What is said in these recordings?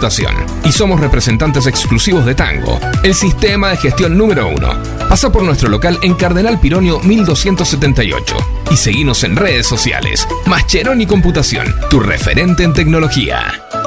Computación. Y somos representantes exclusivos de Tango, el sistema de gestión número 1. Pasa por nuestro local en Cardenal Pironio 1278 y seguinos en redes sociales. Mascheroni Computación, tu referente en tecnología.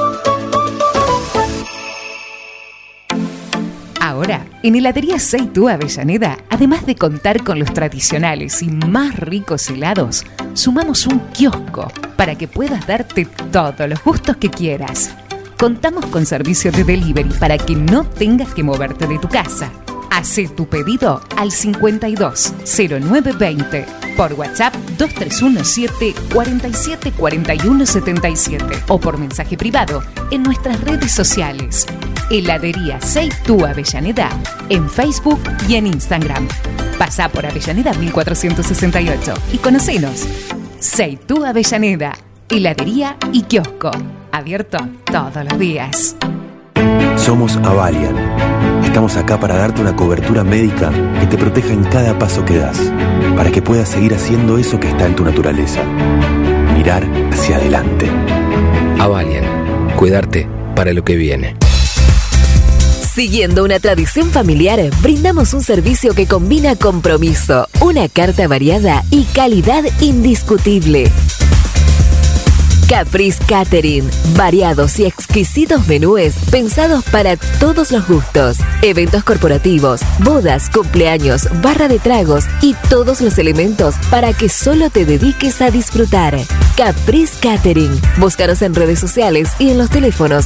Ahora, en Heladería Seitú Avellaneda, además de contar con los tradicionales y más ricos helados, sumamos un kiosco para que puedas darte todos los gustos que quieras. Contamos con servicio de delivery para que no tengas que moverte de tu casa. Hacé tu pedido al 520920, por WhatsApp 2317 47 41 77 o por mensaje privado en nuestras redes sociales. Heladería Seitú Avellaneda en Facebook y en Instagram. Pasá por Avellaneda 1468 y conocenos. Seitú Avellaneda, heladería y kiosco, abierto todos los días. Somos Avalian. Estamos acá para darte una cobertura médica que te proteja en cada paso que das, para que puedas seguir haciendo eso que está en tu naturaleza. Mirar hacia adelante. Avalian. Cuidarte para lo que viene. Siguiendo una tradición familiar, brindamos un servicio que combina compromiso, una carta variada y calidad indiscutible. Caprice Catering, variados y exquisitos menúes pensados para todos los gustos. Eventos corporativos, bodas, cumpleaños, barra de tragos y todos los elementos para que solo te dediques a disfrutar. Caprice Catering. Búscanos en redes sociales y en los teléfonos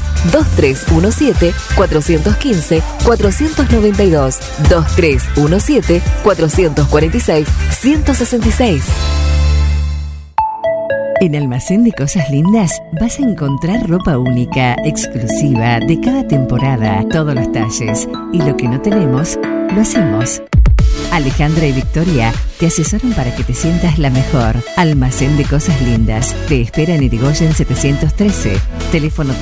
2317-415-492, 2317-446-166. En Almacén de Cosas Lindas vas a encontrar ropa única, exclusiva, de cada temporada, todos los talles. Y lo que no tenemos, lo hacemos. Alejandra y Victoria te asesoran para que te sientas la mejor. Almacén de Cosas Lindas. Te espera en Irigoyen 713. Teléfono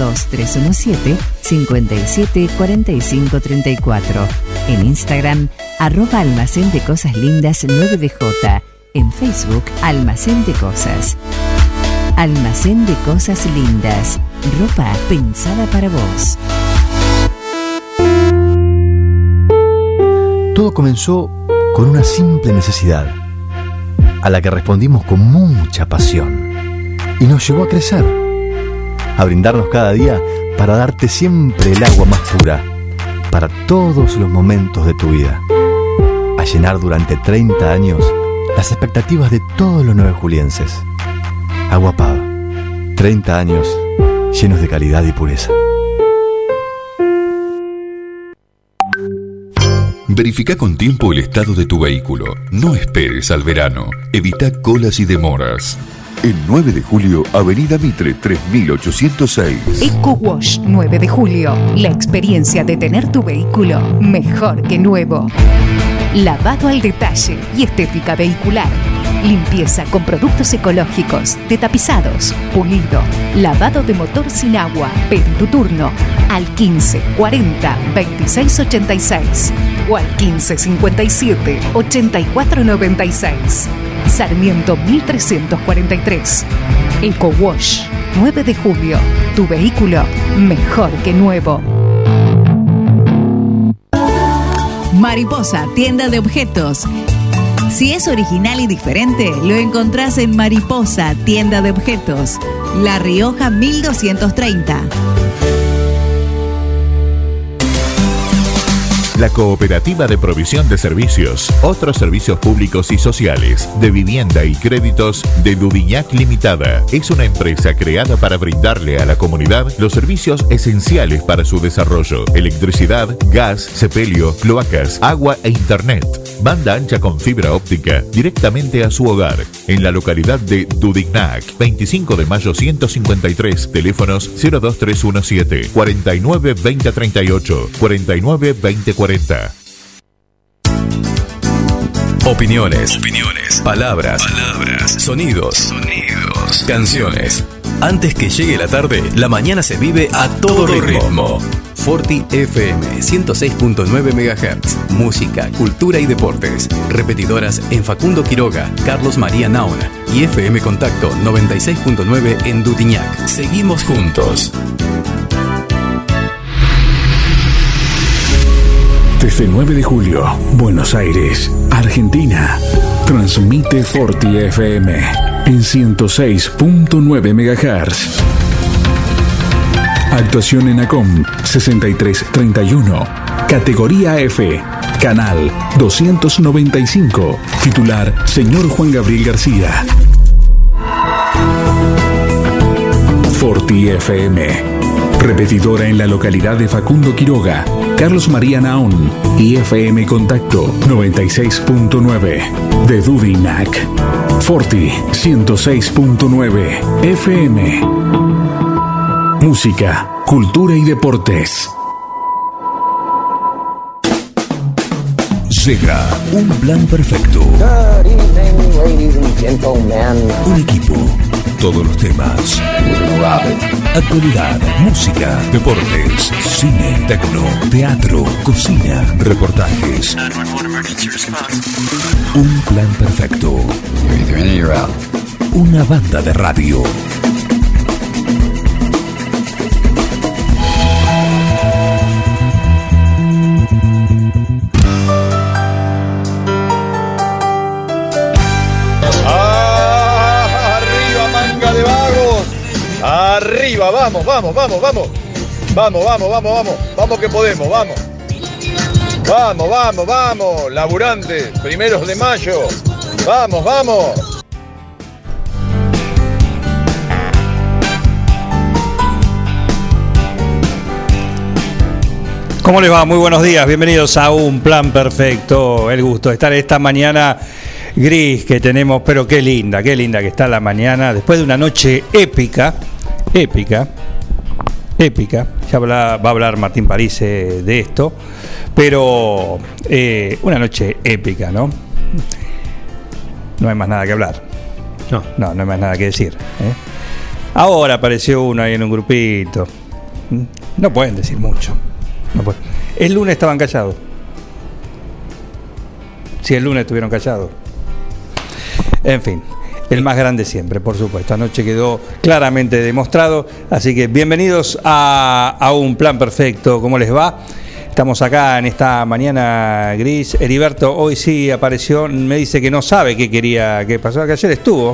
2317-574534. En Instagram, @Almacén de Cosas Lindas 9DJ. En Facebook, Almacén de Cosas. Almacén de Cosas Lindas. Ropa pensada para vos. Todo comenzó con una simple necesidad, a la que respondimos con mucha pasión, y nos llevó a crecer, a brindarnos cada día para darte siempre el agua más pura, para todos los momentos de tu vida, a llenar durante 30 años las expectativas de todos los nuevejulienses. Agua Pava, 30 años llenos de calidad y pureza. Verifica con tiempo el estado de tu vehículo. No esperes al verano. Evita colas y demoras. El 9 de julio, Avenida Mitre 3806. Eco Wash 9 de julio. La experiencia de tener tu vehículo mejor que nuevo. Lavado al detalle y estética vehicular. Limpieza con productos ecológicos, detapizados, pulido, lavado de motor sin agua. Pedí tu turno al 15 40 26 86 o al 15 57 84 96. Sarmiento 1343. Eco Wash 9 de julio. Tu vehículo mejor que nuevo. Mariposa, tienda de objetos. Si es original y diferente, lo encontrás en Mariposa, tienda de objetos. La Rioja 1230. La Cooperativa de Provisión de Servicios, otros servicios públicos y sociales, de vivienda y créditos de Dudignac Limitada. Es una empresa creada para brindarle a la comunidad los servicios esenciales para su desarrollo: electricidad, gas, sepelio, cloacas, agua e internet. Banda ancha con fibra óptica directamente a su hogar. En la localidad de Dudignac, 25 de mayo 153, teléfonos 02317 49 2038, 49 2040. Opiniones, palabras, sonidos, canciones. Antes que llegue la tarde, la mañana se vive a todo ritmo. Forti FM 106.9 MHz. Música, cultura y deportes. Repetidoras en Facundo Quiroga, Carlos María Naona y FM Contacto 96.9 en Dudignac. Seguimos juntos. Desde 9 de julio, Buenos Aires, Argentina. Transmite Forti FM en 106.9 MHz. Actuación en ACOM 6331. Categoría F. Canal 295. Titular, señor Juan Gabriel García. Forti FM. Repetidora en la localidad de Facundo Quiroga, Carlos María Naón y FM Contacto 96.9 de Dudinac. Forti 106.9 FM. Música, cultura y deportes. Llega un plan perfecto. Un equipo. Todos los temas. Actualidad, música, deportes, cine, tecno, teatro, cocina, reportajes. Un plan perfecto. Una banda de radio. Arriba, vamos, que podemos, vamos, laburantes, 1 de mayo, vamos. ¿Cómo les va? Muy buenos días, bienvenidos a Un Plan Perfecto. El gusto de estar esta mañana gris que tenemos, pero qué linda que está la mañana, después de una noche épica. Ya va a hablar Martín Parise de esto, pero una noche épica, ¿no? No hay más nada que hablar. No hay más nada que decir. Ahora apareció uno ahí en un grupito. No pueden decir mucho. No pueden. El lunes estaban callados. Si el lunes estuvieron callados. En fin. El más grande siempre, por supuesto. Anoche quedó claramente demostrado. Así que bienvenidos a Un Plan Perfecto. ¿Cómo les va? Estamos acá en esta mañana gris. Heriberto hoy sí apareció. Me dice que no sabe qué quería que pasara. Que ayer estuvo,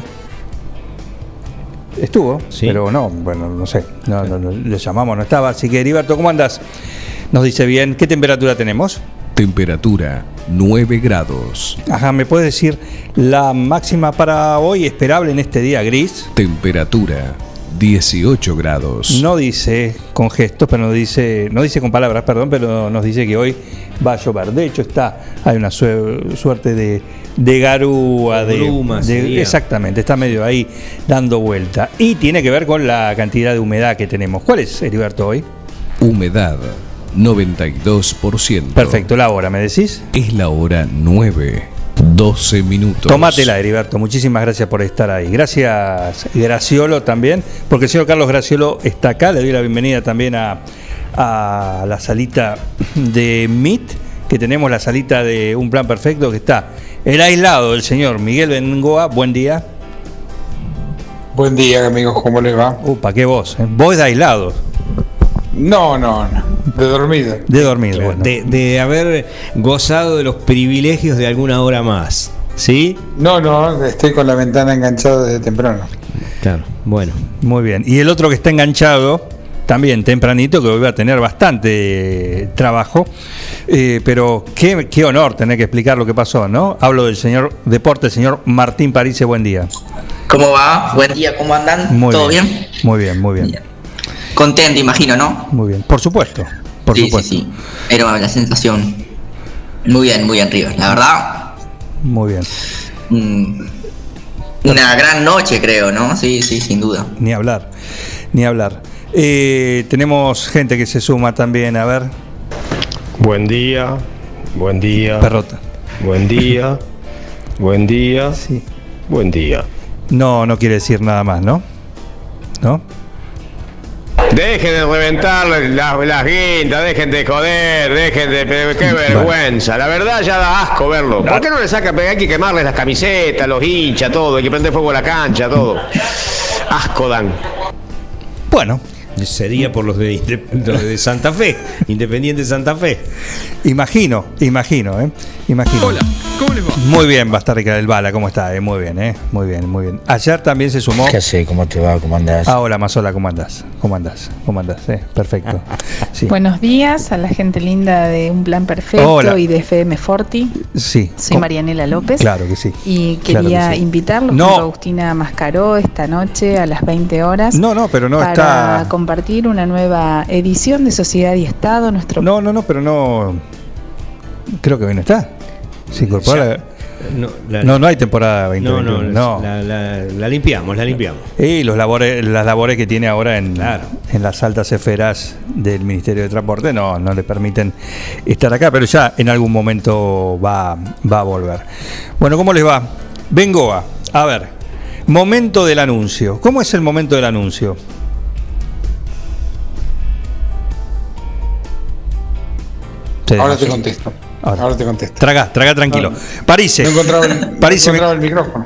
sí. Pero no, bueno, no sé. No, le llamamos, no estaba. Así que Heriberto, ¿cómo andas? Nos dice bien. ¿Qué temperatura tenemos? Temperatura 9 grados. Ajá, ¿me puedes decir la máxima para hoy esperable en este día gris? Temperatura 18 grados. No dice con gestos, pero no dice con palabras, perdón, pero nos dice que hoy va a llover. De hecho hay una suerte de garúa, exactamente, está medio ahí dando vuelta. Y tiene que ver con la cantidad de humedad que tenemos. ¿Cuál es, Heriberto, hoy? Humedad 92%. Perfecto, la hora, ¿me decís? Es la hora 9:12 minutos. Tómatela, Heriberto, muchísimas gracias por estar ahí. Gracias, Graciolo, también, porque el señor Carlos Graciolo está acá. Le doy la bienvenida también a la salita de MIT, que tenemos la salita de Un Plan Perfecto, que está el aislado del señor Miguel Bengoa. Buen día. Buen día, amigos, ¿cómo les va? Upa, qué voz, Vos de aislado. No, de dormido. De dormido, bueno. De haber gozado de los privilegios de alguna hora más, ¿sí? No, estoy con la ventana enganchada desde temprano. Claro, bueno. Muy bien. Y el otro que está enganchado, también tempranito, que hoy va a tener bastante trabajo, pero qué honor tener que explicar lo que pasó, ¿no? Hablo del señor Deporte, señor Martín Parise, buen día. ¿Cómo va? Buen día, ¿cómo andan? ¿Todo bien? Muy bien. Contento, imagino, ¿no? Muy bien, por supuesto. Sí. Era la sensación. Muy bien, River, la verdad. Muy bien. Una gran noche, creo, ¿no? Sí, sin duda. Ni hablar. Tenemos gente que se suma también, a ver. Buen día. Perrota. Buen día. Sí. Buen día. No quiere decir nada más, ¿no? Dejen de reventar las guindas, dejen de joder, qué vergüenza. La verdad ya da asco verlo. ¿Por qué no le sacan? Hay que quemarles las camisetas, los hinchas, todo, hay que prender fuego a la cancha, todo. Asco dan. Bueno, Sería por los de Santa Fe, Independiente Santa Fe. Imagino. Hola, ¿cómo les va? Muy bien, Bastarrica del Bala, ¿cómo está? Muy bien, muy bien. Ayer también se sumó. ¿Qué sé? ¿Cómo te va? ¿Cómo andás? Hola, Mazola, ¿cómo andás? Perfecto. Sí. Buenos días a la gente linda de Un Plan Perfecto. Hola. Y de FM Forti. Sí. Soy Marianela López. Claro que sí. Y quería invitarlos No. junto a Agustina Mascaró esta noche a las 20 horas. No, pero no para está. compartir una nueva edición de Sociedad y Estado. Nuestro No, pero no. Creo que hoy no está. Se incorpora. No hay temporada 2021. No. La limpiamos. Y las labores que tiene ahora en las altas esferas del Ministerio de Transporte no le permiten estar acá, pero ya en algún momento va a volver. Bueno, ¿cómo les va? Bengoa, a ver, momento del anuncio. ¿Cómo es el momento del anuncio? Ahora te contesto. Traga tranquilo. Parise. No encontraba el micrófono.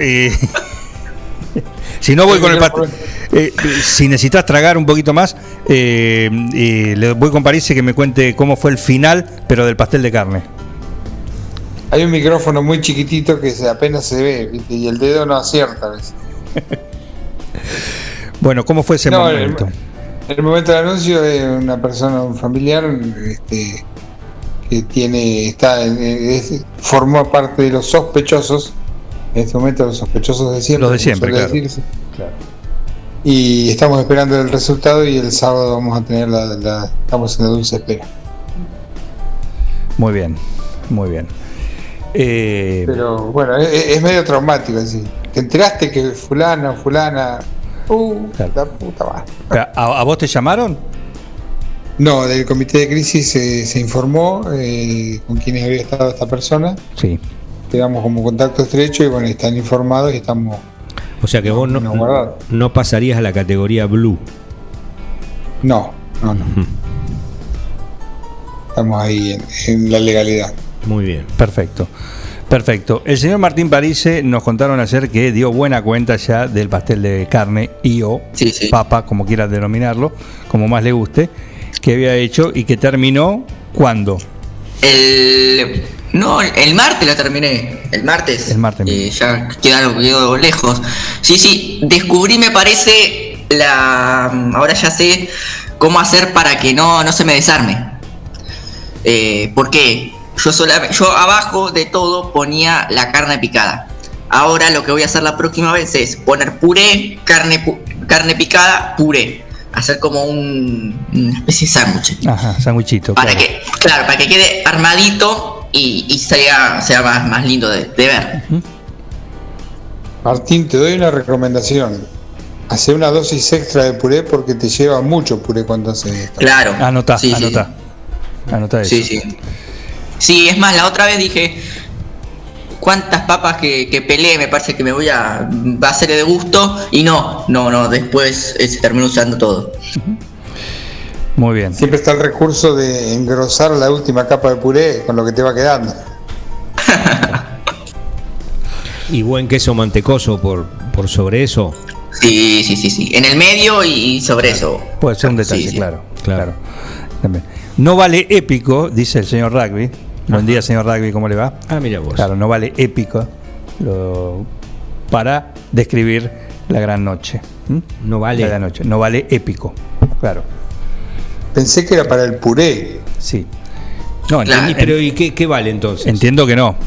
Si no voy con el pastel. Si necesitas tragar un poquito más, le voy con Parise que me cuente cómo fue el final, pero del pastel de carne. Hay un micrófono muy chiquitito que apenas se ve, ¿viste? Y el dedo no acierta a veces. Bueno, ¿cómo fue ese momento? El momento del anuncio es una persona, un familiar, que formó parte de los sospechosos. En este momento los sospechosos de siempre. Los de siempre, claro. Y estamos esperando el resultado y el sábado vamos a tener estamos en la dulce espera. Muy bien. Pero bueno, es medio traumático así. Te enteraste que fulana, la puta madre. ¿A vos te llamaron? No, del comité de crisis se informó con quienes había estado esta persona. Sí. Quedamos como contacto estrecho y bueno, están informados y estamos. O sea que vos no pasarías a la categoría blue. No. Estamos ahí en la legalidad. Muy bien. Perfecto. El señor Martín Parise nos contaron ayer que dio buena cuenta ya del pastel de carne papa, como quieras denominarlo, como más le guste, que había hecho y que terminó ¿cuándo? El martes la terminé. El martes. Ya quedó lejos. Sí. Descubrí, me parece, ahora ya sé cómo hacer para que no se me desarme. ¿Por qué? Yo abajo de todo ponía la carne picada. Ahora lo que voy a hacer la próxima vez es poner puré, carne picada, puré. Hacer como una especie de sándwich. Ajá, sándwichito. Para que quede armadito y sea más lindo de ver. Martín, te doy una recomendación. Hace una dosis extra de puré porque te lleva mucho puré cuando haces esto. Claro. Anotá eso. Sí, es más, la otra vez dije cuántas papas que peleé, me parece que va a ser de gusto y no, después se terminó usando todo. Muy bien. Siempre está el recurso de engrosar la última capa de puré con lo que te va quedando. Y buen queso mantecoso por sobre eso. Sí. En el medio y sobre eso. Puede ser un detalle, claro. No vale épico, dice el señor Rugby. Buen día, señor Rugby, ¿cómo le va? Mira vos. Claro, no vale épico para describir la gran noche. No vale. La gran noche. No vale épico, claro. Pensé que era para el puré. Sí. No, entendí, pero ¿y qué vale entonces? Entiendo que no.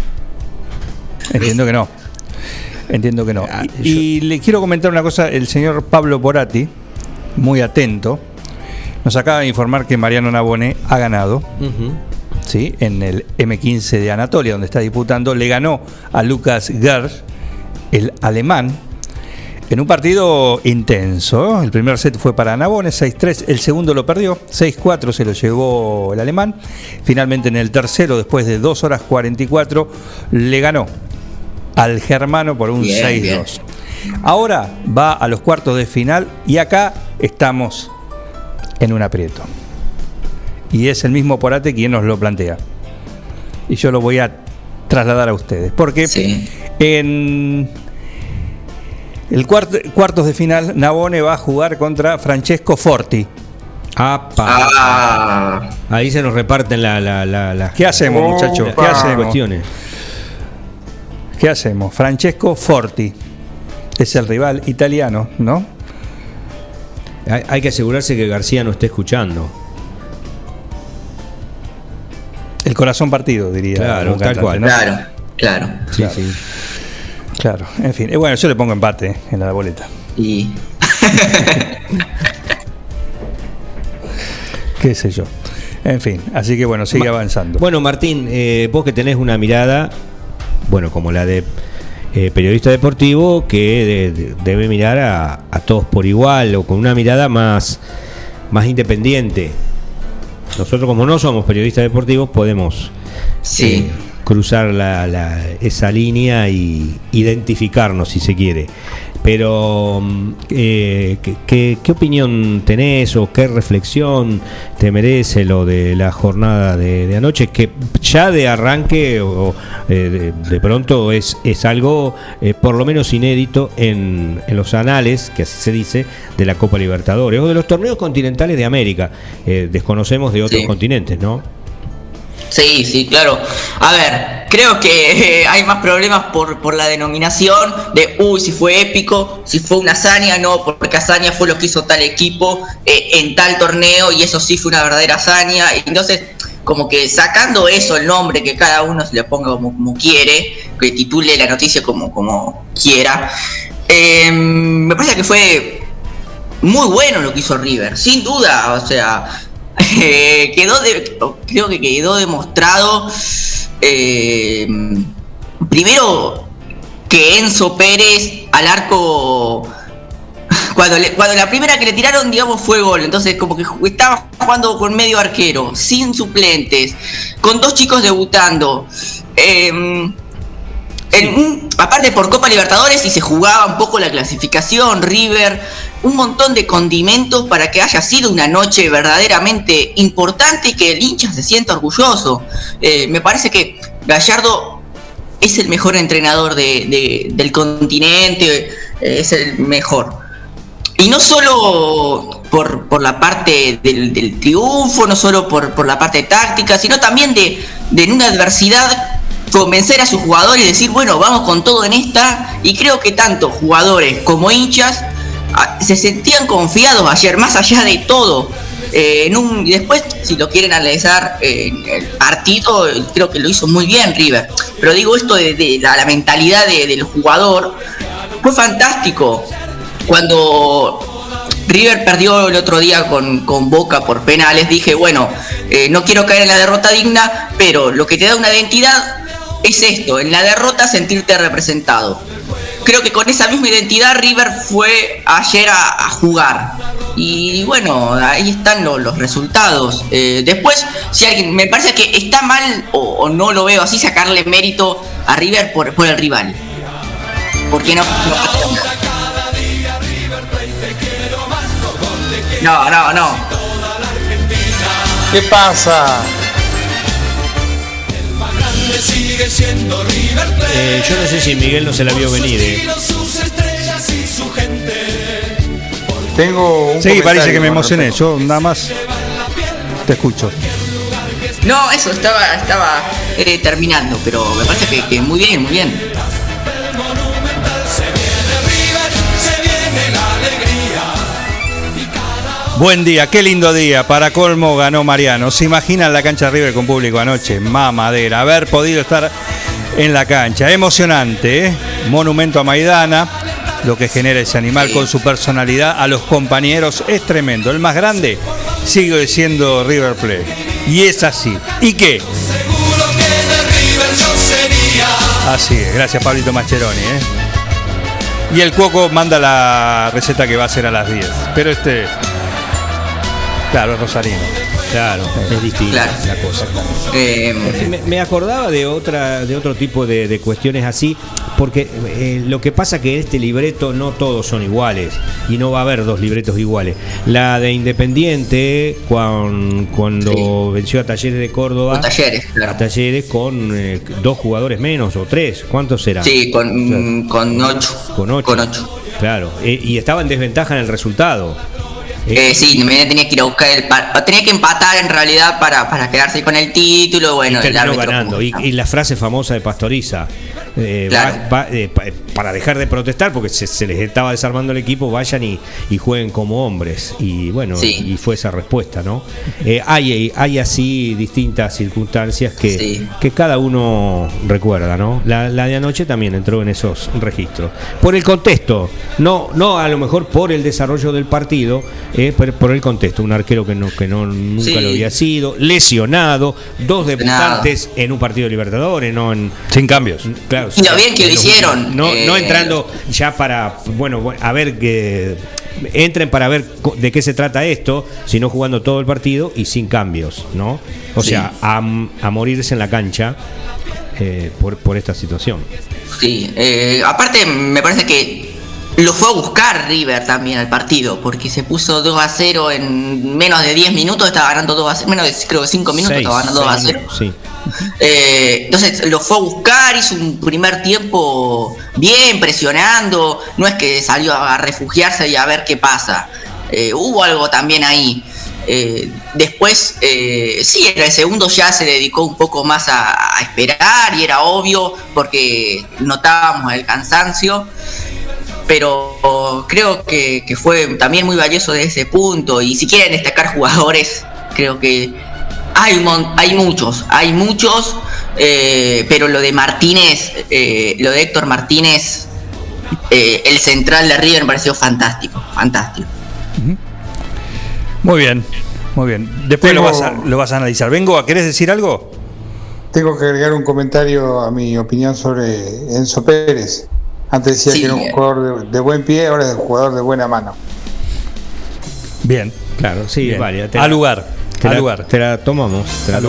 Y le quiero comentar una cosa, el señor Pablo Porati, muy atento, nos acaba de informar que Mariano Navone ha ganado. ¿Sí? En el M15 de Anatolia, donde está disputando, le ganó a Lucas Gersh, el alemán, en un partido intenso. El primer set fue para Navone, 6-3, el segundo lo perdió, 6-4 se lo llevó el alemán. Finalmente en el tercero, después de 2 horas 44, le ganó al germano por un 6-2. Ahora va a los cuartos de final y acá estamos en un aprieto. Y es el mismo Porate quien nos lo plantea. Y yo lo voy a trasladar a ustedes. Porque en el cuartos de final, Navone va a jugar contra Francesco Forti, Ahí se nos reparten la ¿Qué hacemos, muchachos? ¿Qué hacemos? Cuestiones. ¿Qué hacemos? Francesco Forti es el rival italiano, ¿no? Hay que asegurarse que García no esté escuchando. El corazón partido, diría. Claro, tal cual. ¿no? Claro. Sí. Claro, en fin. Bueno, yo le pongo empate en la boleta. Y... qué sé yo. En fin, así que bueno, sigue avanzando. Bueno, Martín, vos que tenés una mirada, bueno, como la de periodista deportivo, que debe mirar a todos por igual o con una mirada más independiente. Nosotros, como no somos periodistas deportivos, podemos cruzar esa línea y identificarnos, si se quiere. Pero, ¿qué opinión tenés o qué reflexión te merece lo de la jornada de anoche? Que ya de arranque o de pronto es algo por lo menos inédito en los anales, que así se dice, de la Copa Libertadores o de los torneos continentales de América. Desconocemos de otros continentes, ¿no? Sí, claro. A ver, creo que hay más problemas por la denominación de si fue épico, si fue una hazaña, no, porque hazaña fue lo que hizo tal equipo en tal torneo y eso sí fue una verdadera hazaña. Entonces, como que sacando eso, el nombre, que cada uno se le ponga como quiere, que titule la noticia como quiera, me parece que fue muy bueno lo que hizo River, sin duda, o sea... creo que quedó demostrado primero que Enzo Pérez al arco cuando la primera que le tiraron, digamos, fue gol, entonces como que estaba jugando con medio arquero, sin suplentes, con 2 chicos debutando, aparte por Copa Libertadores, y se jugaba un poco la clasificación, River, un montón de condimentos para que haya sido una noche verdaderamente importante y que el hincha se sienta orgulloso. Me parece que Gallardo es el mejor entrenador del continente, es el mejor. Y no solo por la parte del triunfo, no solo por la parte táctica, sino también de en una adversidad convencer a sus jugadores y decir, bueno, vamos con todo en esta. Y creo que tanto jugadores como hinchas se sentían confiados ayer, más allá de todo. Y después, si lo quieren analizar, el partido creo que lo hizo muy bien River. Pero digo esto de la mentalidad del jugador, fue fantástico. Cuando River perdió el otro día con Boca por penales, dije, bueno, no quiero caer en la derrota digna, pero lo que te da una identidad es esto, en la derrota sentirte representado. Creo que con esa misma identidad River fue ayer a jugar. Y bueno, ahí están los resultados. Después, si alguien, me parece que está mal, o no lo veo así, sacarle mérito a River por el rival. Porque no. ¿Qué pasa? Yo no sé si Miguel no se la vio venir. Tengo un sí, parece que me emocioné. Yo nada más te escucho. No, eso estaba terminando, pero me parece que muy bien, muy bien. Buen día, qué lindo día. Para colmo ganó Mariano. ¿Se imaginan la cancha River con público anoche? Mamadera. Haber podido estar en la cancha. Emocionante, ¿eh? Monumento a Maidana. Lo que genera ese animal con su personalidad a los compañeros es tremendo. El más grande sigue siendo River Plate. Y es así. ¿Y qué? Así es. Gracias, Pablito Mascheroni, ¿eh? Y el Cuoco manda la receta que va a hacer a las 10. Pero claro, es rosarino. Claro, es distinta la cosa. Me acordaba de otro tipo de cuestiones así, porque lo que pasa que en este libreto no todos son iguales y no va a haber 2 libretos iguales. La de Independiente, cuando venció a Talleres de Córdoba, a Talleres con 2 jugadores menos o 3, ¿cuántos eran? Sí, con 8. Con 8. Claro, y estaba en desventaja en el resultado. Sí, tenía que ir a buscar tenía que empatar en realidad para quedarse con el título. Bueno, y terminó ganando. Y la frase famosa de Pastoriza, para dejar de protestar porque se les estaba desarmando el equipo, vayan y jueguen como hombres. Y bueno, y fue esa respuesta, ¿no? Hay así distintas circunstancias que cada uno recuerda, ¿no? La de anoche también entró en esos registros. Por el contexto, no a lo mejor por el desarrollo del partido, por el contexto. Un arquero que nunca lo había sido, lesionado, 2 debutantes en un partido de Libertadores, sin cambios. Claro, y lo bien que lo hicieron. No entrando ya para, a ver que entren para ver de qué se trata esto, sino jugando todo el partido y sin cambios, ¿no? O sea, a morirse en la cancha por esta situación. Sí, aparte me parece que lo fue a buscar River también al partido, porque se puso 2-0 en menos de 10 minutos, estaba ganando 2-0, menos de creo que 5 minutos estaba ganando 2-0. Sí. Entonces lo fue a buscar, hizo un primer tiempo bien, presionando, no es que salió a refugiarse y a ver qué pasa. Hubo algo también ahí. Después, en el segundo ya se dedicó un poco más a esperar y era obvio porque notábamos el cansancio. Pero creo que fue también muy valioso de ese punto. Y si quieren destacar jugadores, creo que hay muchos, pero lo de Martínez, lo de Héctor Martínez, el central de River, me pareció fantástico. Muy bien. Después lo vas a analizar. ¿Querés decir algo? Tengo que agregar un comentario a mi opinión sobre Enzo Pérez. Antes decía que era un jugador de buen pie, ahora es un jugador de buena mano. Bien. Claro, sí, bien. Vale. Al lugar. Te la tomamos.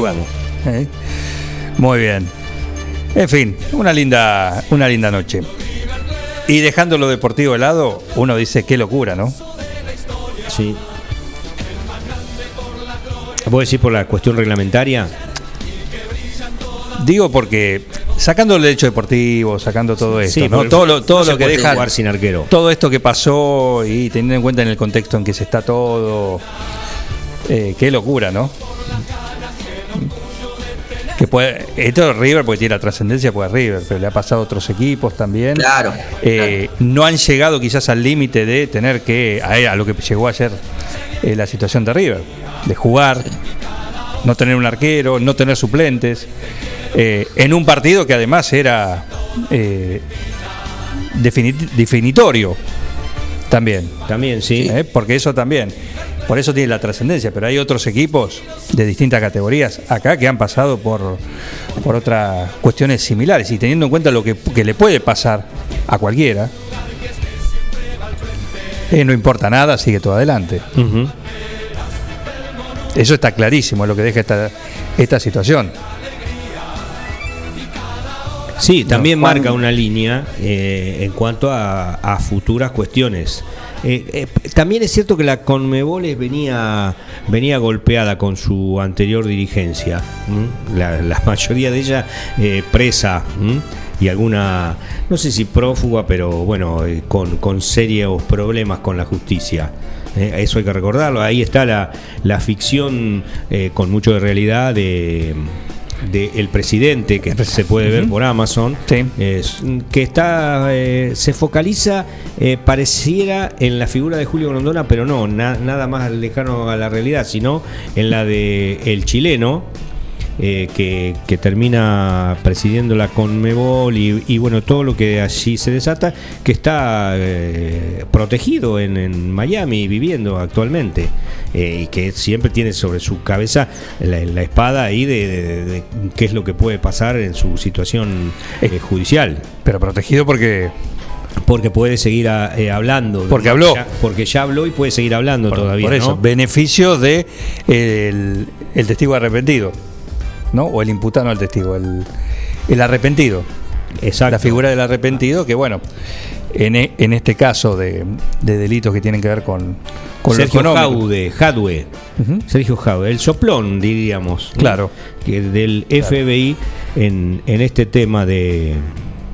Muy bien. En fin, una linda noche. Y dejando lo deportivo de lado, uno dice qué locura, ¿no? Sí. ¿Vos decís por la cuestión reglamentaria? Digo porque sacando el derecho deportivo, sacando todo esto, sí, ¿no? Todo lo que deja jugar sin arquero. Todo esto que pasó y teniendo en cuenta en el contexto en que se está todo, qué locura, ¿no? Que puede, esto es River porque tiene la trascendencia, pues River, pero le ha pasado a otros equipos también. Claro. No han llegado quizás al límite de tener que a lo que llegó ayer la situación de River, de jugar, no tener un arquero, no tener suplentes. En un partido que además era definitorio también. También, sí. Porque eso también, por eso tiene la trascendencia, pero hay otros equipos de distintas categorías acá que han pasado por otras cuestiones similares y teniendo en cuenta lo que le puede pasar a cualquiera, no importa nada, sigue todo adelante. Uh-huh. Eso está clarísimo, lo que deja esta situación. Sí, también marca una línea en cuanto a futuras cuestiones. También es cierto que la Conmebol venía golpeada con su anterior dirigencia, la mayoría de ella presa, y alguna, no sé si prófuga, pero bueno, con serios problemas con la justicia. Eso hay que recordarlo. Ahí está la ficción con mucho de realidad de El Presidente, que se puede ver por Amazon, sí. Que está se focaliza pareciera en la figura de Julio Grondona, pero no, nada más lejano a la realidad, sino en la de el chileno, que termina presidiendo la Conmebol y bueno, todo lo que allí se desata, que está protegido en Miami, viviendo actualmente, y que siempre tiene sobre su cabeza la espada ahí de qué es lo que puede pasar en su situación judicial. Pero protegido porque puede seguir hablando. Porque habló. Porque ya habló y puede seguir hablando todavía. Por eso, ¿no? Beneficio de el testigo arrepentido, ¿no? O el imputado, no el testigo, el arrepentido. Exacto. La figura del arrepentido, que bueno, en este caso de delitos que tienen que ver con Sergio lo económico. Jadwe. Uh-huh. Sergio Jadwe, el soplón, diríamos. Claro. Que del FBI en este tema de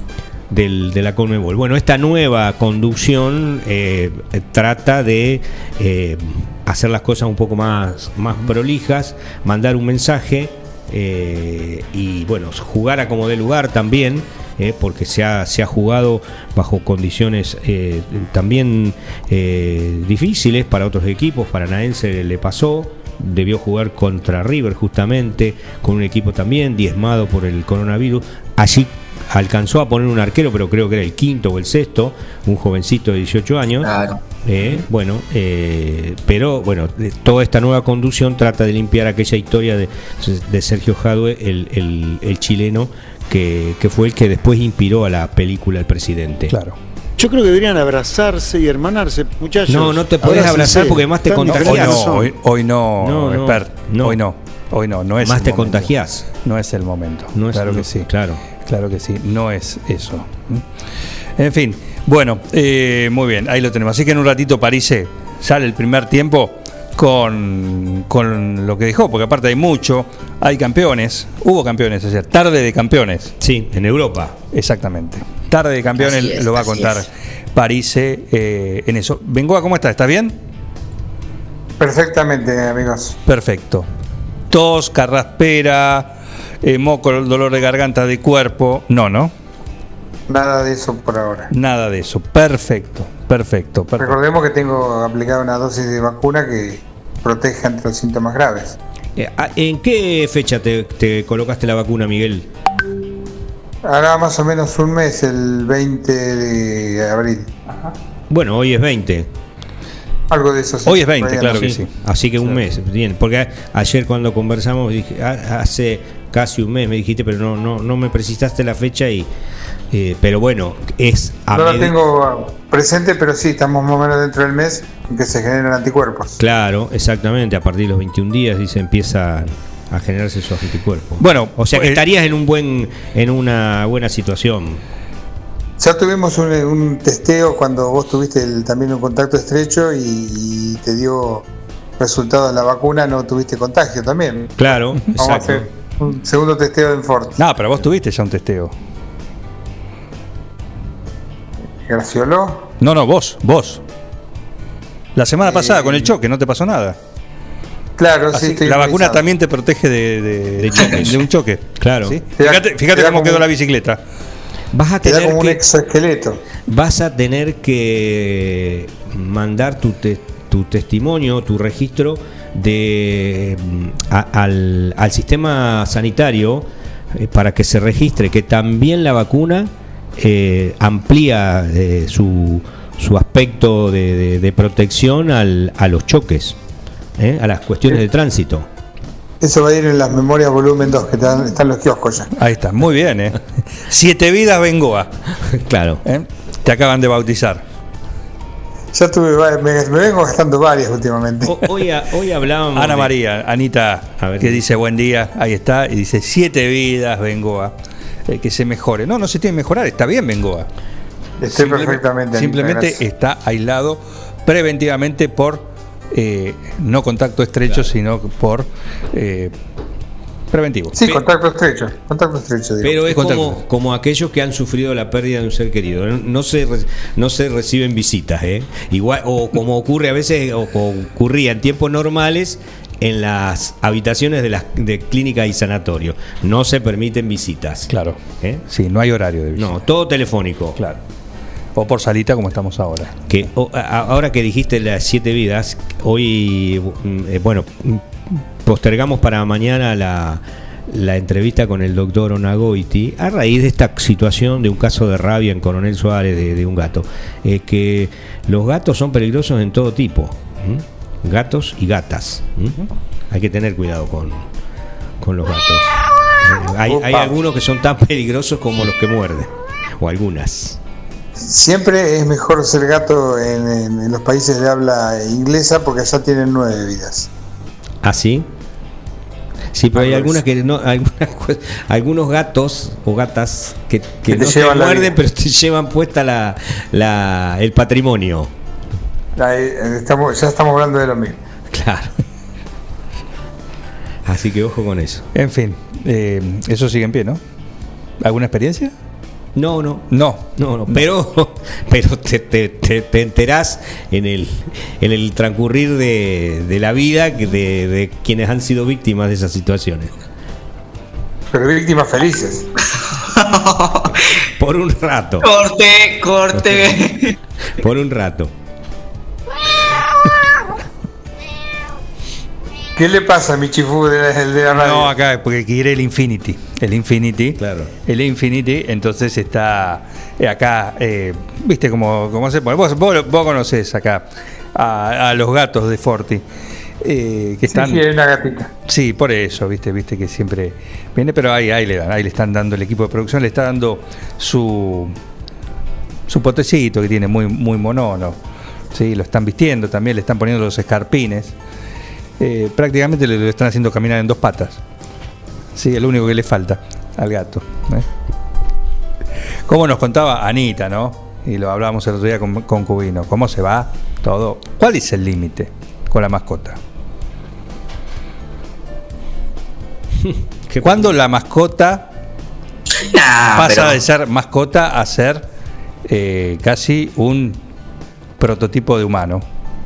de la Conmebol. Bueno, esta nueva conducción trata de hacer las cosas un poco más prolijas, mandar un mensaje y bueno, jugar a como dé lugar también, porque se ha jugado bajo condiciones también difíciles para otros equipos. Paranaense le pasó, debió jugar contra River justamente, con un equipo también diezmado por el coronavirus. Allí alcanzó a poner un arquero, pero creo que era el quinto o el sexto, un jovencito de 18 años. Claro. Pero bueno, toda esta nueva conducción trata de limpiar aquella historia de Sergio Jadue, el chileno, que fue el que después inspiró a la película El Presidente. Claro. Yo creo que deberían abrazarse y hermanarse, muchachos. No te podés abrazar porque más te contagiás. Hoy no, no es. Más te contagiás. No es el momento. Claro que sí. Claro que sí, no es eso. En fin, bueno, muy bien, ahí lo tenemos. Así que en un ratito Parise sale el primer tiempo con lo que dejó, porque aparte hay campeones, hubo campeones ayer, tarde de campeones. Sí, en Europa. Exactamente. Tarde de campeones lo va a contar Parise en eso. Bengoa, ¿cómo estás? ¿Estás bien? Perfectamente, amigos. Perfecto. Tos, carraspera, moco, dolor de garganta, de cuerpo. No. Nada de eso por ahora. Nada de eso. Perfecto. Recordemos que tengo aplicada una dosis de vacuna que protege ante los síntomas graves. ¿En qué fecha te colocaste la vacuna, Miguel? Hará más o menos un mes, el 20 de abril. Ajá. Bueno, hoy es 20. Algo de eso. Sí. Hoy es 20, claro que sí. Así que un mes, bien. Porque ayer cuando conversamos, dije, hace casi un mes me dijiste, pero no me precisaste la fecha pero bueno, es no la tengo presente, pero sí, estamos más o menos dentro del mes en que se generan anticuerpos. Claro, exactamente. A partir de los 21 días dice empieza a generarse esos anticuerpos. Bueno, o sea que estarías en una buena situación. Ya tuvimos un testeo cuando vos tuviste también un contacto estrecho y te dio resultado de la vacuna, no tuviste contagio también. Claro, Vamos a hacer un segundo testeo en Forti. No, pero vos tuviste ya un testeo. ¿Graciolo? No, vos. La semana pasada con el choque, no te pasó nada. Claro, así, sí. La vacuna también te protege de un choque. Claro. ¿Sí? Fíjate cómo quedó la bicicleta. Vas a tener como un exoesqueleto. Vas a tener que mandar tu testimonio, tu registro al sistema sanitario para que se registre que también la vacuna amplía su aspecto de protección a los choques, a las cuestiones de tránsito. Eso va a ir en las memorias volumen 2 que están los kioscos ya. Ahí está, muy bien, 7 vidas Bengoa. Claro. Te acaban de bautizar. Ya me vengo gastando varias últimamente. Hoy hablábamos Ana María, Anita, que dice buen día, ahí está, y dice 7 vidas Bengoa, que se mejore. No se tiene que mejorar, está bien Bengoa. Estoy perfectamente. Simplemente Anita, está aislado preventivamente por no contacto estrecho, claro, sino por preventivo. Sí, contacto estrecho. Digo. Pero es como aquellos que han sufrido la pérdida de un ser querido. No se reciben visitas, igual, o como ocurre a veces, o ocurría en tiempos normales, en las habitaciones de clínica y sanatorio. No se permiten visitas. Claro. Sí, no hay horario de visita. No, todo telefónico. Claro. O por salita como estamos ahora. Ahora que dijiste las 7 vidas, hoy, postergamos para mañana la entrevista con el doctor Onagoiti a raíz de esta situación de un caso de rabia en Coronel Suárez de un gato. Que los gatos son peligrosos en todo tipo. Gatos y gatas. Hay que tener cuidado con los gatos. Hay algunos que son tan peligrosos como los que muerden. O algunas. Siempre es mejor ser gato en los países de habla inglesa porque allá tienen 9 vidas. ¿Ah, sí? Sí, pero hay algunas que no, algunos gatos o gatas que no te muerden, pero te llevan puesta el patrimonio. Ya estamos hablando de lo mismo. Claro. Así que ojo con eso. En fin, eso sigue en pie, ¿no? ¿Alguna experiencia? No. No. Pero te enterás en el transcurrir de la vida de quienes han sido víctimas de esas situaciones. Pero víctimas felices. Por un rato. Corte. Por un rato. ¿Qué le pasa a mi chifú de la radio? No, acá, porque quiere el Infinity. Claro. El Infinity, entonces está acá, viste cómo se pone. Vos conocés acá a los gatos de Forti. Que están, sí, hay una gatita. Sí, por eso, viste que siempre viene, pero ahí le están dando, el equipo de producción le está dando su potecito que tiene muy monono. Sí, lo están vistiendo también, le están poniendo los escarpines. Prácticamente le están haciendo caminar en 2 patas. Sí, es lo único que le falta al gato. Como nos contaba Anita, ¿no? Y lo hablábamos el otro día con Cubino. ¿Cómo se va todo? ¿Cuál es el límite con la mascota? ¿Cuándo la mascota pasa de ser mascota a ser casi un prototipo de humano?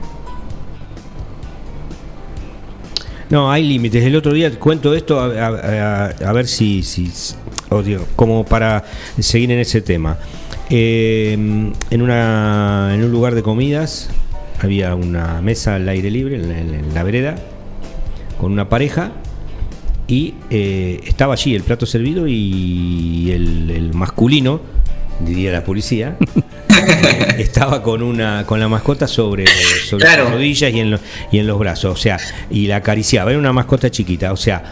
No, hay límites. El otro día cuento esto a ver si como para seguir en ese tema. En un lugar de comidas había una mesa al aire libre en la vereda con una pareja y estaba allí el plato servido y el masculino, diría la policía, estaba con la mascota sobre las rodillas y en los brazos, o sea, y la acariciaba. Era una mascota chiquita, o sea,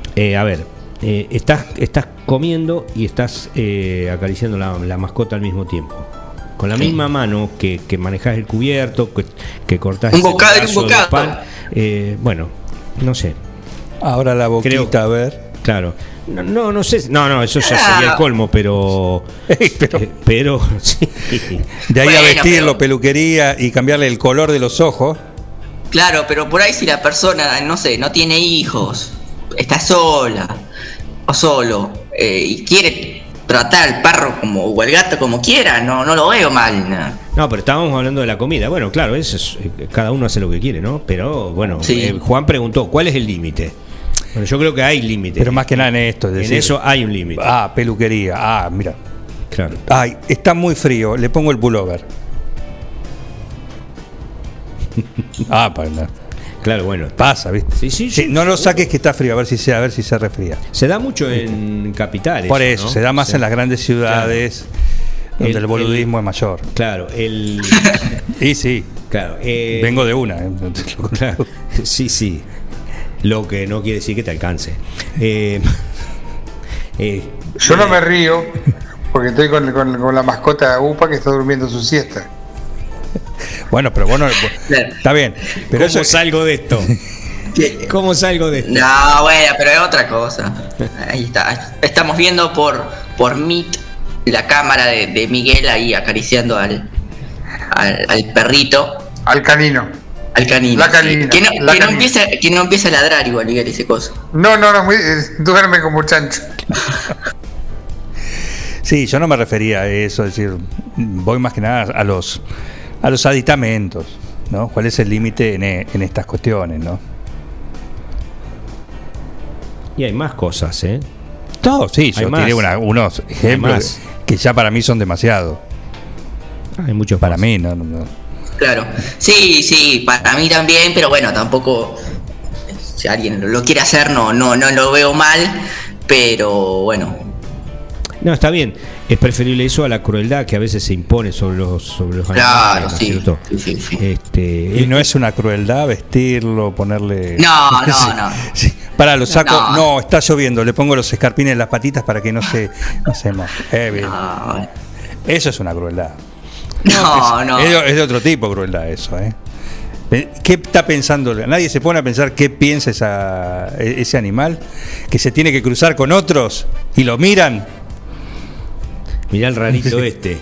estás comiendo y estás acariciando la mascota al mismo tiempo. Con la misma mano que manejás el cubierto, que cortás un bocado de pan. Bueno, no sé. Ahora la boquita, a ver. Claro. No sé. No, eso ya sería el colmo, pero sí. De ahí a vestirlo, peluquería y cambiarle el color de los ojos. Claro, pero por ahí si la persona, no sé, no tiene hijos, está sola o solo y quiere tratar al perro o al gato como quiera, no lo veo mal. No, pero estábamos hablando de la comida. Bueno, claro, eso es, cada uno hace lo que quiere, ¿no? Pero bueno, sí. Juan preguntó, ¿cuál es el límite? Bueno, yo creo que hay límites. Pero más que nada en esto. Es decir, en eso hay un límite. Peluquería. Mira. Claro. Está muy frío, le pongo el pullover. Para nada. Claro, bueno. Pasa, ¿viste? Sí, no lo saques que está frío, a ver si se refría. Se da mucho en capitales. Por eso, ¿no? Se da más en las grandes ciudades, claro, donde el boludismo es mayor. Claro, Y sí. Claro. Vengo de una. Claro. Sí. Lo que no quiere decir que te alcance. Yo no me río porque estoy con la mascota UPA que está durmiendo su siesta. Bueno, pero bueno, está bien. Pero ¿Cómo salgo de esto? ¿Cómo salgo de esto? No, bueno, pero es otra cosa. Ahí está. Estamos viendo por Meet la cámara de Miguel ahí acariciando al perrito. Al canino. Al canino. La canina. Que no empieza a ladrar igual, Miguel, ese coso. No, duerme como chancho. Sí, yo no me refería a eso, es decir, voy más que nada a los aditamentos, ¿no? ¿Cuál es el límite en estas cuestiones, no? Y hay más cosas, ¿eh? Todo, sí, yo tiré unos ejemplos que ya para mí son demasiado. Hay muchos para mí, no. Claro, sí, para mí también, pero bueno, tampoco, si alguien lo quiere hacer, no lo veo mal, pero bueno. No, está bien, es preferible eso a la crueldad que a veces se impone sobre los animales. Claro, sí. Y no es una crueldad vestirlo, ponerle... No. Sí. Para los sacos, no, está lloviendo, le pongo los escarpines en las patitas para que no se moje. Bien. No. Eso es una crueldad. No. Es de otro tipo de crueldad eso, ¿eh? ¿Qué está pensando? Nadie se pone a pensar qué piensa ese animal que se tiene que cruzar con otros y lo miran. Mirá el rarito este.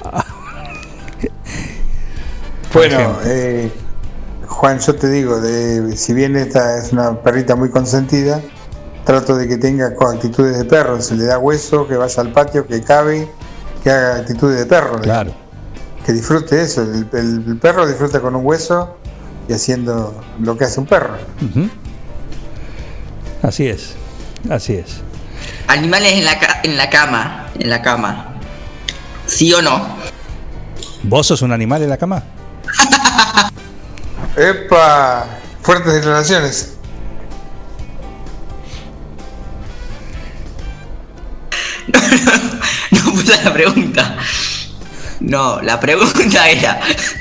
Bueno, Juan, yo te digo, si bien esta es una perrita muy consentida, trato de que tenga actitudes de perro. Se le da hueso, que vaya al patio, que cabe que haga actitudes de perro. Claro. Que disfrute eso. El perro disfruta con un hueso y haciendo lo que hace un perro. Uh-huh. Así es. Animales en la cama. ¿Sí o no? ¿Vos sos un animal en la cama? ¡Epa! Fuertes declaraciones. No puse la pregunta. No, la pregunta era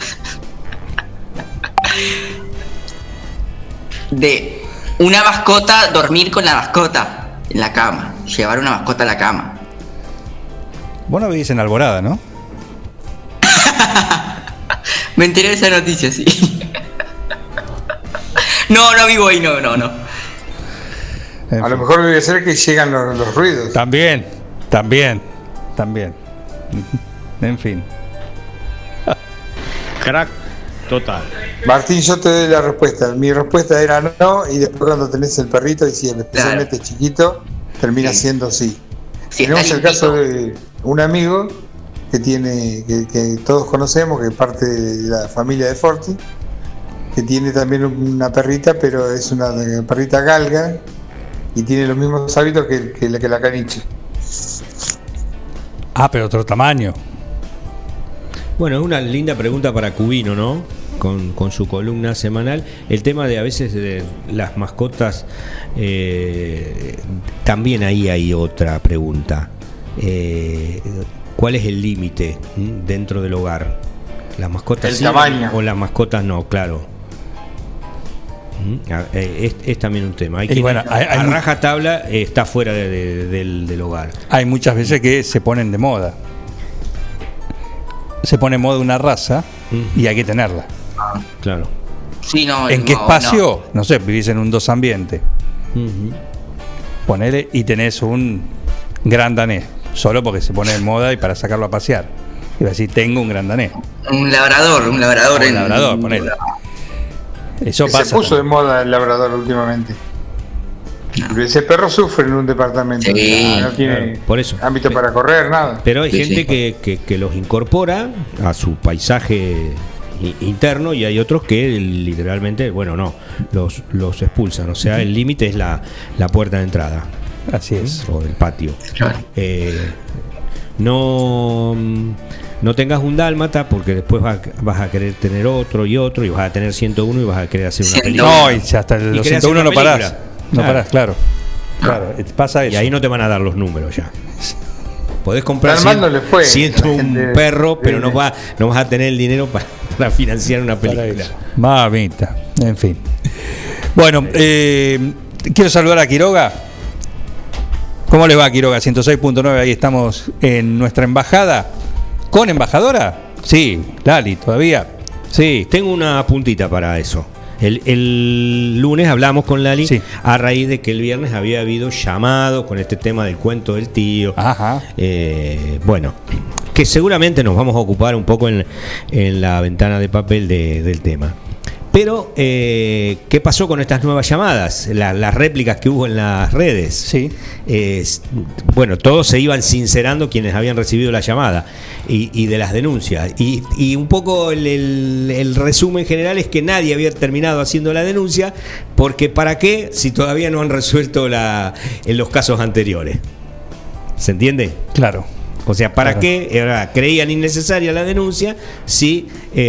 de una mascota, dormir con la mascota en la cama, llevar una mascota a la cama. Vos no vivís en Alborada, ¿no? Me enteré de esa noticia, sí. No vivo ahí, no. A lo mejor debe ser que llegan los ruidos. También. En fin. Crack total. Martín, yo te doy la respuesta. Mi respuesta era no, y después cuando tenés el perrito, y si especialmente chiquito, termina siendo sí. Tenemos el caso de un amigo que tiene, que todos conocemos, que es parte de la familia de Forti, que tiene también una perrita, pero es una perrita galga y tiene los mismos hábitos que la caniche. Pero otro tamaño. Bueno, es una linda pregunta para Cubino, ¿no? Con su columna semanal. El tema de a veces de las mascotas, también ahí hay otra pregunta. ¿Cuál es el límite dentro del hogar? ¿Las mascotas sí o las mascotas no? Claro. Es también un tema. A rajatabla está fuera del hogar. Hay muchas veces que se ponen de moda. Se pone en moda una raza y hay que tenerla. Claro. Sí, ¿En qué espacio? No sé, vivís en un dos ambiente. Ponele y tenés un gran danés. Solo porque se pone en moda y para sacarlo a pasear. Y vas a decir, tengo un gran danés. Un labrador. Un labrador, ponele. Eso pasa. Se puso de moda el labrador últimamente. Pero ese perro sufre en un departamento. Sí, no tiene por eso. ámbito para correr, nada. Pero hay gente que los incorpora a su paisaje interno y hay otros que literalmente, los expulsan. O sea, el límite es la puerta de entrada. Así es. O del patio. Claro. No tengas un dálmata porque después vas a querer tener otro y vas a tener 101 y vas a querer hacer una película. No, y hasta los 101 no parás. No parás, claro. Pasa eso. Y ahí no te van a dar los números ya. Podés comprar 101 perro, pero no vas a tener el dinero para financiar una película. Mamita, en fin. Bueno, quiero saludar a Quiroga. ¿Cómo le va, Quiroga? 106.9, ahí estamos en nuestra embajada. ¿Con embajadora? Sí, Lali, todavía. Sí. Tengo una puntita para eso. El lunes hablamos con Lali a raíz de que el viernes había habido llamado con este tema del cuento del tío. Ajá. Que seguramente nos vamos a ocupar un poco en la ventana de papel del tema. Pero, ¿qué pasó con estas nuevas llamadas? Las réplicas que hubo en las redes. Sí. Todos se iban sincerando quienes habían recibido la llamada y de las denuncias. Y un poco el resumen general es que nadie había terminado haciendo la denuncia, porque ¿para qué si todavía no han resuelto en los casos anteriores? ¿Se entiende? Claro. O sea, ¿para qué creían innecesaria la denuncia si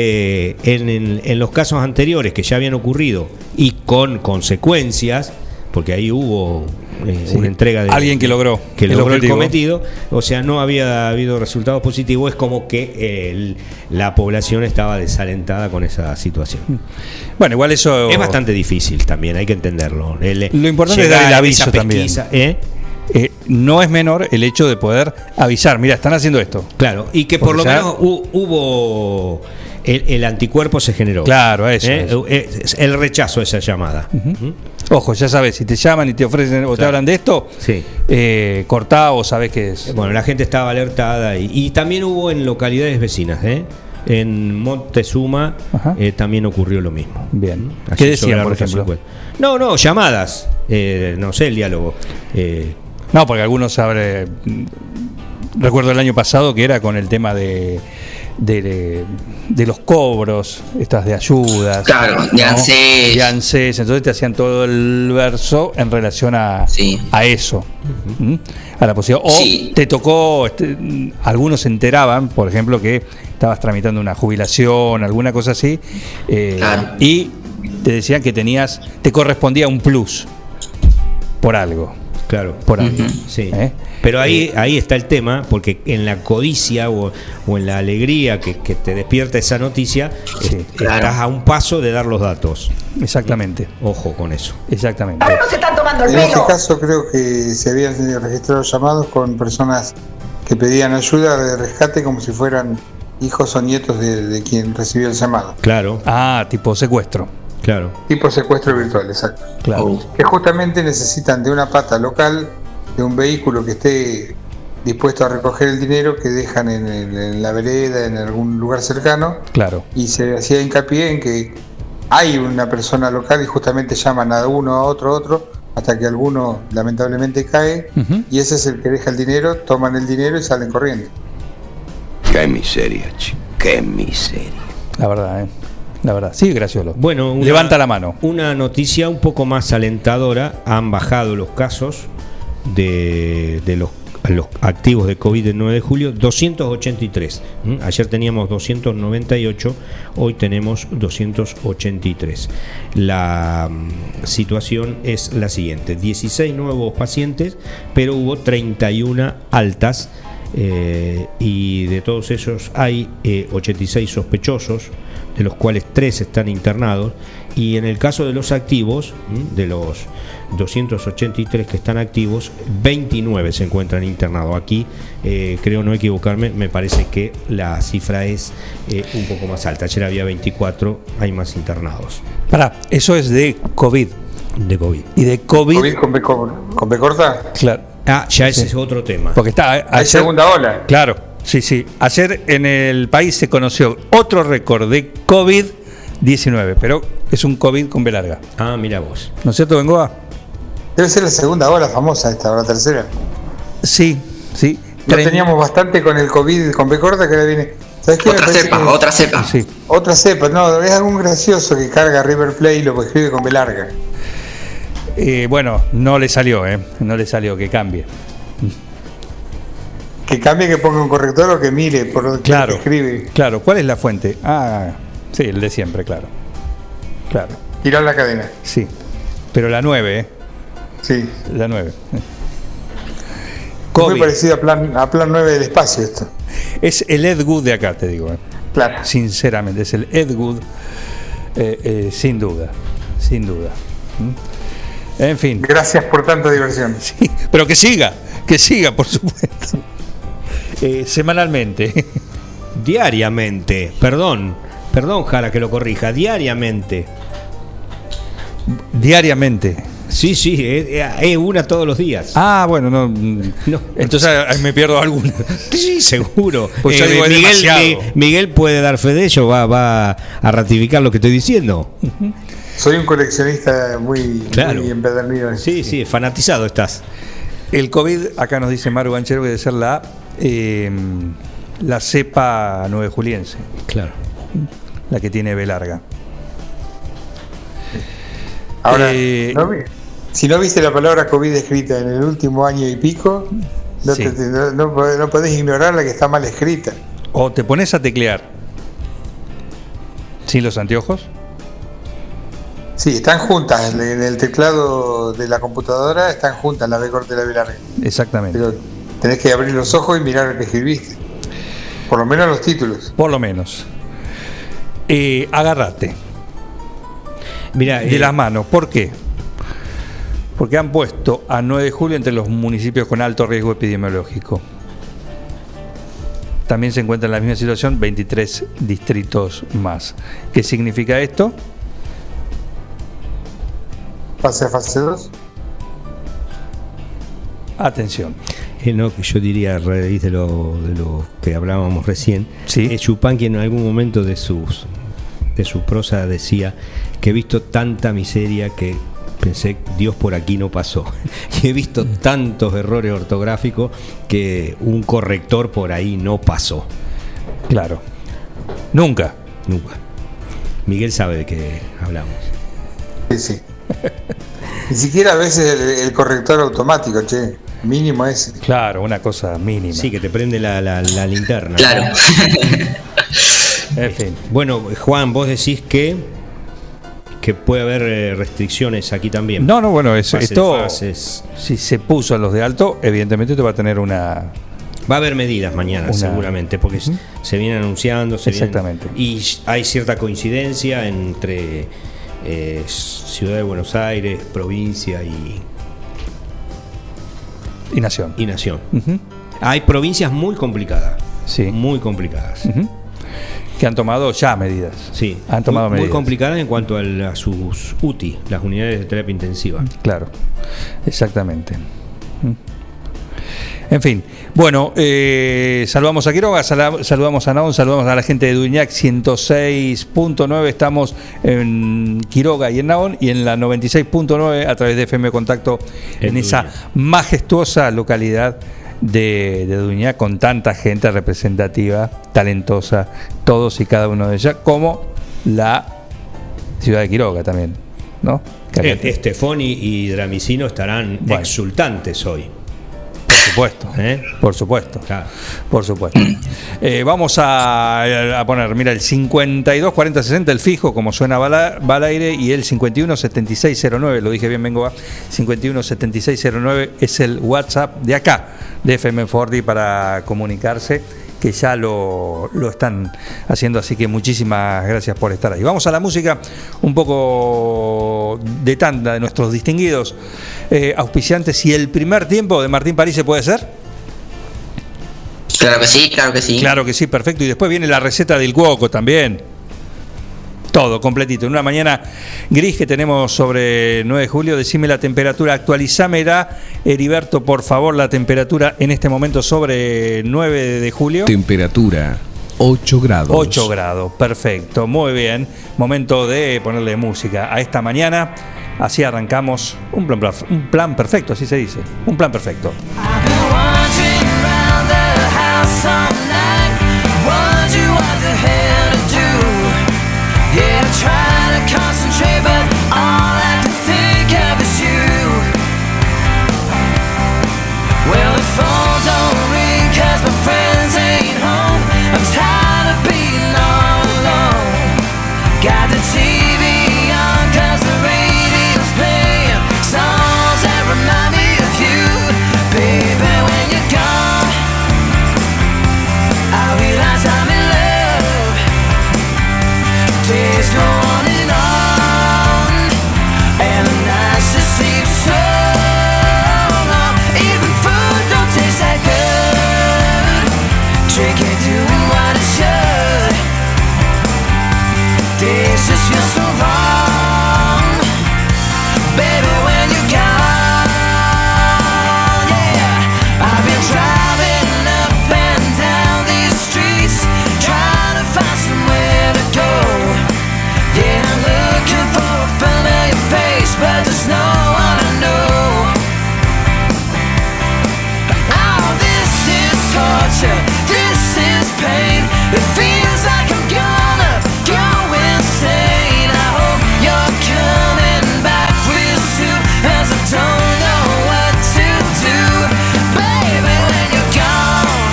en los casos anteriores que ya habían ocurrido y con consecuencias, porque ahí hubo una entrega de alguien que logró el cometido, o sea, no había habido resultados positivos, es como que la población estaba desalentada con esa situación. Bueno, igual eso es bastante difícil también, hay que entenderlo. Lo importante es dar el aviso también. No es menor el hecho de poder avisar, mira, están haciendo esto. Claro, y que por lo menos hubo el anticuerpo se generó. Claro, eso. El rechazo a esa llamada. Ojo, ya sabes, si te llaman y te ofrecen o te hablan de esto, cortá o sabes qué es. Bueno, la gente estaba alertada y también hubo en localidades vecinas, en Montezuma también ocurrió lo mismo. Bien. ¿Qué decían, por ejemplo? No, llamadas. No sé el diálogo. No, porque algunos recuerdo el año pasado que era con el tema de los cobros, estas de ayudas. Claro, de ANSES. De ANSES, entonces te hacían todo el verso en relación a eso. ¿Mm? A la posibilidad. O te tocó, algunos se enteraban, por ejemplo, que estabas tramitando una jubilación, alguna cosa así, y te decían que te correspondía un plus por algo. Claro. Por algo. Sí. Pero ahí está el tema, porque en la codicia o en la alegría que te despierta esa noticia, estás a un paso de dar los datos. Exactamente. Ojo con eso. Exactamente. No se están tomando el En pelo. este caso creo que se habían registrado llamados con personas que pedían ayuda de rescate como si fueran hijos o nietos de quien recibió el llamado. Claro. Ah, tipo secuestro. Claro. Tipo secuestro virtual, exacto. Claro. Que justamente necesitan de una pata local, de un vehículo que esté dispuesto a recoger el dinero que dejan en la vereda, en algún lugar cercano. Claro. Y se hacía hincapié en que hay una persona local y justamente llaman a uno, a otro, hasta que alguno lamentablemente cae, y ese es el que deja el dinero, toman el dinero y salen corriendo. Qué miseria, chico, qué miseria. La verdad, La verdad, sí, Graciolo. Bueno, levanta la mano. Una noticia un poco más alentadora: han bajado los casos de los activos de COVID el 9 de julio, 283. Ayer teníamos 298, hoy tenemos 283. La situación es la siguiente: 16 nuevos pacientes, pero hubo 31 altas. Y de todos esos hay 86 sospechosos, de los cuales 3 están internados, y en el caso de los activos, de los 283 que están activos, 29 se encuentran internados. Aquí, creo no equivocarme, me parece que la cifra es un poco más alta. Ayer había 24, hay más internados. Pará, eso es de COVID. De COVID. ¿Y de COVID? ¿Con B corta? Claro. Ya ese es otro tema. Porque está Hay segunda ola. Claro, sí. Ayer en el país se conoció otro récord de COVID-19, pero es un COVID con B larga. Ah, mira vos. ¿No es cierto, Bengoa? Debe ser la segunda ola famosa esta, o la tercera. Sí. No teníamos bastante con el COVID con B corta, que ahora viene. ¿Sabes qué? Otra cepa. Sí. Otra cepa, no, es algún gracioso que carga River Plate y lo escribe con B larga. Bueno, no le salió, que cambie. Que cambie, que ponga un corrector o que mire por lo que escribe. Claro, ¿cuál es la fuente? Sí, el de siempre, claro. Tirar la cadena. Sí, pero la 9, Sí. La 9. Muy parecido a plan 9 del espacio esto. Es el Ed Wood de acá, te digo. Claro. Sinceramente, es el Ed Wood, sin duda. En fin. Gracias por tanta diversión. Sí, pero que siga, por supuesto. Semanalmente. Diariamente. Perdón, Jara, que lo corrija. Diariamente. Sí, es una todos los días. Ah, bueno, no. Entonces me pierdo alguna. Sí, seguro. Pues Miguel puede dar fe de ello, va a ratificar lo que estoy diciendo. Soy un coleccionista muy empedernido. Sí, fanatizado estás. El COVID, acá nos dice Maru Banchero, que debe ser la cepa 9 juliense. Claro. La que tiene B larga. Ahora, si no viste la palabra COVID escrita en el último año y pico, no podés ignorar la que está mal escrita. O te pones a teclear sin los anteojos. Sí, están juntas. En el teclado de la computadora están juntas la B corta y la B larga. Exactamente. Pero tenés que abrir los ojos y mirar lo que escribiste. Por lo menos los títulos. Por lo menos. Agárrate. Mira, de las manos. ¿Por qué? Porque han puesto a 9 de julio entre los municipios con alto riesgo epidemiológico. También se encuentra en la misma situación 23 distritos más. ¿Qué significa esto? ¿Pase a fase 2? Atención. No, que yo diría a raíz de lo que hablábamos recién, Yupanqui en algún momento de su prosa decía que he visto tanta miseria que pensé, Dios, por aquí no pasó. Y he visto tantos errores ortográficos que un corrector por ahí no pasó. Claro. Nunca. Miguel sabe de qué hablamos. Sí. Ni siquiera a veces el corrector automático, che. Mínimo ese. Claro, una cosa mínima. Sí, que te prende la linterna. Claro. En fin. Bueno, Juan, vos decís que puede haber restricciones aquí también. No, bueno, esto, si se puso a los de alto, evidentemente te va a tener una... Va a haber medidas mañana, seguramente, porque se vienen anunciando. Exactamente. Y hay cierta coincidencia entre Ciudad de Buenos Aires, provincia y nación. Hay provincias muy complicadas. Sí. Muy complicadas. Que han tomado ya medidas. Sí. Han tomado medidas. Muy complicadas en cuanto a sus UTI, las unidades de terapia intensiva. Claro. Exactamente. En fin, bueno, saludamos a Quiroga, saludamos a Naón, saludamos a la gente de Duñac 106.9, estamos en Quiroga y en Naón, y en la 96.9 a través de FM Contacto en esa majestuosa localidad de Duñac, con tanta gente representativa, talentosa, todos y cada uno de ellas, como la ciudad de Quiroga también, ¿no? Estefoni y Dramicino estarán exultantes hoy. Por supuesto. Claro. Por supuesto. Vamos a poner, mira, el 52 40 60, el fijo, como suena va al aire, y el 51 76 09, lo dije bien, vengo a 51 76 09, es el WhatsApp de acá, de FM Forti, para comunicarse, que ya lo están haciendo, así que muchísimas gracias por estar ahí. Vamos a la música, un poco de tanda de nuestros distinguidos auspiciantes, y el primer tiempo de Martín París, ¿puede ser? Claro que sí, claro que sí. Claro que sí, perfecto. Y después viene la receta del cuoco también. Todo completito. En una mañana gris que tenemos sobre 9 de julio, decime la temperatura, actualizámela, Heriberto, por favor, la temperatura en este momento sobre 9 de julio. Temperatura 8 grados. 8 grados, perfecto, muy bien. Momento de ponerle música a esta mañana. Así arrancamos un plan perfecto, así se dice. Un plan perfecto. Yeah, I try to concentrate, but all I can think of is you. Well, the phone don't ring 'cause my friends ain't home. I'm tired of being all alone. Got the TV on 'cause the radio's playing songs that remind me of you. Baby, when you're gone, I realize I'm in love. Days go on, and the nights just seem so long. Even food don't taste that good. Drinking, doing what it should. Days just feel so wrong. Baby, when you're gone, yeah. I've been driving up and down these streets, trying to find somewhere to go. Yeah, I'm looking for a familiar face, but there's no one I know. Oh, this is torture, this is pain. It feels like I'm gonna go insane. I hope you're coming back real soon, 'cause I don't know what to do. Baby, when you're gone,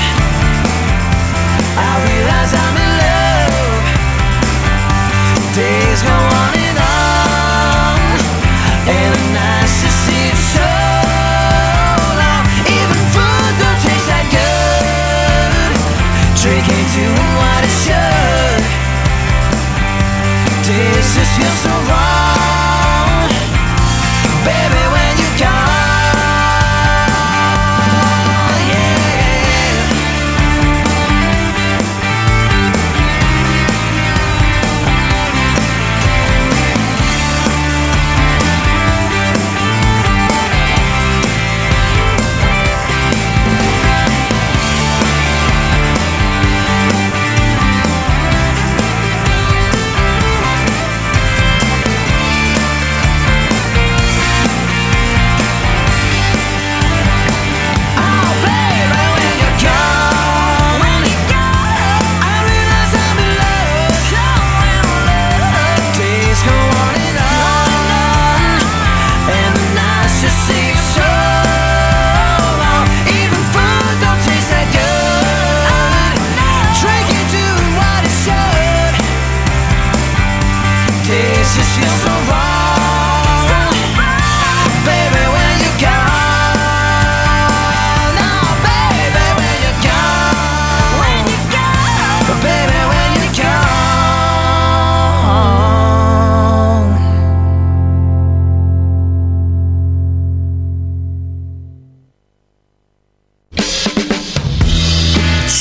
I realize I'm in love. Days go on, and the nights just seem so long. Even food don't taste that good. Drinking, doing what it should. Days just feel so wrong. Baby, when you're gone, yeah.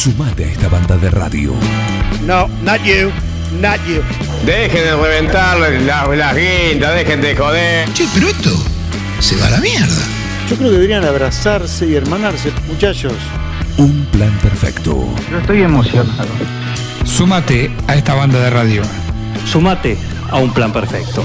Sumate a esta banda de radio. No, not you, not you. Dejen de reventar las guindas, dejen de joder. Che, pero esto se va a la mierda. Yo creo que deberían abrazarse y hermanarse, muchachos. Un plan perfecto. Yo estoy emocionado. Súmate a esta banda de radio. Súmate a un plan perfecto.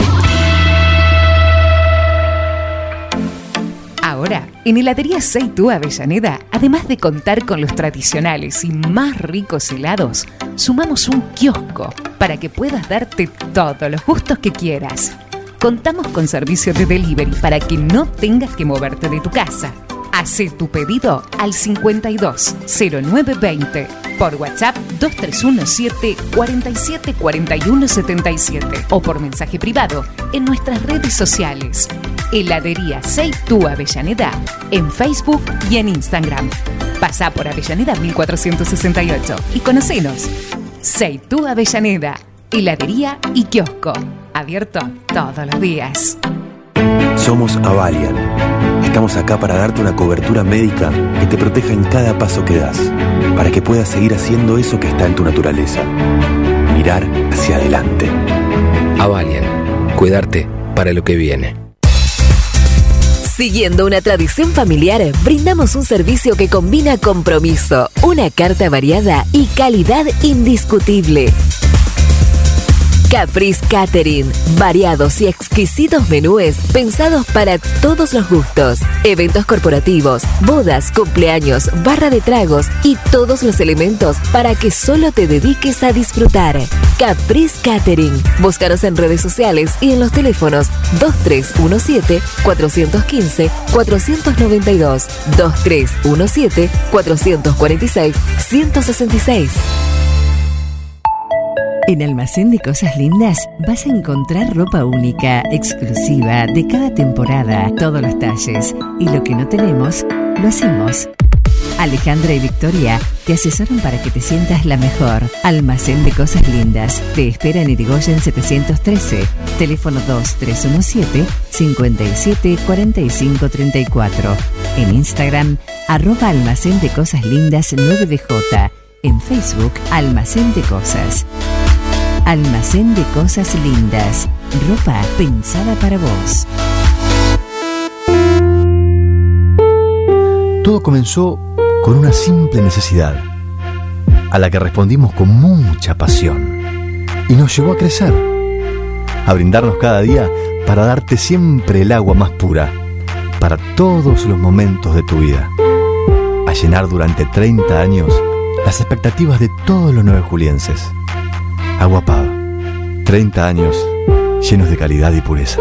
Ahora, en Heladería Seitú Avellaneda, además de contar con los tradicionales y más ricos helados, sumamos un kiosco para que puedas darte todos los gustos que quieras. Contamos con servicio de delivery para que no tengas que moverte de tu casa. Hacé tu pedido al 520920, por WhatsApp 2317 47 41 77 o por mensaje privado en nuestras redes sociales. Heladería Seitú Avellaneda en Facebook y en Instagram. Pasá por Avellaneda 1468 y conocenos. Seitú Avellaneda, heladería y kiosco, abierto todos los días. Somos Avalian. Estamos acá para darte una cobertura médica que te proteja en cada paso que das, para que puedas seguir haciendo eso que está en tu naturaleza. Mirar hacia adelante. Avalian. Cuidarte para lo que viene. Siguiendo una tradición familiar, brindamos un servicio que combina compromiso, una carta variada y calidad indiscutible. Caprice Catering, variados y exquisitos menúes pensados para todos los gustos. Eventos corporativos, bodas, cumpleaños, barra de tragos y todos los elementos para que solo te dediques a disfrutar. Caprice Catering. Búscanos en redes sociales y en los teléfonos 2317-415-492, 2317-446-166. En Almacén de Cosas Lindas vas a encontrar ropa única, exclusiva, de cada temporada, todos los talles. Y lo que no tenemos, lo hacemos. Alejandra y Victoria te asesoran para que te sientas la mejor. Almacén de Cosas Lindas te espera en Irigoyen 713, teléfono 2317-574534. En Instagram, @Almacén de Cosas Lindas 9DJ. En Facebook, Almacén de Cosas. Almacén de Cosas Lindas. Ropa pensada para vos. Todo comenzó con una simple necesidad, a la que respondimos con mucha pasión, y nos llevó a crecer, a brindarnos cada día para darte siempre el agua más pura, para todos los momentos de tu vida, a llenar durante 30 años las expectativas de todos los nuevejulienses. Agua Pava, 30 años llenos de calidad y pureza.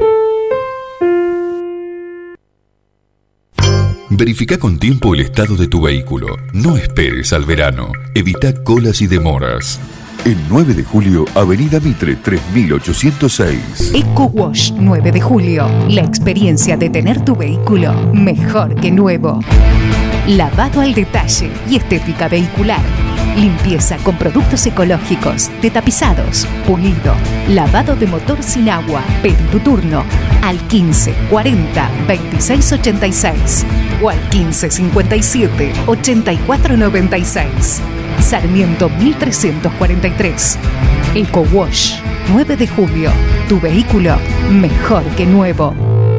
Verifica con tiempo el estado de tu vehículo. No esperes al verano. Evita colas y demoras. El 9 de julio, Avenida Mitre 3806. Eco Wash 9 de julio. La experiencia de tener tu vehículo mejor que nuevo. Lavado al detalle y estética vehicular. Limpieza con productos ecológicos, de tapizados, pulido, lavado de motor sin agua. Pedí tu turno al 15 40 26 86 o al 15 57 84 96. Sarmiento 1343. Eco Wash 9 de julio. Tu vehículo mejor que nuevo.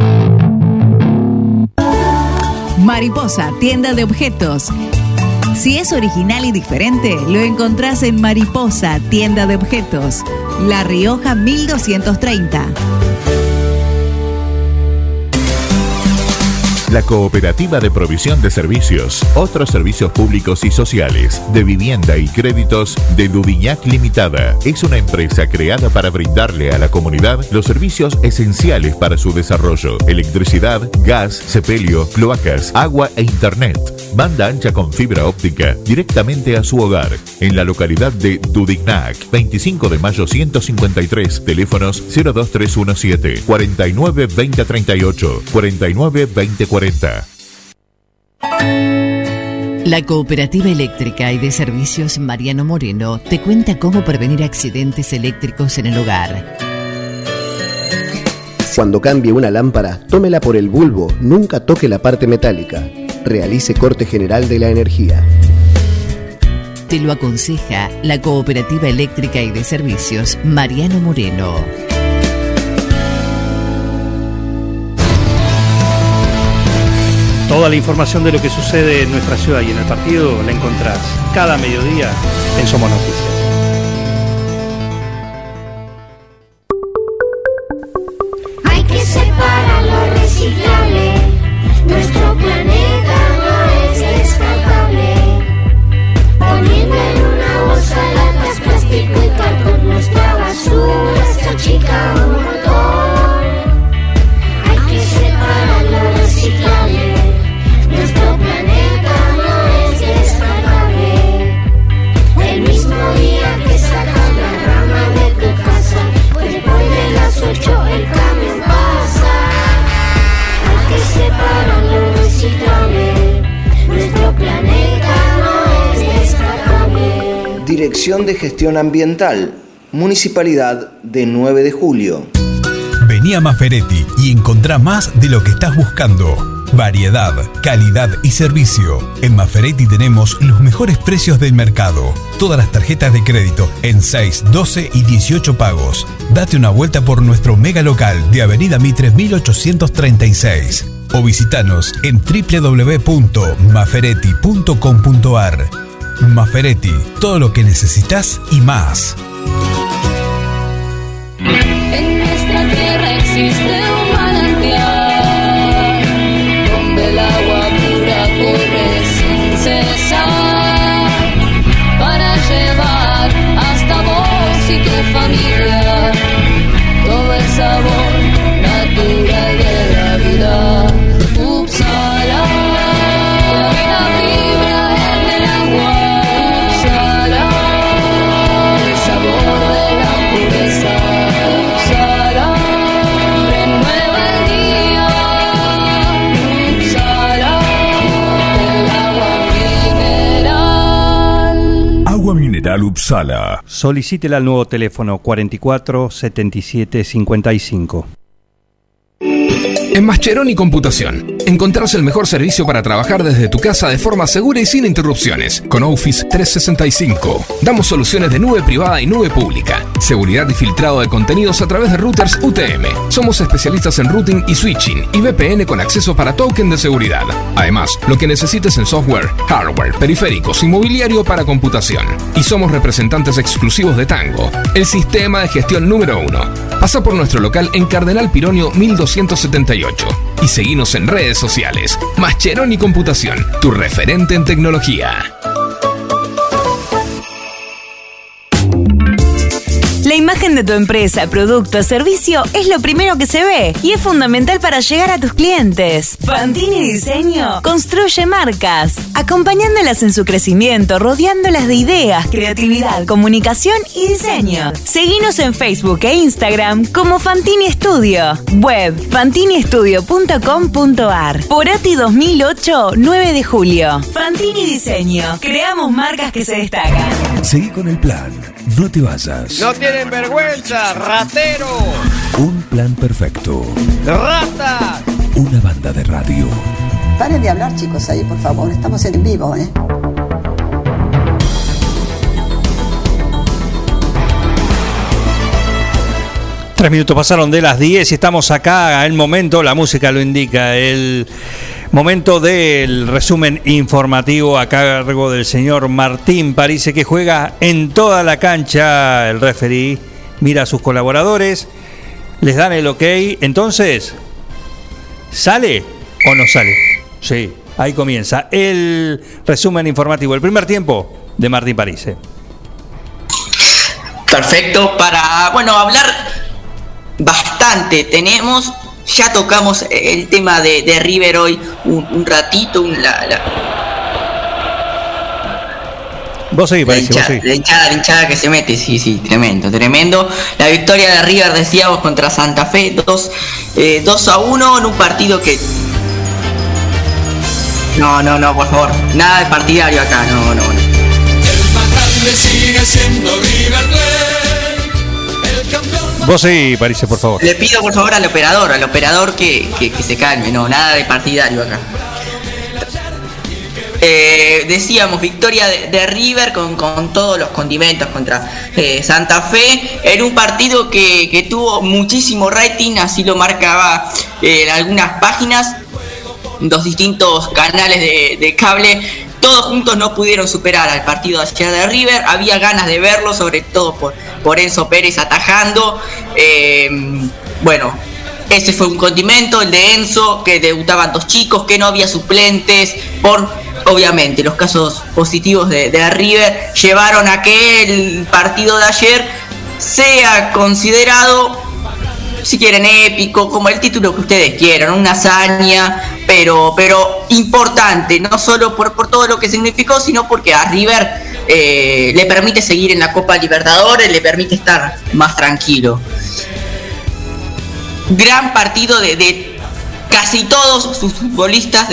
Mariposa, tienda de objetos. Si es original y diferente, lo encontrás en Mariposa, tienda de objetos. La Rioja 1230. La Cooperativa de Provisión de Servicios, otros servicios públicos y sociales, de vivienda y créditos de Ludiñac Limitada. Es una empresa creada para brindarle a la comunidad los servicios esenciales para su desarrollo: electricidad, gas, sepelio, cloacas, agua e internet. Banda ancha con fibra óptica directamente a su hogar. En la localidad de Dudignac, 25 de mayo 153, teléfonos 02317 49 2038, 49 2040. La Cooperativa Eléctrica y de Servicios Mariano Moreno te cuenta cómo prevenir accidentes eléctricos en el hogar. Cuando cambie una lámpara, tómela por el bulbo, nunca toque la parte metálica. Realice corte general de la energía. Te lo aconseja la Cooperativa Eléctrica y de Servicios Mariano Moreno. Toda la información de lo que sucede en nuestra ciudad y en el partido la encontrás cada mediodía en Somos Noticias. Hay que separar lo reciclable. Nuestro planeta no es descartable. Poniendo en una bolsa latas, plástico y cartón, nuestra basura se achica un montón. Hay que separar lo reciclable. Nuestro planeta no es descartable. El mismo día que sacas la rama de tu casa, pues después de las 8 el camión pasa. Hay que separar lo reciclable. Nuestro planeta no es descartable. Dirección de Gestión Ambiental, Municipalidad de 9 de Julio. Vení a Maferetti y encontrá más de lo que estás buscando. Variedad, calidad y servicio. En Maferetti tenemos los mejores precios del mercado. Todas las tarjetas de crédito en 6, 12 y 18 pagos. Date una vuelta por nuestro mega local de Avenida Mitre 1836. O visitanos en www.maferetti.com.ar. Maferetti, todo lo que necesitas y más. En nuestra tierra existe un manantial donde el agua pura corre sin cesar para llevar hasta vos y tu familia todo el sabor natural de la vida. Upsala, la vibra en el agua. Upsala, el sabor de la pureza. Upsala, renueva el día. Upsala, el agua mineral. Agua mineral Upsala. Solicítela al nuevo teléfono 44 77 55. En Mascheroni Computación encontrás el mejor servicio para trabajar desde tu casa de forma segura y sin interrupciones. Con Office 365 damos soluciones de nube privada y nube pública, seguridad y filtrado de contenidos a través de routers UTM. Somos especialistas en routing y switching y VPN con acceso para token de seguridad. Además, lo que necesites en software, hardware, periféricos y mobiliario para computación. Y somos representantes exclusivos de Tango, el sistema de gestión número 1. Pasa por nuestro local en Cardenal Pironio 1278 y seguinos en redes sociales. Mascheroni Computación, tu referente en tecnología. La imagen de tu empresa, producto o servicio es lo primero que se ve y es fundamental para llegar a tus clientes. Fantini Diseño construye marcas, acompañándolas en su crecimiento, rodeándolas de ideas, creatividad, comunicación y diseño. Seguinos en Facebook e Instagram como Fantini Studio. Web fantiniestudio.com.ar. Porati 2008, 9 de julio. Fantini Diseño. Creamos marcas que se destacan. Seguí con el plan. No te vayas. No tienen vergüenza, ratero. Un plan perfecto. Rata. Una banda de radio. Paren de hablar, chicos, ahí, por favor. Estamos en vivo, ¿eh? Tres minutos pasaron de las 10 y estamos acá. El momento, la música lo indica, el momento del resumen informativo a cargo del señor Martín Parise, que juega en toda la cancha. El referee mira a sus colaboradores, les dan el ok. Entonces, ¿sale o no sale? Sí, ahí comienza el resumen informativo. El primer tiempo de Martín Parise. Perfecto, para, hablar bastante. Ya tocamos el tema de River hoy un ratito. Vos seguís, Parise, vos seguís. La hinchada que se mete, sí, tremendo. La victoria de River, decíamos, contra Santa Fe, 2-1 en un partido que... No, por favor, nada de partidario acá, no. El más grande sigue siendo River Plate. Vos seguís, Parise, por favor. Le pido por favor al operador que se calme, no, nada de partidario acá. Decíamos, victoria de River con todos los condimentos contra Santa Fe, en un partido que tuvo muchísimo rating, así lo marcaba en algunas páginas, dos distintos canales de cable. Todos juntos no pudieron superar al partido de ayer de River. Había ganas de verlo, sobre todo por Enzo Pérez atajando. Bueno, ese fue un condimento, el de Enzo, que debutaban dos chicos, que no había suplentes, obviamente los casos positivos de River llevaron a que el partido de ayer sea considerado, si quieren, épico, como el título que ustedes quieran, una hazaña, pero importante, no solo por todo lo que significó, sino porque a River le permite seguir en la Copa Libertadores, le permite estar más tranquilo. Gran partido de casi todos sus futbolistas,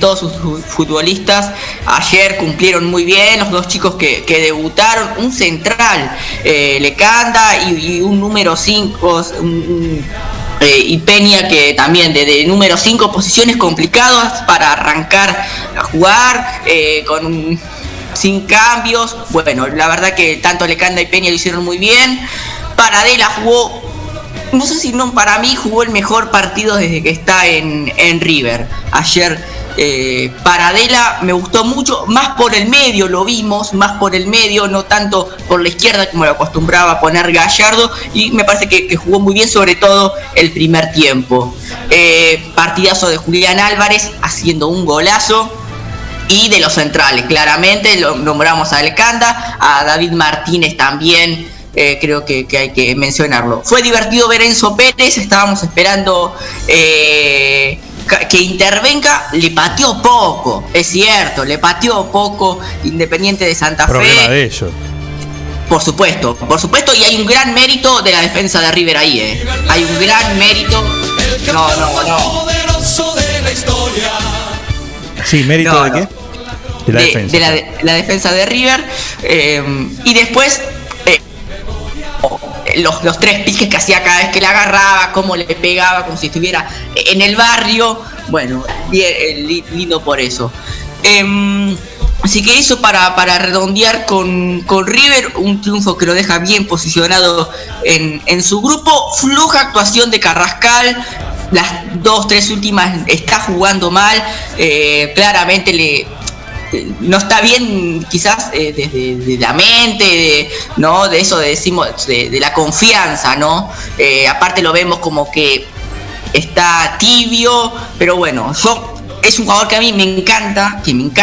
ayer cumplieron muy bien, los dos chicos que debutaron, un central, Lecanda, y un número 5, y Peña, que también de número 5, posiciones complicadas para arrancar a jugar, sin cambios. Bueno, la verdad que tanto Lecanda y Peña lo hicieron muy bien. Paradela jugó, no sé si no, para mí jugó el mejor partido desde que está en River. Ayer Paradela me gustó mucho, más por el medio lo vimos, no tanto por la izquierda como lo acostumbraba a poner Gallardo, y me parece que jugó muy bien, sobre todo el primer tiempo. Partidazo de Julián Álvarez haciendo un golazo, y de los centrales, claramente lo nombramos a Lecanda, a David Martínez también. Creo que hay que mencionarlo. Fue divertido ver a Enzo Pérez, estábamos esperando que intervenga, le pateó poco, es cierto, Independiente de Santa Fe. Problema de ellos. Por supuesto, y hay un gran mérito de la defensa de River ahí, hay un gran mérito. No. Sí, mérito de qué? De la defensa. De la defensa de River, y después los tres piques que hacía cada vez que la agarraba, cómo le pegaba, como si estuviera en el barrio. Bueno, lindo por eso. Así que eso para redondear con River, un triunfo que lo deja bien posicionado en su grupo. Floja actuación de Carrascal, las 2-3 últimas está jugando mal, claramente no está bien, quizás desde la mente, ¿no? De eso decimos, de la confianza, ¿no? Aparte lo vemos como que está tibio, pero bueno, es un jugador que a mí me encanta,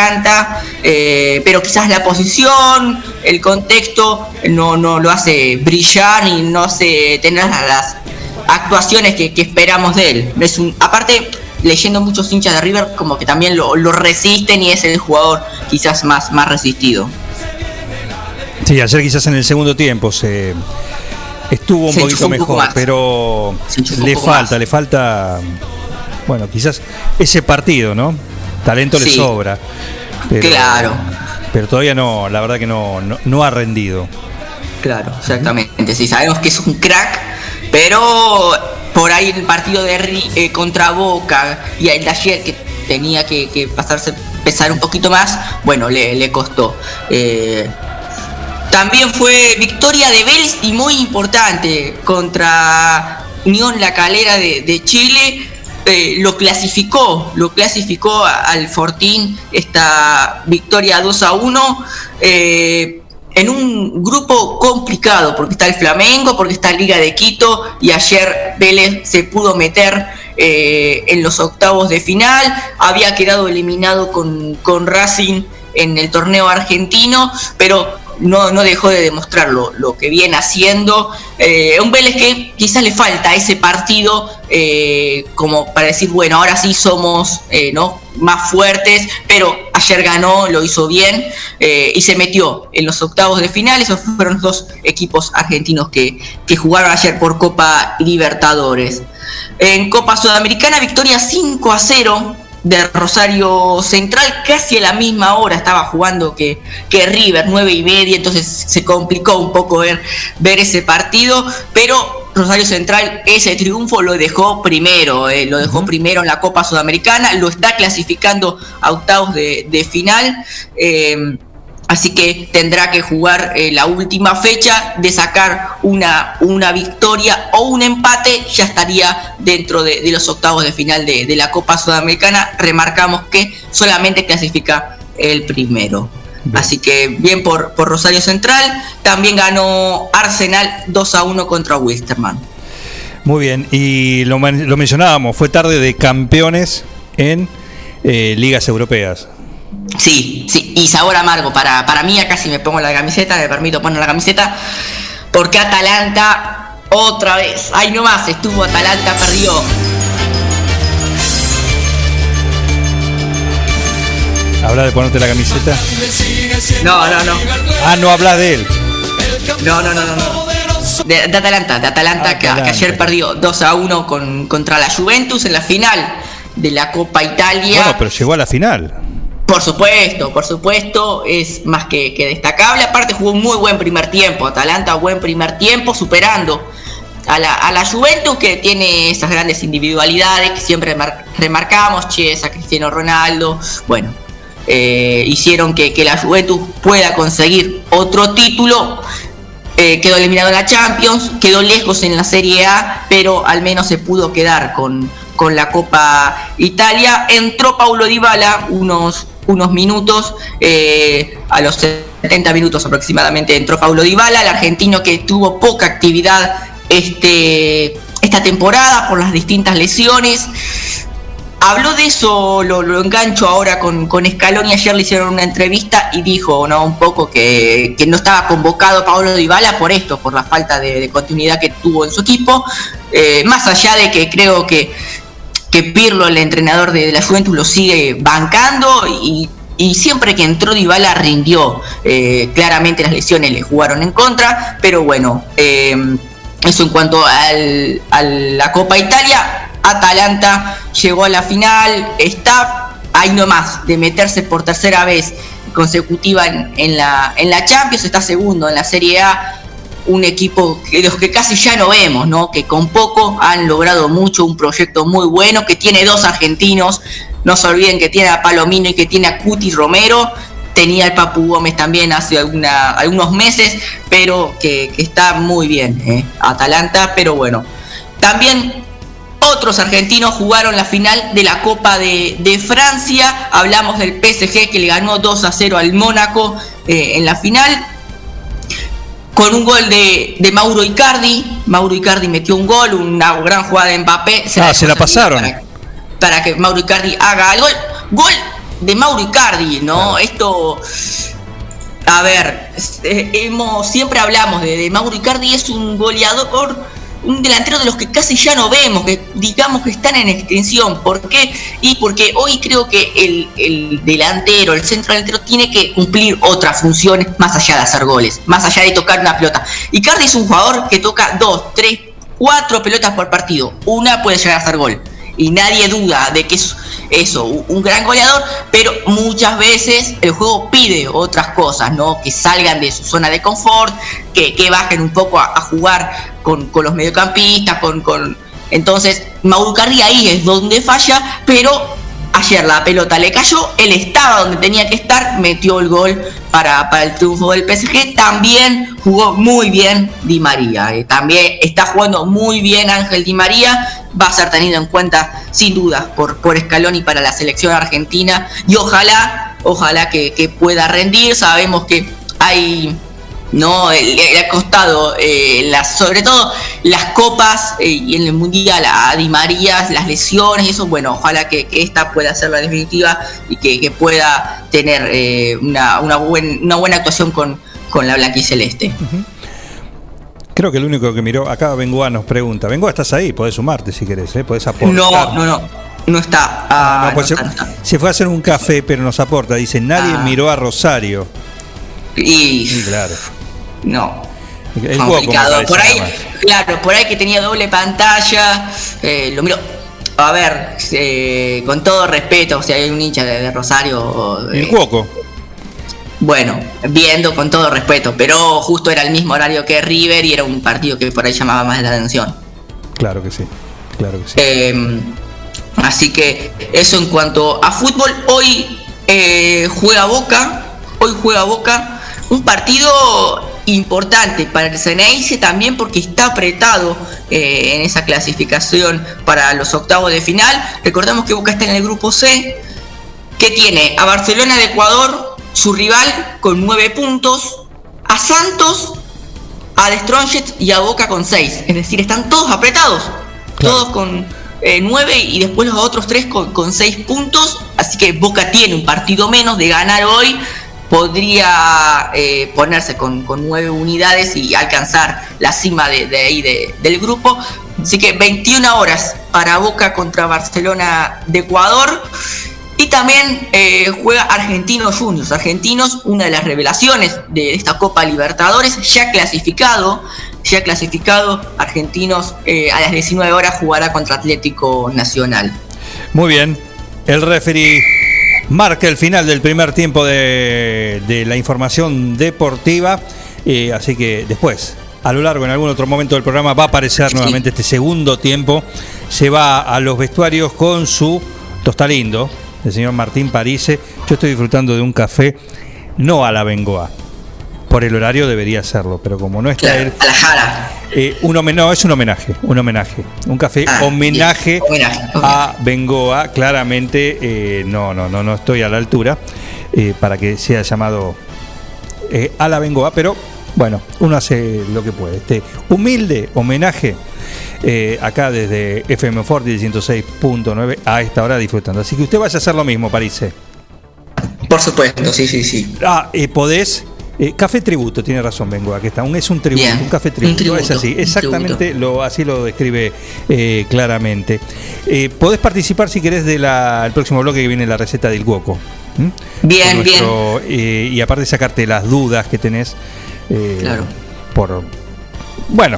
pero quizás la posición, el contexto no lo hace brillar y no hace tener las actuaciones que esperamos de él. Aparte, leyendo muchos hinchas de River, como que también lo resisten, y es el jugador quizás más resistido. Sí, ayer quizás en el segundo tiempo estuvo un poquito mejor, pero le falta, bueno, quizás ese partido, ¿no? Talento le sobra. Claro. Pero todavía no, la verdad que no ha rendido. Claro, exactamente. Sí, sabemos que es un crack, pero por ahí el partido de contra Boca y el de ayer, que tenía que pesar un poquito más, bueno, le costó. También fue victoria de Vélez, y muy importante, contra Unión La Calera de Chile. Lo clasificó al Fortín, esta victoria 2-1, en un grupo complicado, porque está el Flamengo, porque está Liga de Quito, y ayer Vélez se pudo meter en los octavos de final. Había quedado eliminado con Racing en el torneo argentino, pero no dejó de demostrar lo que viene haciendo. Un Vélez que quizás le falta ese partido como para decir, bueno, ahora sí somos más fuertes, pero ayer ganó, lo hizo bien, y se metió en los octavos de final. Esos fueron los dos equipos argentinos que jugaron ayer por Copa Libertadores. En Copa Sudamericana, victoria 5-0 de Rosario Central, casi a la misma hora estaba jugando que River, 9:30, entonces se complicó un poco ver ese partido, pero Rosario Central ese triunfo lo dejó primero, primero en la Copa Sudamericana, lo está clasificando a octavos de final, así que tendrá que jugar la última fecha. De sacar una victoria o un empate, ya estaría dentro de los octavos de final de la Copa Sudamericana. Remarcamos que solamente clasifica el primero. Bien. Así que bien por Rosario Central. También ganó Arsenal 2-1 contra Wilstermann. Muy bien, y lo mencionábamos, fue tarde de campeones en ligas europeas. Sí, y sabor amargo para mí. Acá si me pongo la camiseta, me permito poner la camiseta, porque Atalanta otra vez, ahí nomás estuvo Atalanta, perdió. ¿Hablas de ponerte la camiseta? No. Ah, no hablas de él. No. De Atalanta, que ayer perdió 2-1 contra la Juventus en la final de la Copa Italia. Bueno, pero llegó a la final. Por supuesto, es más que destacable. Aparte jugó un muy buen primer tiempo. Atalanta, buen primer tiempo, superando a la Juventus, que tiene esas grandes individualidades que siempre remarcamos, Chiesa, Cristiano Ronaldo. Bueno, hicieron que la Juventus pueda conseguir otro título. Quedó eliminado en la Champions, quedó lejos en la Serie A, pero al menos se pudo quedar con la Copa Italia. Entró Paulo Dybala unos minutos, a los 70 minutos aproximadamente entró Paulo Dybala, el argentino que tuvo poca actividad esta temporada por las distintas lesiones. Habló de eso, lo engancho ahora con Scaloni. Ayer le hicieron una entrevista y dijo, ¿no?, un poco que no estaba convocado Paulo Dybala por esto, por la falta de continuidad que tuvo en su equipo. Más allá de que creo que Pirlo, el entrenador de la Juventus, lo sigue bancando y siempre que entró Dybala rindió. Claramente las lesiones le jugaron en contra, pero bueno, eso en cuanto a la Copa Italia. Atalanta llegó a la final, está ahí nomás de meterse por tercera vez consecutiva en la Champions, está segundo en la Serie A. Un equipo de los que casi ya no vemos, ¿no?, que con poco han logrado mucho, un proyecto muy bueno, que tiene dos argentinos. No se olviden que tiene a Palomino y que tiene a Cuti Romero. Tenía al Papu Gómez también hace algunos meses, pero que está muy bien Atalanta. Pero bueno, también otros argentinos jugaron la final de la Copa de Francia. Hablamos del PSG, que le ganó 2-0 al Mónaco en la final, con un gol de Mauro Icardi. Mauro Icardi metió un gol, una gran jugada de Mbappé. Se la pasaron. Para que Mauro Icardi haga el gol. Gol de Mauro Icardi, ¿no? Claro. Esto, a ver, siempre hablamos de Mauro Icardi. Es un goleador, un delantero de los que casi ya no vemos, que digamos que están en extinción. ¿Por qué? Y porque hoy creo que el delantero, el centro delantero, tiene que cumplir otras funciones más allá de hacer goles, más allá de tocar una pelota. Icardi es un jugador que toca 2, 3, 4 pelotas por partido. Una puede llegar a hacer gol. Y nadie duda de que es eso, un gran goleador, pero muchas veces el juego pide otras cosas, ¿no? Que salgan de su zona de confort, que bajen un poco a jugar con los mediocampistas, entonces Mauro Icardi ahí es donde falla. Pero ayer la pelota le cayó, él estaba donde tenía que estar, metió el gol para el triunfo del PSG. También jugó muy bien Di María, también está jugando muy bien Ángel Di María. Va a ser tenido en cuenta sin duda por Scaloni para la selección argentina, y ojalá que pueda rendir. Sabemos que hay, no, le ha costado sobre todo las copas y en el mundial a Di María, las lesiones y eso. Bueno, ojalá que esta pueda ser la definitiva y que pueda tener una buena actuación con la blanquiceleste. Uh-huh. Creo que el único que miró, acá Bengoa nos pregunta. Bengoa, ¿estás ahí? Podés sumarte si querés, podés aportar. No está. No está. Se fue a hacer un café, pero nos aporta. Dice, nadie miró a Rosario. Y claro. No. El complicado. Por ahí, claro, por ahí que tenía doble pantalla. Lo miró. A ver, con todo respeto, si hay un hincha de Rosario. El Cuoco. bueno, viendo con todo respeto, pero justo era el mismo horario que River y era un partido que por ahí llamaba más la atención. Claro que sí, claro que sí. Así que eso en cuanto a fútbol. Hoy juega Boca, un partido importante para el Ceneice también porque está apretado en esa clasificación para los octavos de final. Recordemos que Boca está en el grupo C, que tiene a Barcelona de Ecuador, su rival, con 9 puntos, a Santos, a The Strongest y a Boca con 6. Es decir, están todos apretados, claro. Todos con 9 y después los otros 3 con 6 puntos. Así que Boca tiene un partido menos. De ganar hoy podría ponerse con 9 unidades y alcanzar la cima de ahí del grupo. Así que 21 horas para Boca contra Barcelona de Ecuador. Y también juega Argentinos Juniors. Argentinos, una de las revelaciones de esta Copa Libertadores, ya clasificado. Argentinos a las 19 horas jugará contra Atlético Nacional. Muy bien. El referee marca el final del primer tiempo de la información deportiva. Así que después, a lo largo, en algún otro momento del programa, va a aparecer nuevamente este segundo tiempo. Se va a los vestuarios con su Tostalindo, el señor Martín Parise. Yo estoy disfrutando de un café, no a la Bengoa. Por el horario debería hacerlo, pero como no está él. A la Jara. No, es un homenaje. Un café homenaje a Bengoa. Claramente no estoy a la altura para que sea llamado a la Bengoa, pero bueno, uno hace lo que puede. Este humilde homenaje acá desde FM Forti 106.9 a esta hora disfrutando. Así que usted vaya a hacer lo mismo, Parise. Por supuesto, sí. Podés. Café tributo, tiene razón, Bengoa, aquí está. Es un tributo, bien, un café tributo, es así, exactamente, así lo describe claramente. Podés participar si querés del próximo bloque que viene la receta del Guoco. Bien. Y aparte sacarte las dudas que tenés. Claro. Bueno.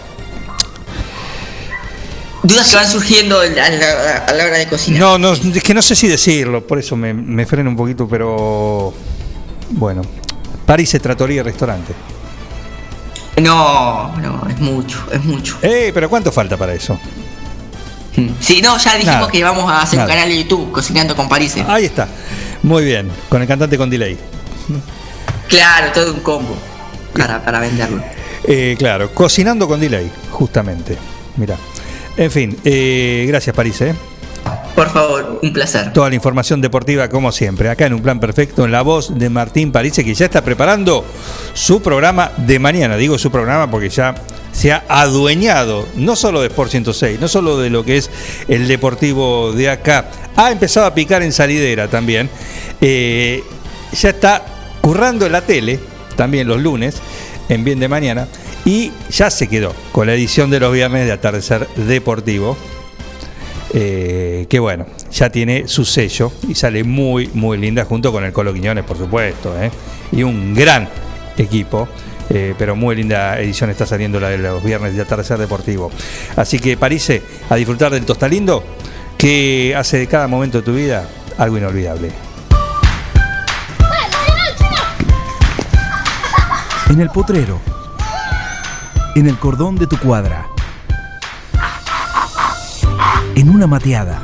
Dudas que van surgiendo a la hora de cocinar. No, es que no sé si decirlo, por eso me freno un poquito, pero bueno. Parise, Trattoria y Restaurante. No, es mucho. Pero ¿cuánto falta para eso? Sí, ya dijimos que vamos a hacer un canal de YouTube, Cocinando con Parise. Ahí está, muy bien, con el cantante con delay. Claro, todo un combo para venderlo. Claro, Cocinando con delay, justamente. Mirá. En fin, gracias, Parise. Por favor, un placer. Toda la información deportiva como siempre, acá en Un Plan Perfecto, en la voz de Martín Parise, que ya está preparando su programa de mañana. Digo su programa porque ya se ha adueñado no solo de Sport 106, no solo de lo que es el deportivo de acá, ha empezado a picar en salidera también. Ya está currando en la tele, también los lunes, en Bien de Mañana, y ya se quedó con la edición de los viernes de Atardecer Deportivo. Que bueno, ya tiene su sello y sale muy, muy linda junto con el Colo Quiñones, por supuesto, y un gran equipo, pero muy linda edición está saliendo la de los viernes de Atardecer Deportivo. Así que Parise, a disfrutar del Tostalindo, que hace de cada momento de tu vida algo inolvidable. En el potrero, en el cordón de tu cuadra, en una mateada,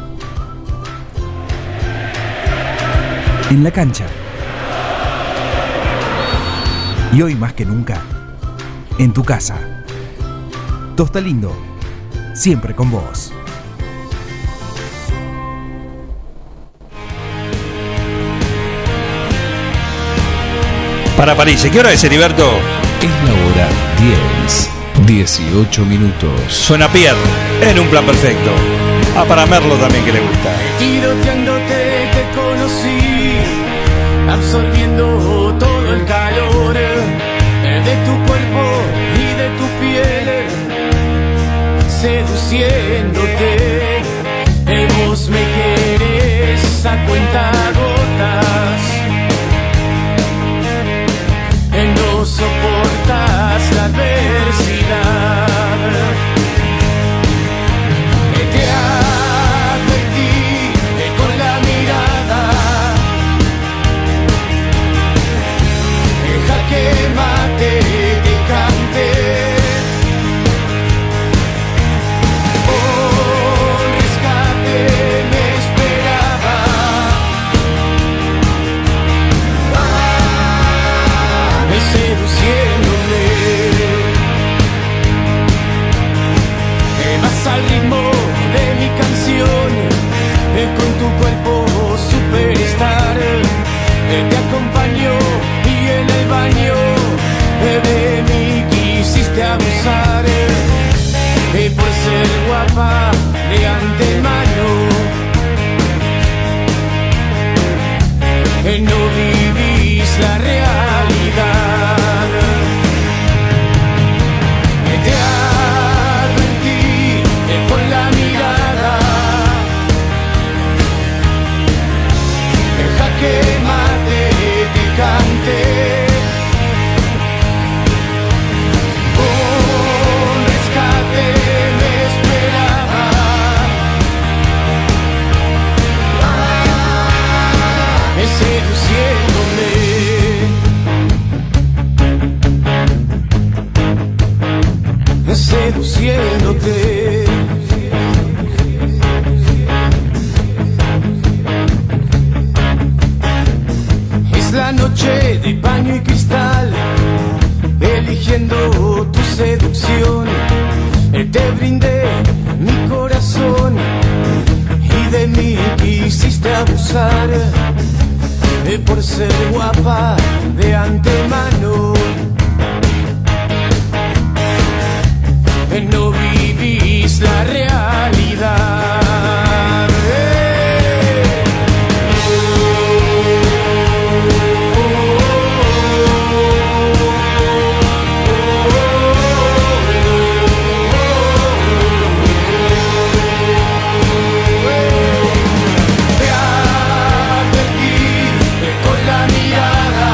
en la cancha y hoy más que nunca, en tu casa. Tostalindo, siempre con vos. Para Parise, ¿qué hora es, Heriberto? Es la hora 18 minutos. Suena Pierre en Un Plan Perfecto. Para Merlo también, que le gusta. Tiroteándote te conocí, absorbiendo todo el calor de tu cuerpo y de tu piel, seduciéndote. Vos me querés a cuentagotas, no soportas la adversidad. Te advertí con la mirada acompañó y en el baño de mí quisiste abusar, por ser guapa de antemano. No vivís la realidad. Te advertí con la mirada. Deja que mate, te cante. Un rescate me esperaba. Seduciéndote. Es la noche de paño y cristal, eligiendo tu seducción. Te brindé mi corazón y de mí quisiste abusar, por ser guapa de antemano. No vivís la realidad. Te advertí con la mirada.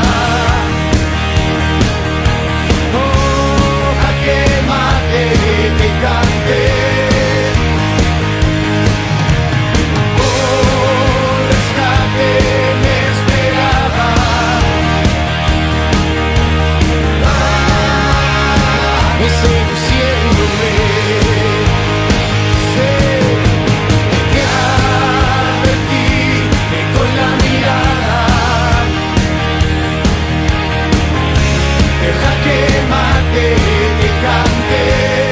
Hoja que mate, te cante. Un rescate me esperaba. Seduciéndome. Te advertí con la mirada. Deja que mate, te cante.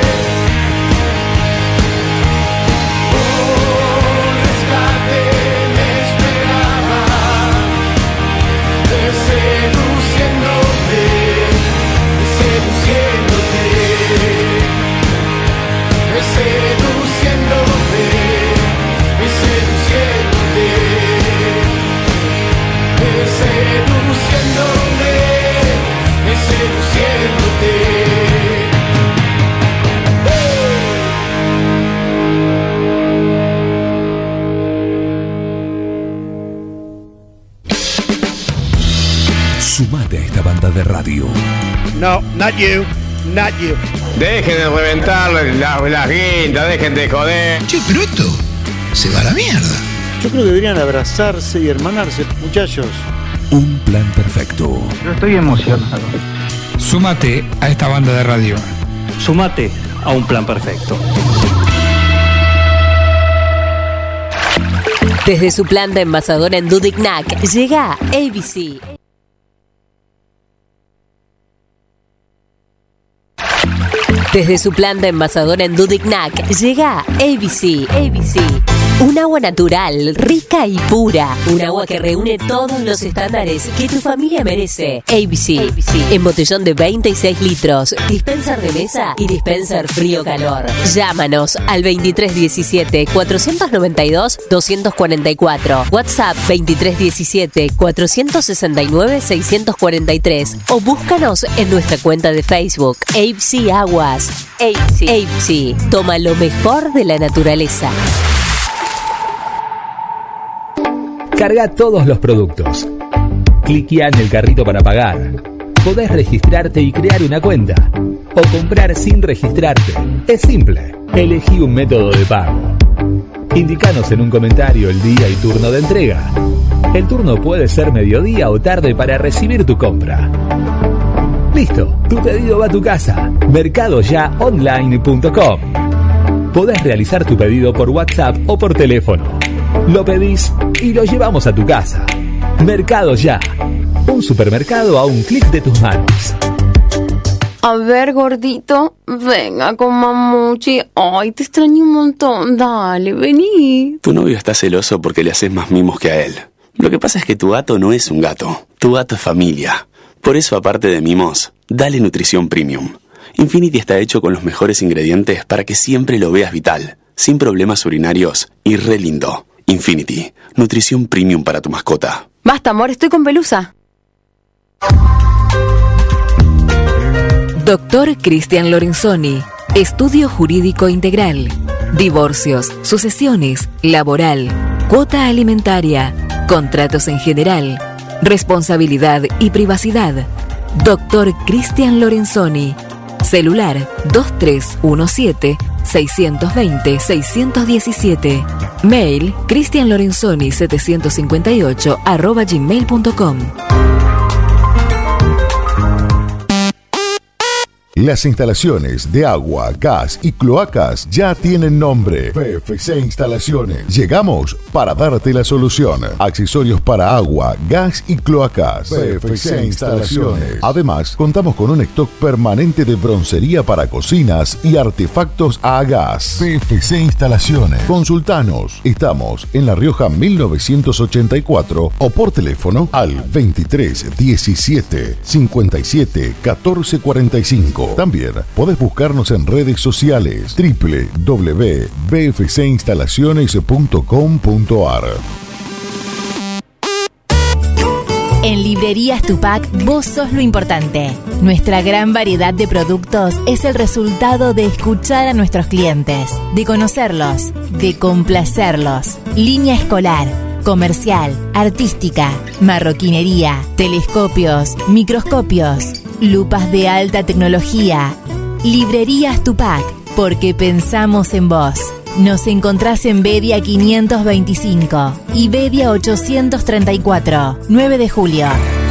Un rescate me esperaba. Seduciéndote, seduciéndote, seduciéndote, seduciéndote, seduciéndome, seduciéndote. Sumate a esta banda de radio. No, not you, not you. Dejen de reventar las guindas, dejen de joder. Che, pero esto se va a la mierda. Yo creo que deberían abrazarse y hermanarse, muchachos. Un plan perfecto. Yo estoy emocionado. Súmate a esta banda de radio. Súmate a un plan perfecto. Desde su planta envasadora en Dudignac llega ABC. Desde su planta envasadora en Dudignac llega ABC. Un agua natural, rica y pura. Un agua que reúne todos los estándares que tu familia merece. ABC. En botellón de 26 litros. Dispenser de mesa y dispenser frío-calor. Llámanos al 2317-492-244. WhatsApp 2317-469-643. O búscanos en nuestra cuenta de Facebook. ABC Aguas. ABC. Toma lo mejor de la naturaleza. Carga todos los productos. Cliquea en el carrito para pagar. Podés registrarte y crear una cuenta. O comprar sin registrarte. Es simple. Elegí un método de pago. Indicanos en un comentario el día y turno de entrega. El turno puede ser mediodía o tarde para recibir tu compra. Listo, tu pedido va a tu casa. mercadoyaonline.com. Podés realizar tu pedido por WhatsApp o por teléfono. Lo pedís y lo llevamos a tu casa. Mercado Ya. Un supermercado a un clic de tus manos. A ver, gordito, venga con mamuchi. Ay, te extraño un montón. Dale, vení. Tu novio está celoso porque le haces más mimos que a él. Lo que pasa es que tu gato no es un gato. tu gato es familia. Por eso, aparte de mimos, dale nutrición premium. Infinity está hecho con los mejores ingredientes para que siempre lo veas vital, sin problemas urinarios y re lindo. Infinity, nutrición premium para tu mascota. Basta, amor, estoy con Pelusa. Doctor Cristian Lorenzoni, Estudio Jurídico Integral, Divorcios, Sucesiones, Laboral, Cuota Alimentaria, Contratos en General, Responsabilidad y Privacidad. Doctor Cristian Lorenzoni, celular 2317-620-617, mail cristianlorenzoni758@gmail.com. Las instalaciones de agua, gas y cloacas ya tienen nombre. PFC Instalaciones. Llegamos para darte la solución. Accesorios para agua, gas y cloacas. PFC Instalaciones. Además, contamos con un stock permanente de broncería para cocinas y artefactos a gas. PFC Instalaciones. Consultanos. Estamos en La Rioja 1984 o por teléfono al 23 17 57 14 45. También podés buscarnos en redes sociales www.bfcinstalaciones.com.ar. En Librerías Tupac, vos sos lo importante. Nuestra gran variedad de productos es el resultado de escuchar a nuestros clientes, de conocerlos, de complacerlos. Línea escolar, comercial, artística, marroquinería, telescopios, microscopios, lupas de alta tecnología. Librerías Tupac, porque pensamos en vos. Nos encontrás en Bedia 525 y Bedia 834, 9 de julio.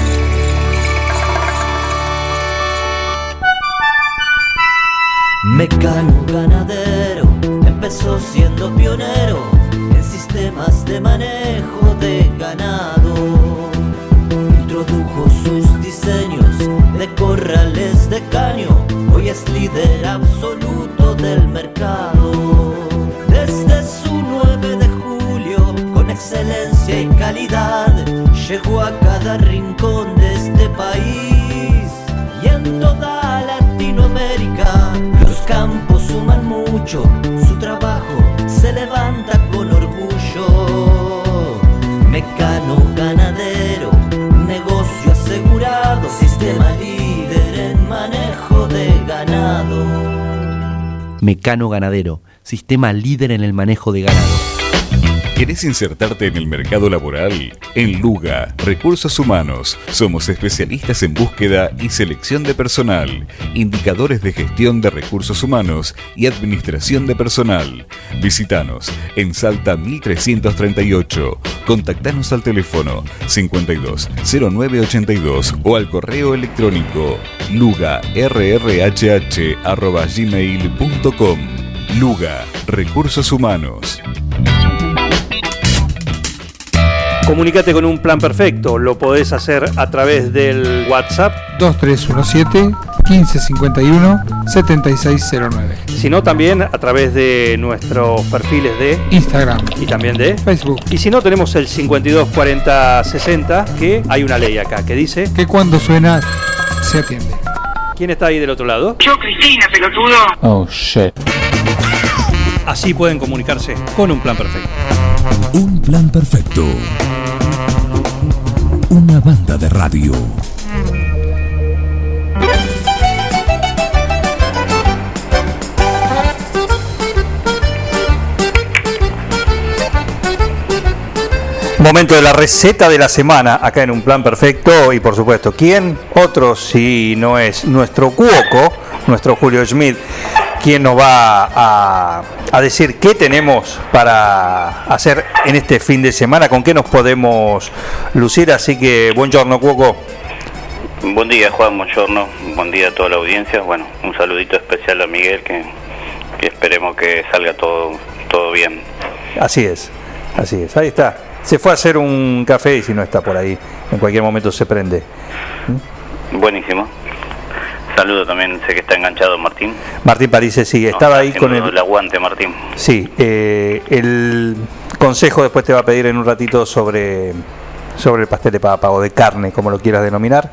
Mecano ganadero empezó siendo pionero en sistemas de manejo de ganado. Introdujo sus diseños de corrales de caño, hoy es líder absoluto del mercado. Desde su 9 de julio, con excelencia y calidad, llegó a cada rincón de este país. Y en toda Latinoamérica, los campos suman mucho, su trabajo se levanta con orgullo. Mecano ganadero, negocio asegurado, sistema líder en manejo de ganado. Mecano ganadero, sistema líder en el manejo de ganado. ¿Querés insertarte en el mercado laboral? En Luga, Recursos Humanos, somos especialistas en búsqueda y selección de personal, indicadores de gestión de recursos humanos y administración de personal. Visítanos en Salta 1338. Contactanos al teléfono 52 0982 o al correo electrónico lugarrhh@gmail.com. Luga, Recursos Humanos. Comunícate con un plan perfecto, lo podés hacer a través del WhatsApp 2317-1551-7609. sino también a través de nuestros perfiles de Instagram y también de Facebook. Y si no, tenemos el 524060, que hay una ley acá que dice que cuando suena se atiende. ¿Quién está ahí del otro lado? Yo, Cristina, pelotudo. Oh, shit. Así pueden comunicarse con un plan perfecto. Un plan perfecto. Una banda de radio. Momento de la receta de la semana acá en Un Plan Perfecto y por supuesto, ¿quién otro si no es nuestro cuoco, nuestro Julio Schmidt, quien nos va a decir qué tenemos para hacer en este fin de semana, con qué nos podemos lucir? Así que, buongiorno, cuoco. Buen día, Juan, buongiorno, buen día a toda la audiencia. Bueno, un saludito especial a Miguel, que esperemos que salga todo bien. Así es, ahí está. Se fue a hacer un café y si no está por ahí, en cualquier momento se prende. Buenísimo. Saludo también, sé que está enganchado Martín. Martín París, sí, estaba ahí con el aguante, Martín. Sí, el consejo después te va a pedir en un ratito sobre sobre el pastel de papa o de carne, como lo quieras denominar,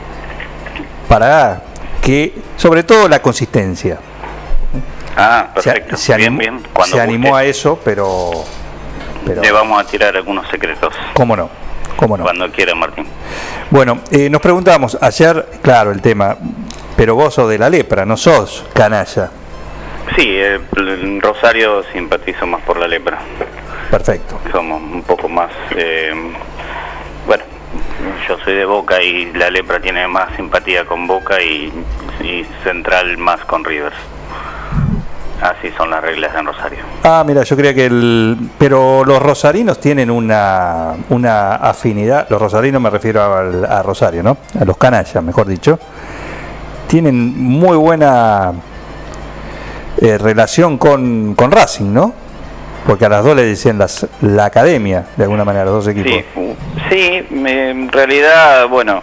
para que, sobre todo la consistencia. Ah, perfecto. Se animó, bien. Cuando se animó guste, a eso, pero le vamos a tirar algunos secretos. ¿Cómo no? ¿Cómo no? Cuando quiera, Martín. Bueno, nos preguntábamos ayer, claro, el tema, pero vos sos de la lepra, no sos canalla. Sí, en Rosario simpatizo más por la lepra. Perfecto. Somos un poco más... bueno, yo soy de Boca y la lepra tiene más simpatía con Boca y Central más con River. Así son las reglas en Rosario. Ah, mira, yo creía que pero los rosarinos tienen una afinidad, los rosarinos me refiero a Rosario, ¿no? A los canallas, mejor dicho. Tienen muy buena relación con Racing, ¿no? Porque a las dos le decían la academia, de alguna manera, los dos equipos. Sí, en realidad, bueno,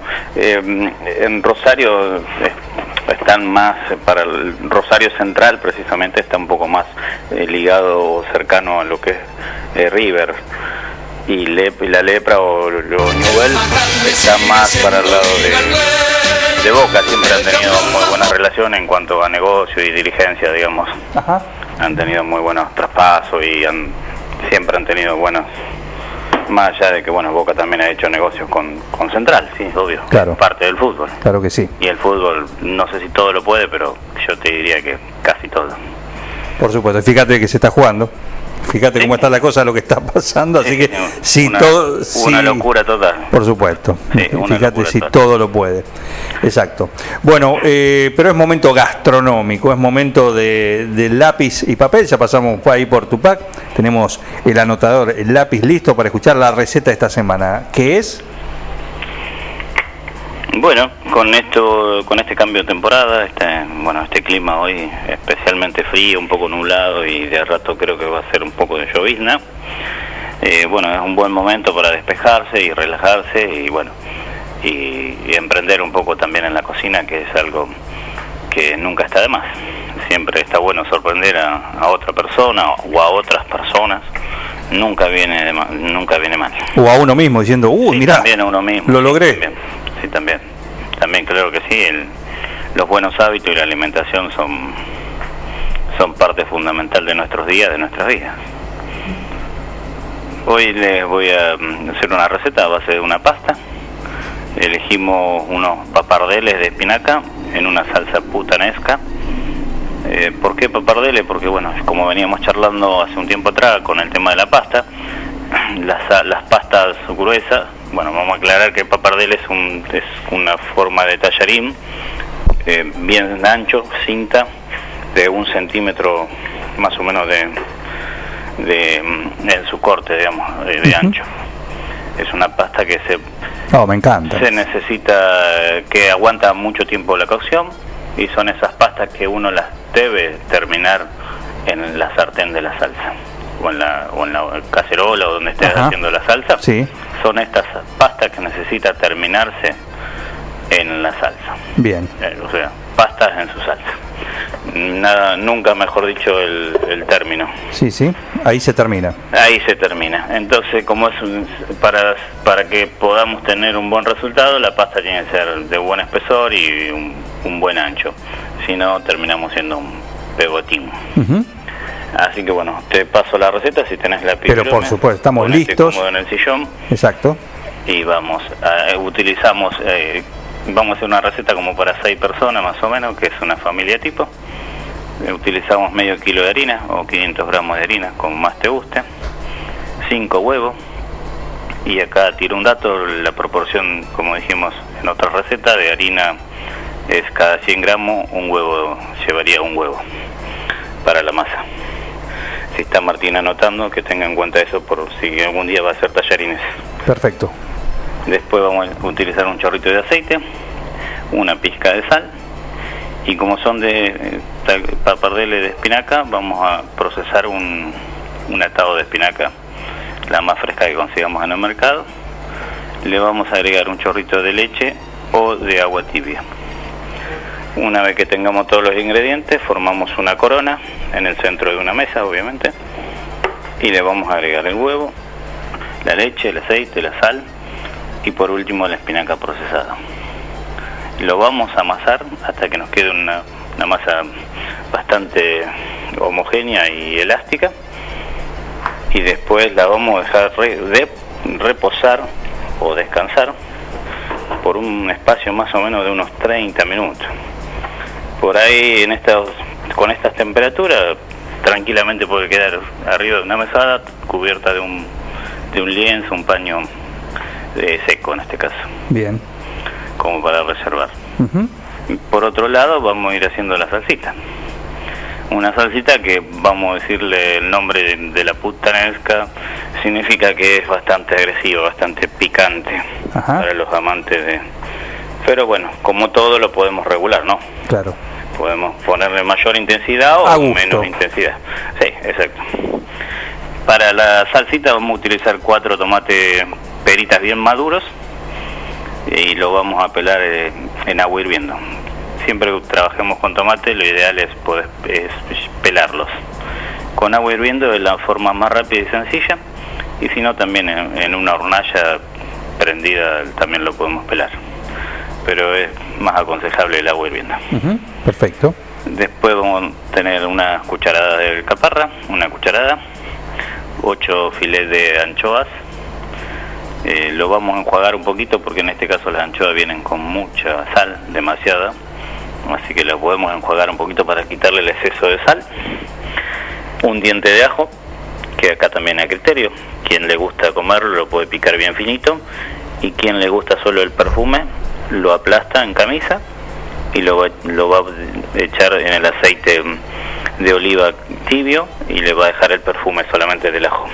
en Rosario están más, para el Rosario Central precisamente está un poco más ligado o cercano a lo que es River. Y la lepra o Newell está más para el lado de Boca. Siempre han tenido muy buena relación en cuanto a negocio y dirigencia, digamos. Ajá. Han tenido muy buenos traspasos y siempre han tenido buenos, más allá de que bueno, Boca también ha hecho negocios con Central, sí, obvio, claro. Es parte del fútbol. Claro que sí. Y el fútbol, no sé si todo lo puede, pero yo te diría que casi todo. Por supuesto, fíjate que se está jugando. Fíjate cómo está la cosa, lo que está pasando, así que si todo... Una locura total. Por supuesto, sí, fíjate si todo lo puede. Exacto. Bueno, pero es momento gastronómico, es momento de lápiz y papel, ya pasamos ahí por Tupac, tenemos el anotador, el lápiz listo para escuchar la receta de esta semana, ¿qué es? Bueno, con este cambio de temporada, este clima hoy especialmente frío, un poco nublado y de rato creo que va a ser un poco de llovizna. Bueno, es un buen momento para despejarse y relajarse y bueno, y emprender un poco también en la cocina, que es algo que nunca está de más. Siempre está bueno sorprender a otra persona o a otras personas. Nunca viene mal. O a uno mismo diciendo, sí, mirá, también a uno mismo. Lo logré. Sí, también. También claro que sí, los buenos hábitos y la alimentación son parte fundamental de nuestros días, de nuestras vidas. Hoy les voy a hacer una receta a base de una pasta. Elegimos unos papardeles de espinaca en una salsa putanesca. ¿Por qué papardeles? Porque bueno, como veníamos charlando hace un tiempo atrás con el tema de la pasta, las pastas gruesas, bueno, vamos a aclarar que el papardel es una forma de tallarín bien ancho, cinta de 1 centímetro más o menos en su corte, digamos, de ancho. Es una pasta que me encanta. Se necesita, que aguanta mucho tiempo la cocción, y son esas pastas que uno las debe terminar en la sartén de la salsa o en la cacerola o donde estés haciendo la salsa. Sí. Son estas pastas que necesita terminarse en la salsa. Bien. O sea, pastas en su salsa. Nunca mejor dicho el término. Sí, ahí se termina. Ahí se termina. Entonces, como es para que podamos tener un buen resultado, la pasta tiene que ser de buen espesor y un buen ancho. Si no, terminamos siendo un pegotín. Así que bueno, te paso la receta si tenés la Pero por supuesto, estamos listos. Cómodo en el sillón. Exacto. Y vamos a hacer una receta como para 6 personas más o menos, que es una familia tipo. Utilizamos medio kilo de harina o 500 gramos de harina, como más te guste. 5 huevos. Y acá tiro un dato, la proporción, como dijimos en otra receta, de harina es cada 100 gramos, llevaría un huevo para la masa. Si está Martín anotando, que tenga en cuenta eso por si algún día va a hacer tallarines. Perfecto. Después vamos a utilizar un chorrito de aceite, una pizca de sal, y como son de papardeles de espinaca, vamos a procesar un atado de espinaca, la más fresca que consigamos en el mercado. Le vamos a agregar un chorrito de leche o de agua tibia. Una vez que tengamos todos los ingredientes, formamos una corona en el centro de una mesa, obviamente, y le vamos a agregar el huevo, la leche, el aceite, la sal, y por último la espinaca procesada. Lo vamos a amasar hasta que nos quede una masa bastante homogénea y elástica, y después la vamos a dejar reposar o descansar por un espacio más o menos de unos 30 minutos. Por ahí con estas temperaturas tranquilamente puede quedar arriba de una mesada cubierta de un lienzo, un paño seco en este caso. Bien. Como para reservar. Por otro lado vamos a ir haciendo la salsita. Una salsita que vamos a decirle el nombre de la putanesca, significa que es bastante agresiva, bastante picante. Ajá. Para los amantes de... Pero bueno, como todo lo podemos regular, ¿no? Claro. Podemos ponerle mayor intensidad o menos intensidad. Sí, exacto. Para la salsita vamos a utilizar 4 tomates peritas bien maduros y lo vamos a pelar en agua hirviendo. Siempre que trabajemos con tomate, lo ideal es pelarlos. Con agua hirviendo es la forma más rápida y sencilla, y si no también en una hornalla prendida también lo podemos pelar. Pero es más aconsejable el agua hirviendo. Perfecto. Después vamos a tener una cucharada de alcaparra, una cucharada, 8 filets de anchoas. Lo vamos a enjuagar un poquito porque en este caso las anchoas vienen con mucha sal, demasiada, así que lo podemos enjuagar un poquito para quitarle el exceso de sal. Un diente de ajo, que acá también a criterio, quien le gusta comerlo lo puede picar bien finito, y quien le gusta solo el perfume lo aplasta en camisa y lo va a echar en el aceite de oliva tibio y le va a dejar el perfume solamente del ajo.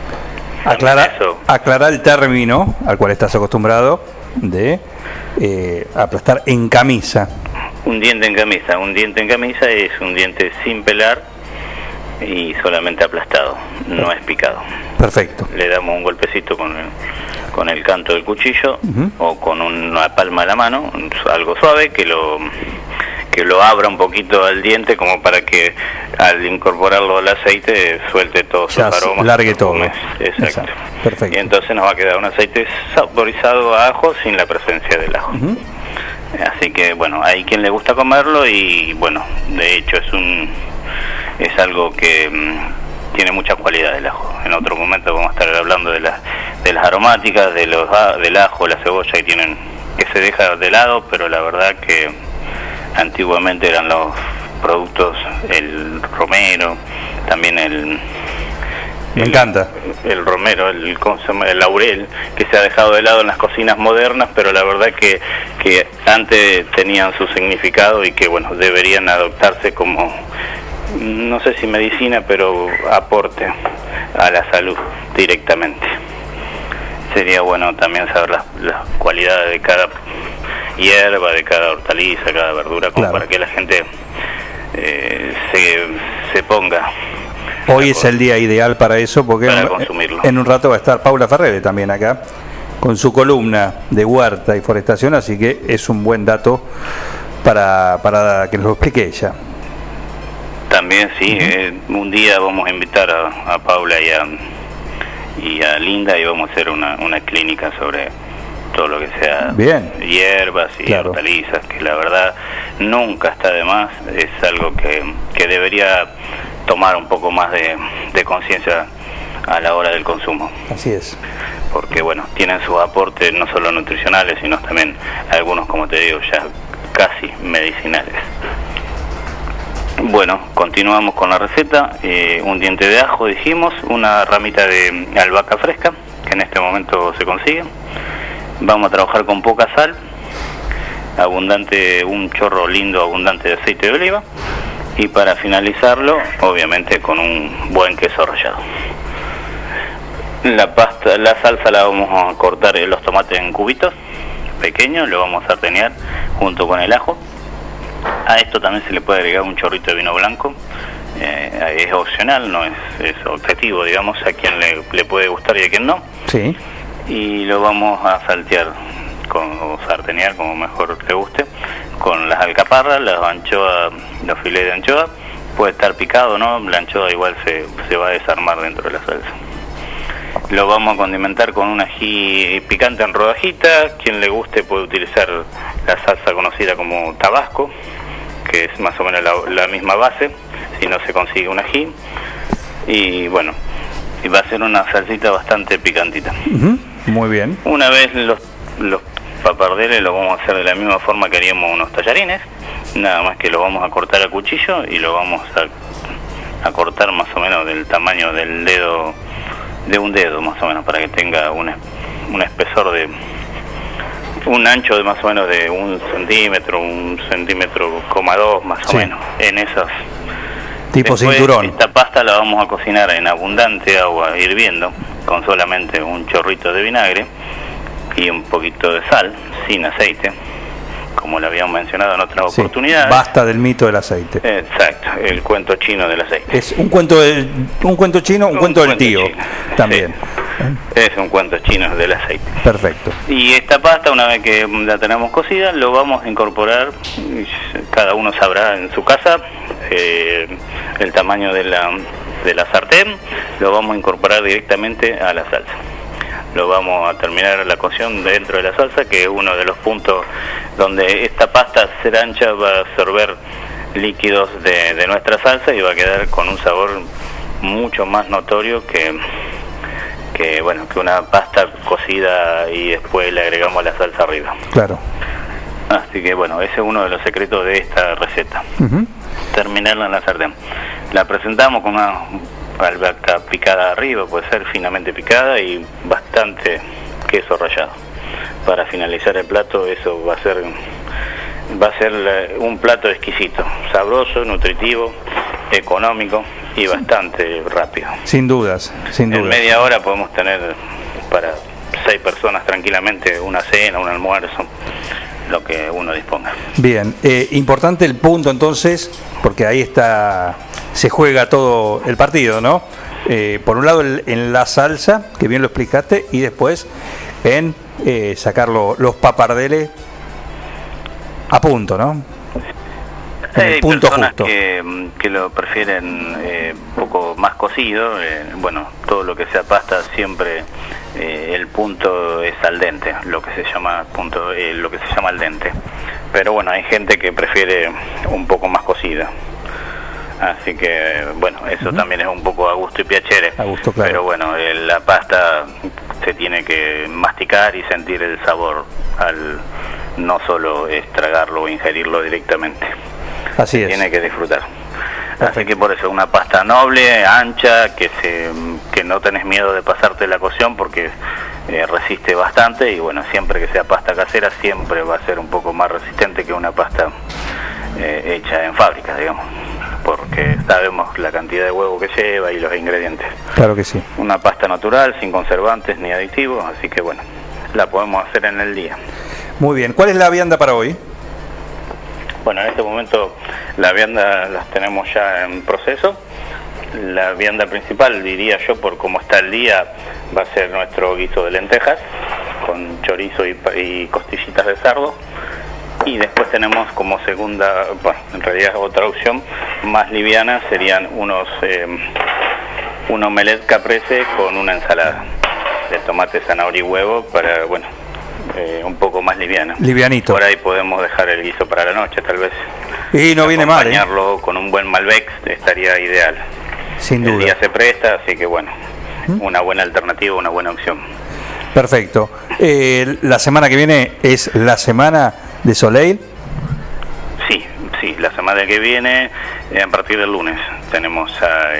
Aclara el término al cual estás acostumbrado de aplastar en camisa. Un diente en camisa es un diente sin pelar y solamente aplastado, no es picado. Perfecto. Le damos un golpecito con el canto del cuchillo o con una palma de la mano, algo suave que lo abra un poquito al diente, como para que al incorporarlo al aceite suelte todos sus aromas. Largue todo. Exacto. Perfecto. Y entonces nos va a quedar un aceite saborizado a ajo sin la presencia del ajo. Así que bueno, hay quien le gusta comerlo y bueno, de hecho es algo que tiene mucha cualidad el ajo. En otro momento vamos a estar hablando de las aromáticas, del ajo, la cebolla que se deja de lado, pero la verdad que antiguamente eran los productos, el romero, también me encanta el romero, el laurel, que se ha dejado de lado en las cocinas modernas, pero la verdad que antes tenían su significado y que bueno, deberían adoptarse como, no sé si medicina, pero aporte a la salud directamente. Sería bueno también saber las cualidades de cada hierba, de cada hortaliza, cada verdura, como para que la gente se ponga. Hoy es el día ideal para eso, porque en un rato va a estar Paula Ferrere también acá con su columna de huerta y forestación, así que es un buen dato para que nos lo explique ella. También sí, un día vamos a invitar a Paula y a Linda y vamos a hacer una clínica sobre todo lo que sea hierbas y hortalizas, que la verdad nunca está de más, es algo que debería tomar un poco más de conciencia a la hora del consumo. Así es. Porque bueno, tienen sus aportes no solo nutricionales, sino también algunos, como te digo, ya casi medicinales. Bueno, continuamos con la receta. Un diente de ajo, dijimos, una ramita de albahaca fresca, que en este momento se consigue. Vamos a trabajar con poca sal, un chorro lindo abundante de aceite de oliva, y para finalizarlo, obviamente, con un buen queso rallado. La salsa la vamos a cortar los tomates en cubitos pequeños, lo vamos a sartenear junto con el ajo. A esto también se le puede agregar un chorrito de vino blanco, es opcional, no es objetivo, digamos, a quien le puede gustar y a quien no. Sí. Y lo vamos a saltear o sartenear, como mejor te guste, con las alcaparras, las anchoas, los filetes de anchoa. Puede estar picado, ¿no? La anchoa igual se va a desarmar dentro de la salsa. Lo vamos a condimentar con un ají picante en rodajita. Quien le guste puede utilizar la salsa conocida como tabasco, que es más o menos la misma base, si no se consigue un ají. Y bueno, y va a ser una salsita bastante picantita. Muy bien. Una vez los papardeles lo vamos a hacer de la misma forma que haríamos unos tallarines, nada más que lo vamos a cortar a cuchillo y lo vamos a cortar más o menos del tamaño del dedo, de un dedo más o menos, para que tenga un espesor de un ancho de más o menos de 1 centímetro, 1,2 centímetros más o menos, en esos. Tipo Después, cinturón. Esta pasta la vamos a cocinar en abundante agua hirviendo, con solamente un chorrito de vinagre y un poquito de sal, sin aceite, como lo habíamos mencionado en otras oportunidades. Basta del mito del aceite. Exacto, el cuento chino del aceite. Es un cuento chino, un cuento del tío chino. también. Es un cuento chino del aceite. Perfecto. Y esta pasta, una vez que la tenemos cocida, lo vamos a incorporar, cada uno sabrá en su casa el tamaño de la sartén, lo vamos a incorporar directamente a la salsa. Lo vamos a terminar la cocción dentro de la salsa, que es uno de los puntos donde esta pasta serancha va a absorber líquidos de nuestra salsa y va a quedar con un sabor mucho más notorio que una pasta cocida y después le agregamos la salsa arriba. Claro. Así que bueno, ese es uno de los secretos de esta receta. Terminarla en la sartén. La presentamos con una albahaca picada arriba, puede ser finamente picada, y bastante queso rallado. Para finalizar el plato, eso va a ser un plato exquisito, sabroso, nutritivo, económico y bastante rápido. Sin dudas, sin dudas. En media hora podemos tener para 6 personas tranquilamente una cena, un almuerzo, lo que uno disponga. Bien, importante el punto entonces, porque ahí se juega todo el partido, ¿no? Por un lado en la salsa, que bien lo explicaste, y después en sacar los papardeles a punto, ¿no? Hay punto personas justo. que lo prefieren un poco más cocido. Bueno, todo lo que sea pasta siempre el punto es al dente, lo que se llama al dente. Pero bueno, hay gente que prefiere un poco más cocida. Así que bueno, eso también es un poco a gusto y piacere. A gusto, claro. Pero bueno, la pasta se tiene que masticar y sentir el sabor, al no solo tragarlo o ingerirlo directamente. Así es. Tiene que disfrutar. Así que por eso una pasta noble, ancha, que no tenés miedo de pasarte la cocción porque resiste bastante, y bueno, siempre que sea pasta casera siempre va a ser un poco más resistente que una pasta hecha en fábrica, digamos, porque sabemos la cantidad de huevo que lleva y los ingredientes. Claro que sí. Una pasta natural, sin conservantes ni aditivos, así que bueno, la podemos hacer en el día. Muy bien, ¿cuál es la vianda para hoy? Bueno, en este momento la vianda las tenemos ya en proceso. La vianda principal, diría yo, por cómo está el día, va a ser nuestro guiso de lentejas con chorizo y costillitas de cerdo. Y después tenemos como segunda, bueno, en realidad otra opción más liviana, serían un omelette caprese con una ensalada de tomate, zanahoria y huevo para, bueno, un poco más liviana. Livianito. Por ahí podemos dejar el guiso para la noche, tal vez. Y no viene mal, acompañarlo con un buen Malbec estaría ideal. Sin duda. El día se presta, así que bueno, una buena alternativa, una buena opción. Perfecto. La semana que viene es la semana de Soleil. Sí, la semana que viene, a partir del lunes, tenemos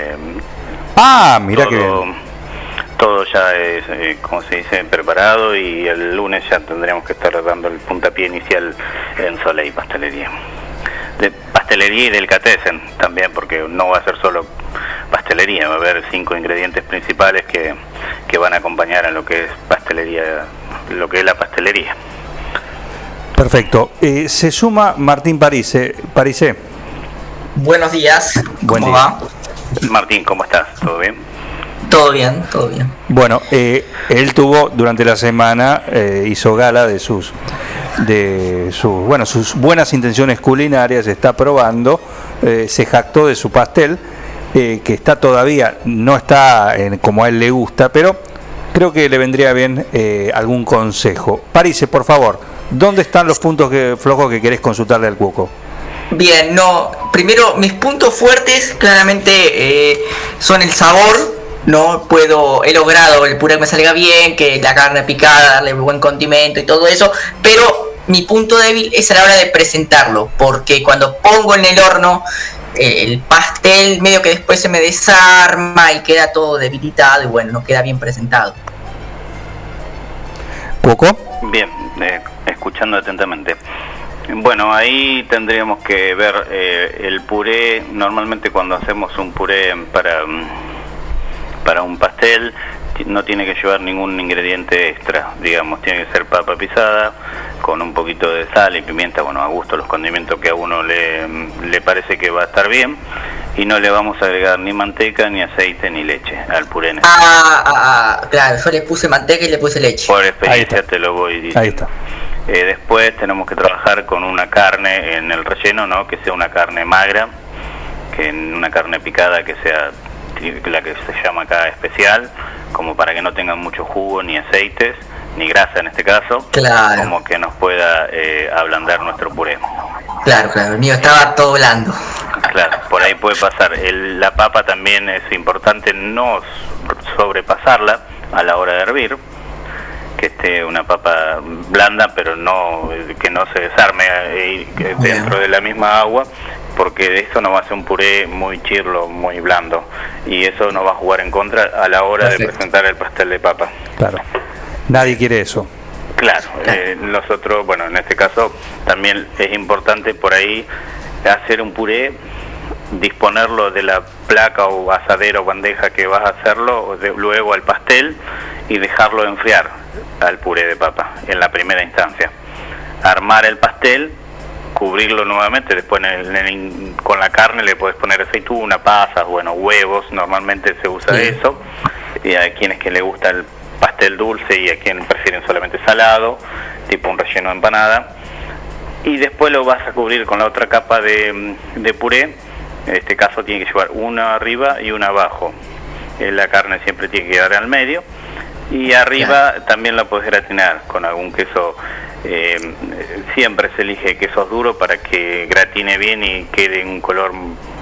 mira todo, que bien. Todo ya es, como se dice, preparado, y el lunes ya tendremos que estar dando el puntapié inicial en Soleil Pastelería. De pastelería y delicatessen también, porque no va a ser solo pastelería, va a haber 5 ingredientes principales que van a acompañar a lo que es pastelería, lo que es la pastelería. Perfecto. Se suma Martín Parise. Buenos días. ¿Cómo va? Martín, ¿cómo estás? ¿Todo bien? Todo bien, todo bien. Bueno, él tuvo durante la semana, hizo gala de sus buenas intenciones culinarias, está probando, se jactó de su pastel, que está todavía, no está como a él le gusta, pero creo que le vendría bien algún consejo. Parise, por favor, ¿dónde están los puntos flojos que querés consultarle al Cuoco? Bien, primero mis puntos fuertes claramente son el sabor. He logrado el puré que me salga bien, que la carne picada, darle buen condimento y todo eso, pero mi punto débil es a la hora de presentarlo, porque cuando pongo en el horno el pastel medio que después se me desarma y queda todo debilitado y bueno, no queda bien presentado. ¿Cuoco? Bien, escuchando atentamente. Bueno, ahí tendríamos que ver el puré. Normalmente cuando hacemos un puré para un pastel no tiene que llevar ningún ingrediente extra, digamos, tiene que ser papa pisada con un poquito de sal y pimienta, bueno, a gusto, los condimentos que a uno le parece que va a estar bien, y no le vamos a agregar ni manteca, ni aceite, ni leche al puré. Claro, yo le puse manteca y le puse leche. Por experiencia te lo voy diciendo. Ahí está. Después tenemos que trabajar con una carne en el relleno, ¿no? Que sea una carne magra, que una carne picada que sea la que se llama acá especial, como para que no tengan mucho jugo, ni aceites, ni grasa en este caso, claro, como que nos pueda ablandar nuestro puré. Claro, el mío estaba todo blando. Claro, por ahí puede pasar. La papa también es importante no sobrepasarla a la hora de hervir, que esté una papa blanda, pero que no se desarme dentro de la misma agua, porque de eso nos va a hacer un puré muy chirlo, muy blando, y eso nos va a jugar en contra a la hora de presentar el pastel de papa. Claro, nadie quiere eso. Claro, nosotros, bueno, en este caso también es importante por ahí hacer un puré, disponerlo de la placa o asadero o bandeja que vas a hacerlo, luego al pastel, y dejarlo enfriar al puré de papa en la primera instancia. Armar el pastel, cubrirlo nuevamente, después con la carne le puedes poner aceituna, pasas, bueno, huevos, normalmente se usa eso, y a quienes que le gusta el pastel dulce y a quienes prefieren solamente salado, tipo un relleno de empanada, y después lo vas a cubrir con la otra capa de puré. En este caso tiene que llevar una arriba y una abajo. La carne siempre tiene que quedar al medio, y arriba también la puedes gratinar con algún queso. Siempre se elige quesos duros para que gratine bien y quede un color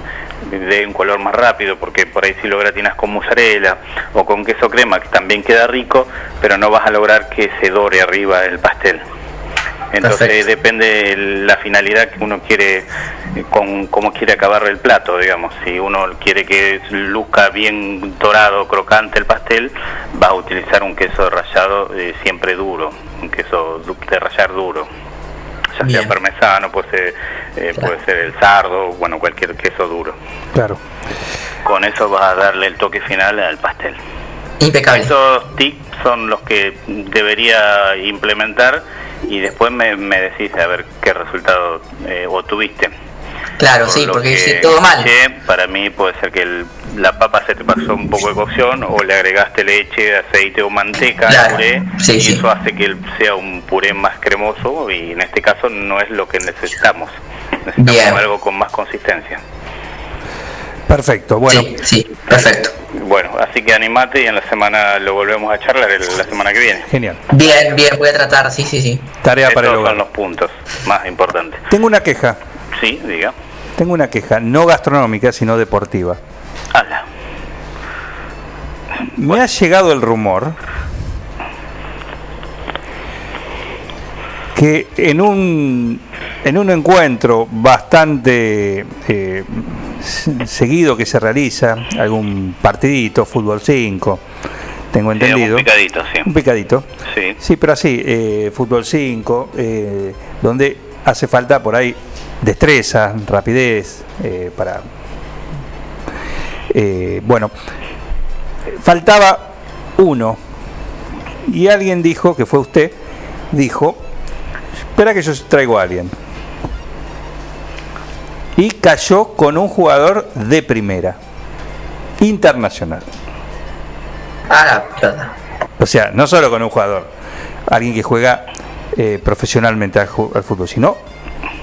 más rápido, porque por ahí si lo gratinas con mozzarella o con queso crema, que también queda rico, pero no vas a lograr que se dore arriba el pastel. Entonces depende la finalidad que uno quiere, cómo quiere acabar el plato, digamos. Si uno quiere que luzca bien dorado, crocante el pastel, va a utilizar un queso rallado siempre duro, un queso de rallar duro, ya sea parmesano, puede ser el sardo, bueno, cualquier queso duro. Claro. Con eso vas a darle el toque final al pastel. Impecable. Esos tips son los que debería implementar, y después me decís a ver qué resultado obtuviste. Claro, sí, porque hice todo mal. Para mí puede ser que la papa se te pasó un poco de cocción, o le agregaste leche, aceite o manteca al puré, y eso hace que sea un puré más cremoso, y en este caso no es lo que necesitamos. Necesitamos algo con más consistencia. Perfecto, bueno. Sí, perfecto. Bueno, así que animate, y en la semana lo volvemos a charlar la semana que viene. Genial. Bien, voy a tratar, sí. Tarea para el hogar. Son los puntos más importantes. Tengo una queja. Sí, diga. Tengo una queja, no gastronómica, sino deportiva. ¡Hala! Me ha llegado el rumor que en un encuentro bastante seguido que se realiza, algún partidito, fútbol 5, tengo entendido. Un picadito, sí. Un picadito. Sí. Sí, pero así, fútbol 5, donde hace falta por ahí destreza, rapidez, para... bueno, faltaba uno, y alguien dijo, que fue usted, dijo: espera que yo traigo a alguien. Y cayó con un jugador de primera, internacional. O sea, no solo con un jugador, alguien que juega profesionalmente al fútbol, sino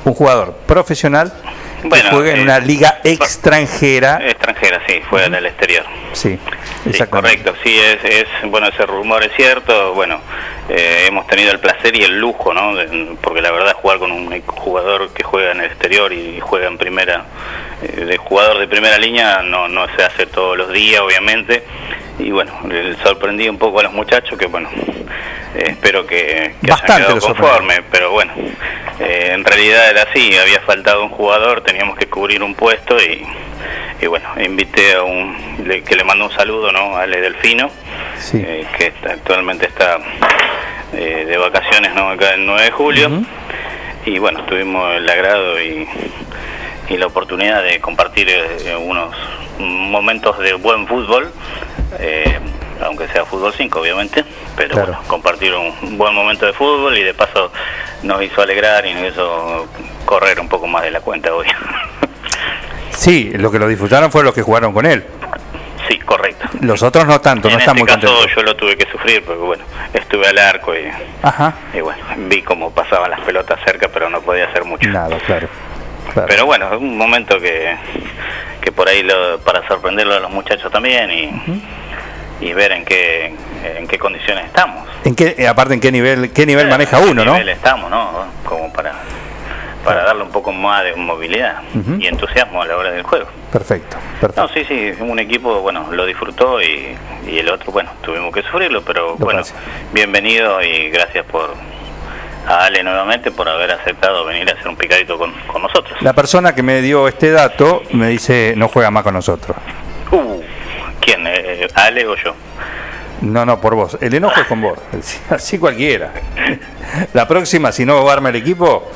un jugador profesional que juega en una liga extranjera. Extranjera, sí, juega en el exterior. Sí, sí, correcto. Sí, bueno, ese rumor es cierto. Bueno, hemos tenido el placer y el lujo, ¿no? Porque la verdad, jugar con un jugador que juega en el exterior y juega en primera, de jugador de primera línea, no se hace todos los días, obviamente. Y bueno, sorprendí un poco a los muchachos, que bueno, espero que hayan quedado conforme, pero bueno, en realidad era así, había faltado un jugador, teníamos que cubrir un puesto y bueno, invité a que le mando un saludo, ¿no? A Ale Delfino, que actualmente está de vacaciones, ¿no? Acá el 9 de julio, y bueno, tuvimos el agrado y la oportunidad de compartir unos momentos de buen fútbol, aunque sea fútbol 5 obviamente, pero bueno, compartir un buen momento de fútbol y de paso nos hizo alegrar y nos hizo correr un poco más de la cuenta hoy. Sí, los que lo disfrutaron fueron los que jugaron con él. Sí, correcto. Los otros no tanto, no están muy contentos. En este caso yo lo tuve que sufrir porque bueno, estuve al arco y bueno, vi cómo pasaban las pelotas cerca, pero no podía hacer mucho. Nada, claro. Pero bueno, es un momento que por ahí para sorprenderlo a los muchachos también y ver en qué condiciones estamos. Aparte en qué nivel maneja uno, ¿no? En qué nivel estamos, ¿no? Como para darle un poco más de movilidad y entusiasmo a la hora del juego. Perfecto. No, sí, un equipo, bueno, lo disfrutó y el otro, bueno, tuvimos que sufrirlo, pero bueno, bienvenido y gracias a Ale nuevamente por haber aceptado venir a hacer un picadito con nosotros. La persona que me dio este dato me dice no juega más con nosotros. ¿Quién? ¿Ale o yo? No, por vos. El enojo es con vos. Así cualquiera. La próxima, si no arma el equipo,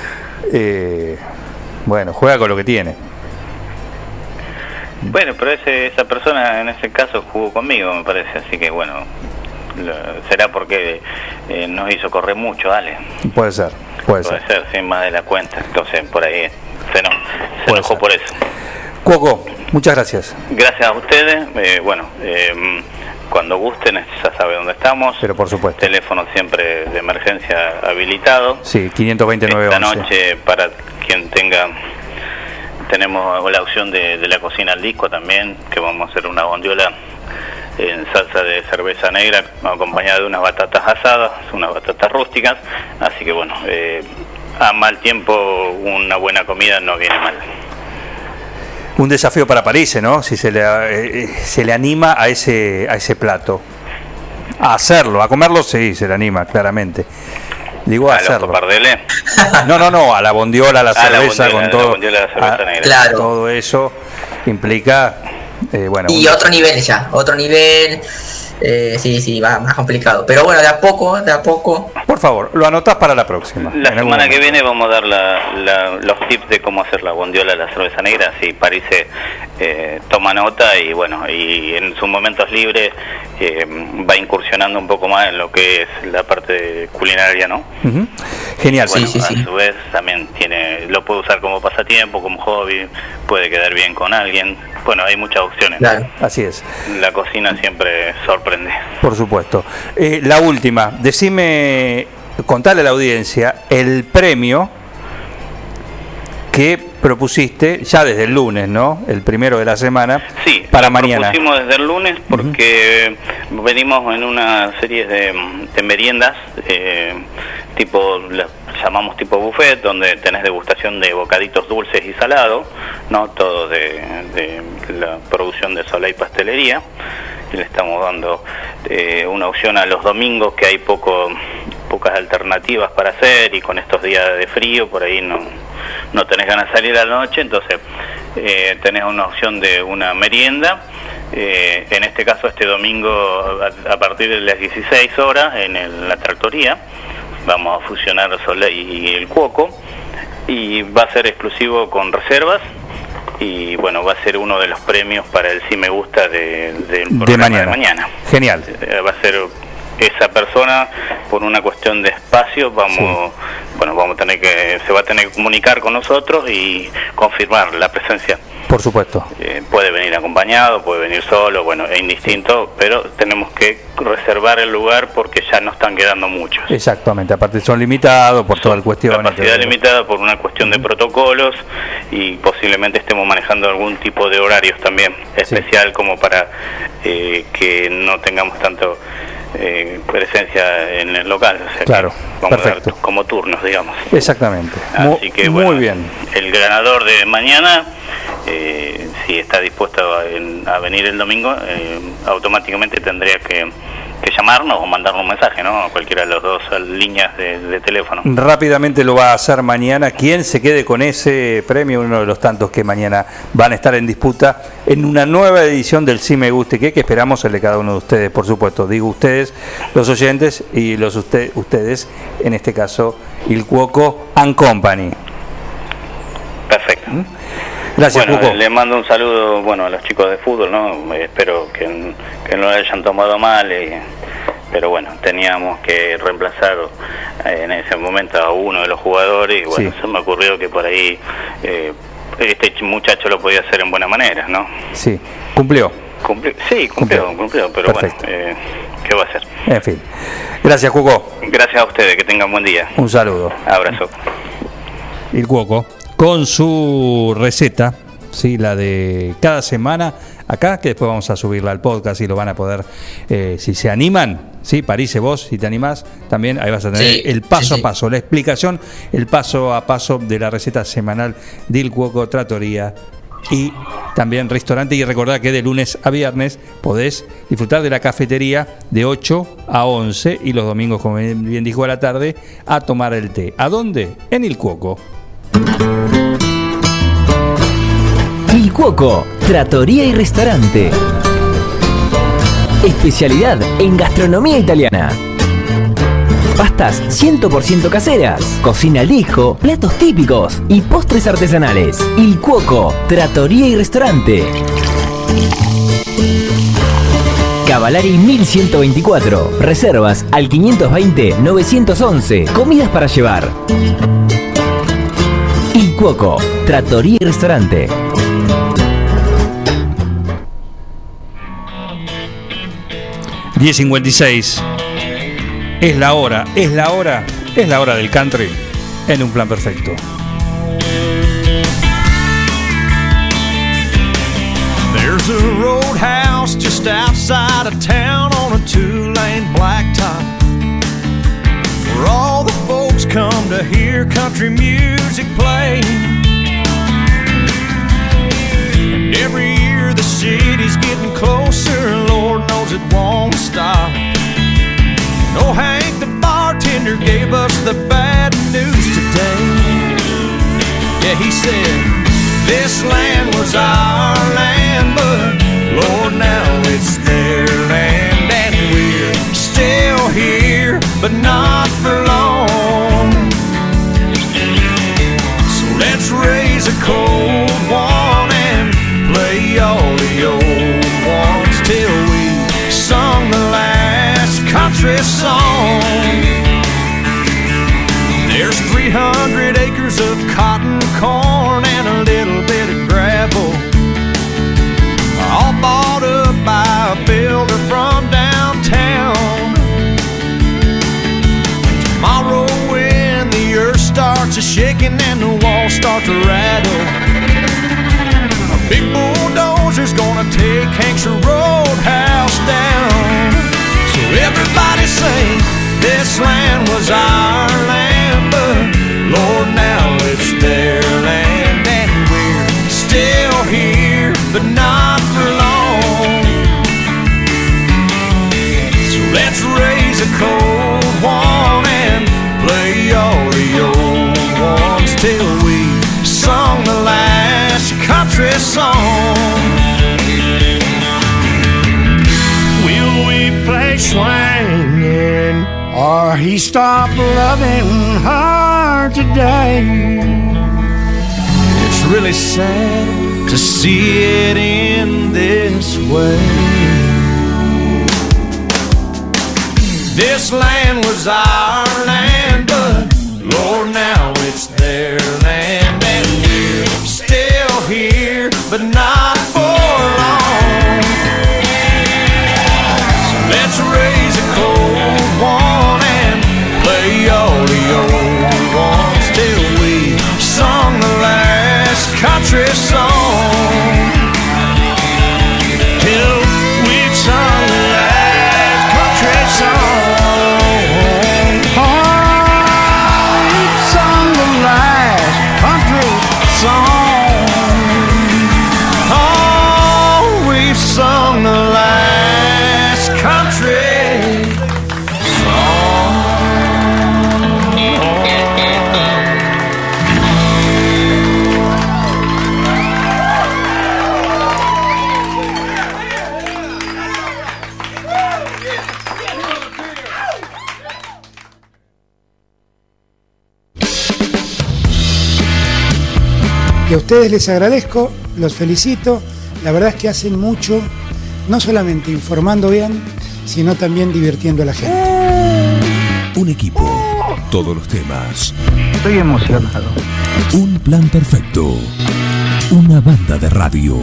bueno, juega con lo que tiene. Bueno, pero esa persona en ese caso jugó conmigo, me parece, así que bueno, será porque nos hizo correr mucho, Ale. Puede ser. Puede ser, sin más de la cuenta, entonces por ahí se enojó por eso. Cuoco, muchas gracias. Gracias a ustedes, cuando gusten, ya sabe dónde estamos. Pero por supuesto. Teléfono siempre de emergencia habilitado. Sí, 529 Esta noche, para quien tenemos la opción de la cocina al disco también, que vamos a hacer una bondiola en salsa de cerveza negra acompañada de unas batatas asadas, unas batatas rústicas, así que bueno, a mal tiempo una buena comida no viene mal. Un desafío para París, ¿no? Si se le anima a ese plato. A hacerlo, a comerlo sí, se le anima, claramente. Digo a hacerlo. ¿A los papardeles? No, a la bondiola, a la cerveza, con todo. La bondiola, la cerveza negra. Claro. Todo eso implica, bueno. Y otro nivel ya, sí, va más complicado. Pero bueno, de a poco. Por favor, lo anotás para la próxima. La semana que viene vamos a dar los tips de cómo hacer la bondiola, la cerveza negra. Si París toma nota y bueno, y en sus momentos libres va incursionando un poco más en lo que es la parte culinaria, ¿no? Genial. Bueno, sí. A su vez también lo puede usar como pasatiempo, como hobby, puede quedar bien con alguien. Bueno, hay muchas opciones. Claro. Así es. La cocina siempre sorprende. Por supuesto. La última, contale a la audiencia el premio que propusiste ya desde el lunes, ¿no? El primero de la semana. Sí, para mañana. Lo propusimos desde el lunes porque venimos en una serie de meriendas llamamos tipo buffet, donde tenés degustación de bocaditos dulces y salados, ¿no? Todo de la producción de Soleil Pastelería. Y le estamos dando una opción a los domingos, que hay pocas alternativas para hacer, y con estos días de frío por ahí no tenés ganas de salir a la noche, entonces tenés una opción de una merienda. En este caso, este domingo a partir de las 16 horas en la tractoría vamos a fusionar Soleil y el Cuoco, y va a ser exclusivo con reservas, y bueno, va a ser uno de los premios para el Sí Me Gusta del programa de mañana. Genial. Va a ser esa persona, por una cuestión de espacio, vamos a tener va a tener que comunicar con nosotros y confirmar la presencia. Por supuesto. Puede venir acompañado, puede venir solo, bueno, es indistinto, pero tenemos que reservar el lugar porque ya no están quedando muchos. Exactamente, aparte son limitados por toda la cuestión. Capacidad limitada por una cuestión de protocolos y posiblemente estemos manejando algún tipo de horarios también especial como para que no tengamos tanto presencia en el local. O sea, claro, vamos perfecto. a dar como turnos, digamos. Exactamente. Así que muy bueno, bien. El ganador de mañana, si está dispuesto a venir el domingo, automáticamente tendría que llamarnos o mandarnos un mensaje, ¿no? A cualquiera de las dos líneas de teléfono. Rápidamente lo va a hacer mañana. Quien se quede con ese premio, uno de los tantos que mañana van a estar en disputa en una nueva edición del Sí Me Guste, que esperamos el de cada uno de ustedes, por supuesto. Digo ustedes, los oyentes, y los ustedes, en este caso, Il Cuoco and Company. Perfecto. Gracias, bueno, Cuoco. Le mando un saludo, bueno, a los chicos de fútbol, ¿no? Espero que no lo hayan tomado mal, pero bueno, teníamos que reemplazar en ese momento a uno de los jugadores y bueno, se me ocurrió que por ahí este muchacho lo podía hacer en buena manera, ¿no? Sí, cumplió. Sí, cumplió, pero perfecto. Bueno, ¿qué va a hacer? En fin. Gracias, Cuoco. Gracias a ustedes, que tengan buen día. Un saludo. Abrazo. Il Cuoco, con su receta, ¿sí? La de cada semana, acá, que después vamos a subirla al podcast y lo van a poder, si se animan, ¿sí? París, vos, si te animás, también ahí vas a tener el paso a paso, la explicación, el paso a paso de la receta semanal de Il Cuoco Trattoria y también restaurante. Y recordad que de lunes a viernes podés disfrutar de la cafetería de 8 a 11 y los domingos, como bien dijo, a la tarde a tomar el té. ¿A dónde? En Il Cuoco. Il Cuoco, trattoria y restaurante. Especialidad en gastronomía italiana. Pastas 100% caseras, cocina al disco, platos típicos y postres artesanales. Il Cuoco, trattoria y restaurante. Cavallari 1124. Reservas al 520-911. Comidas para llevar. Il Cuoco, trattoria y restaurante. $10:56. Es la hora del country en un plan perfecto. There's a roadhouse just outside of town on a 2-lane blacktop, where all the folks come to hear country music play. And every year the city's getting closer, Lord knows it won't stop. Oh, Hank, the bartender, gave us the bad news today. Yeah, he said, this land was our land, but Lord, now it's their land. And we're still here, but not for long. So let's raise a cold one and play all the old ones till we sung the last country song. There's 300 acres of cotton, corn, and a little bit of gravel, all bought up by a builder from downtown. Tomorrow when the earth starts a-shaking and the walls start to rattle, a big bulldozer's gonna take Hank's roadhouse down. So everybody sing, this land was our land, but Lord, now it's their land. And we're still here, but not for long. So let's raise a cold one and play all the old ones till we sung the last country song. Will we play swinging, or he stopped loving her today? It's really sad to see it in this way. This land was our land, but Lord, now it's their land and we're still here, but not for long. So let's raise a cold one and play all the old ones till we sung the last country song. Till we've sung the last country song. Oh, we've sung the last country song. Oh, we've sung the last country song. Y a ustedes les agradezco, los felicito. La verdad es que hacen mucho, no solamente informando bien, sino también divirtiendo a la gente. Un equipo, todos los temas. Estoy emocionado. Un plan perfecto. Una banda de radio.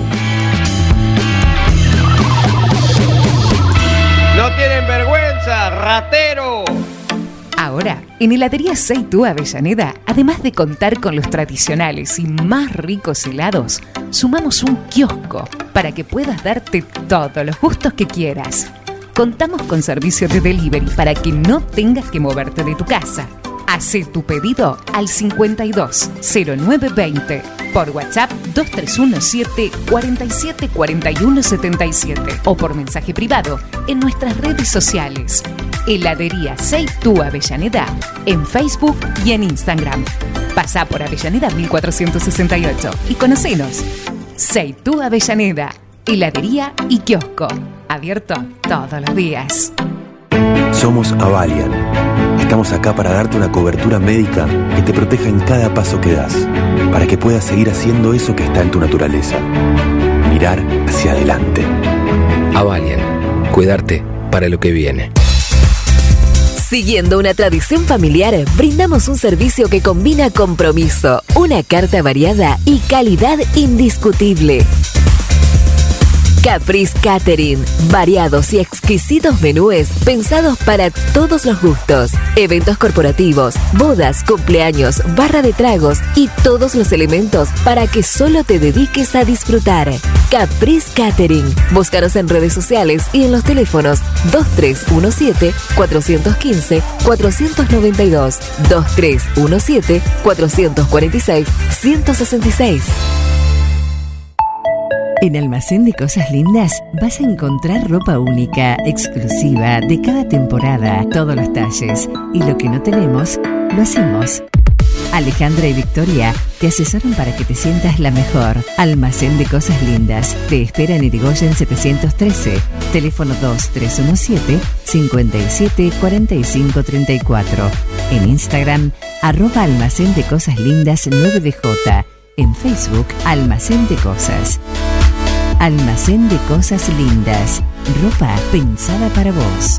¡No tienen vergüenza, ratero! Ahora, en Heladería Seitú Avellaneda, además de contar con los tradicionales y más ricos helados, sumamos un kiosco para que puedas darte todos los gustos que quieras. Contamos con servicio de delivery para que no tengas que moverte de tu casa. Hacé tu pedido al 520920, por WhatsApp 2317 47 41 77 o por mensaje privado en nuestras redes sociales. Heladería Seitú Avellaneda en Facebook y en Instagram. Pasá por Avellaneda 1468 y conocenos. Seitú Avellaneda, heladería y kiosco, abierto todos los días. Somos Avalian. Estamos acá para darte una cobertura médica que te proteja en cada paso que das, para que puedas seguir haciendo eso que está en tu naturaleza. Mirar hacia adelante. Avalian. Cuidarte para lo que viene. Siguiendo una tradición familiar, brindamos un servicio que combina compromiso, una carta variada y calidad indiscutible. Caprice Catering, variados y exquisitos menúes pensados para todos los gustos. Eventos corporativos, bodas, cumpleaños, barra de tragos y todos los elementos para que solo te dediques a disfrutar. Caprice Catering. Búscanos en redes sociales y en los teléfonos 2317-415-492, 2317-446-166. En Almacén de Cosas Lindas vas a encontrar ropa única, exclusiva, de cada temporada, todos los talles. Y lo que no tenemos, lo hacemos. Alejandra y Victoria te asesoran para que te sientas la mejor. Almacén de Cosas Lindas te espera en Irigoyen 713, teléfono 2317-574534. En Instagram, @Almacén de Cosas Lindas 9DJ. En Facebook, Almacén de Cosas. Almacén de Cosas Lindas. Ropa pensada para vos.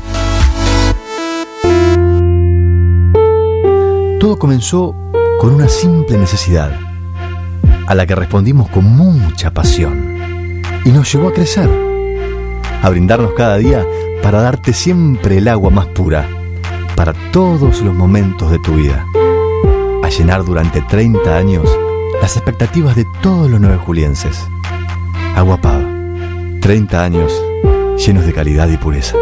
Todo comenzó con una simple necesidad, a la que respondimos con mucha pasión. Y nos llevó a crecer, a brindarnos cada día para darte siempre el agua más pura, para todos los momentos de tu vida. A llenar durante 30 años las expectativas de todos los nuevejulienses. Agua Pava, 30 años llenos de calidad y pureza.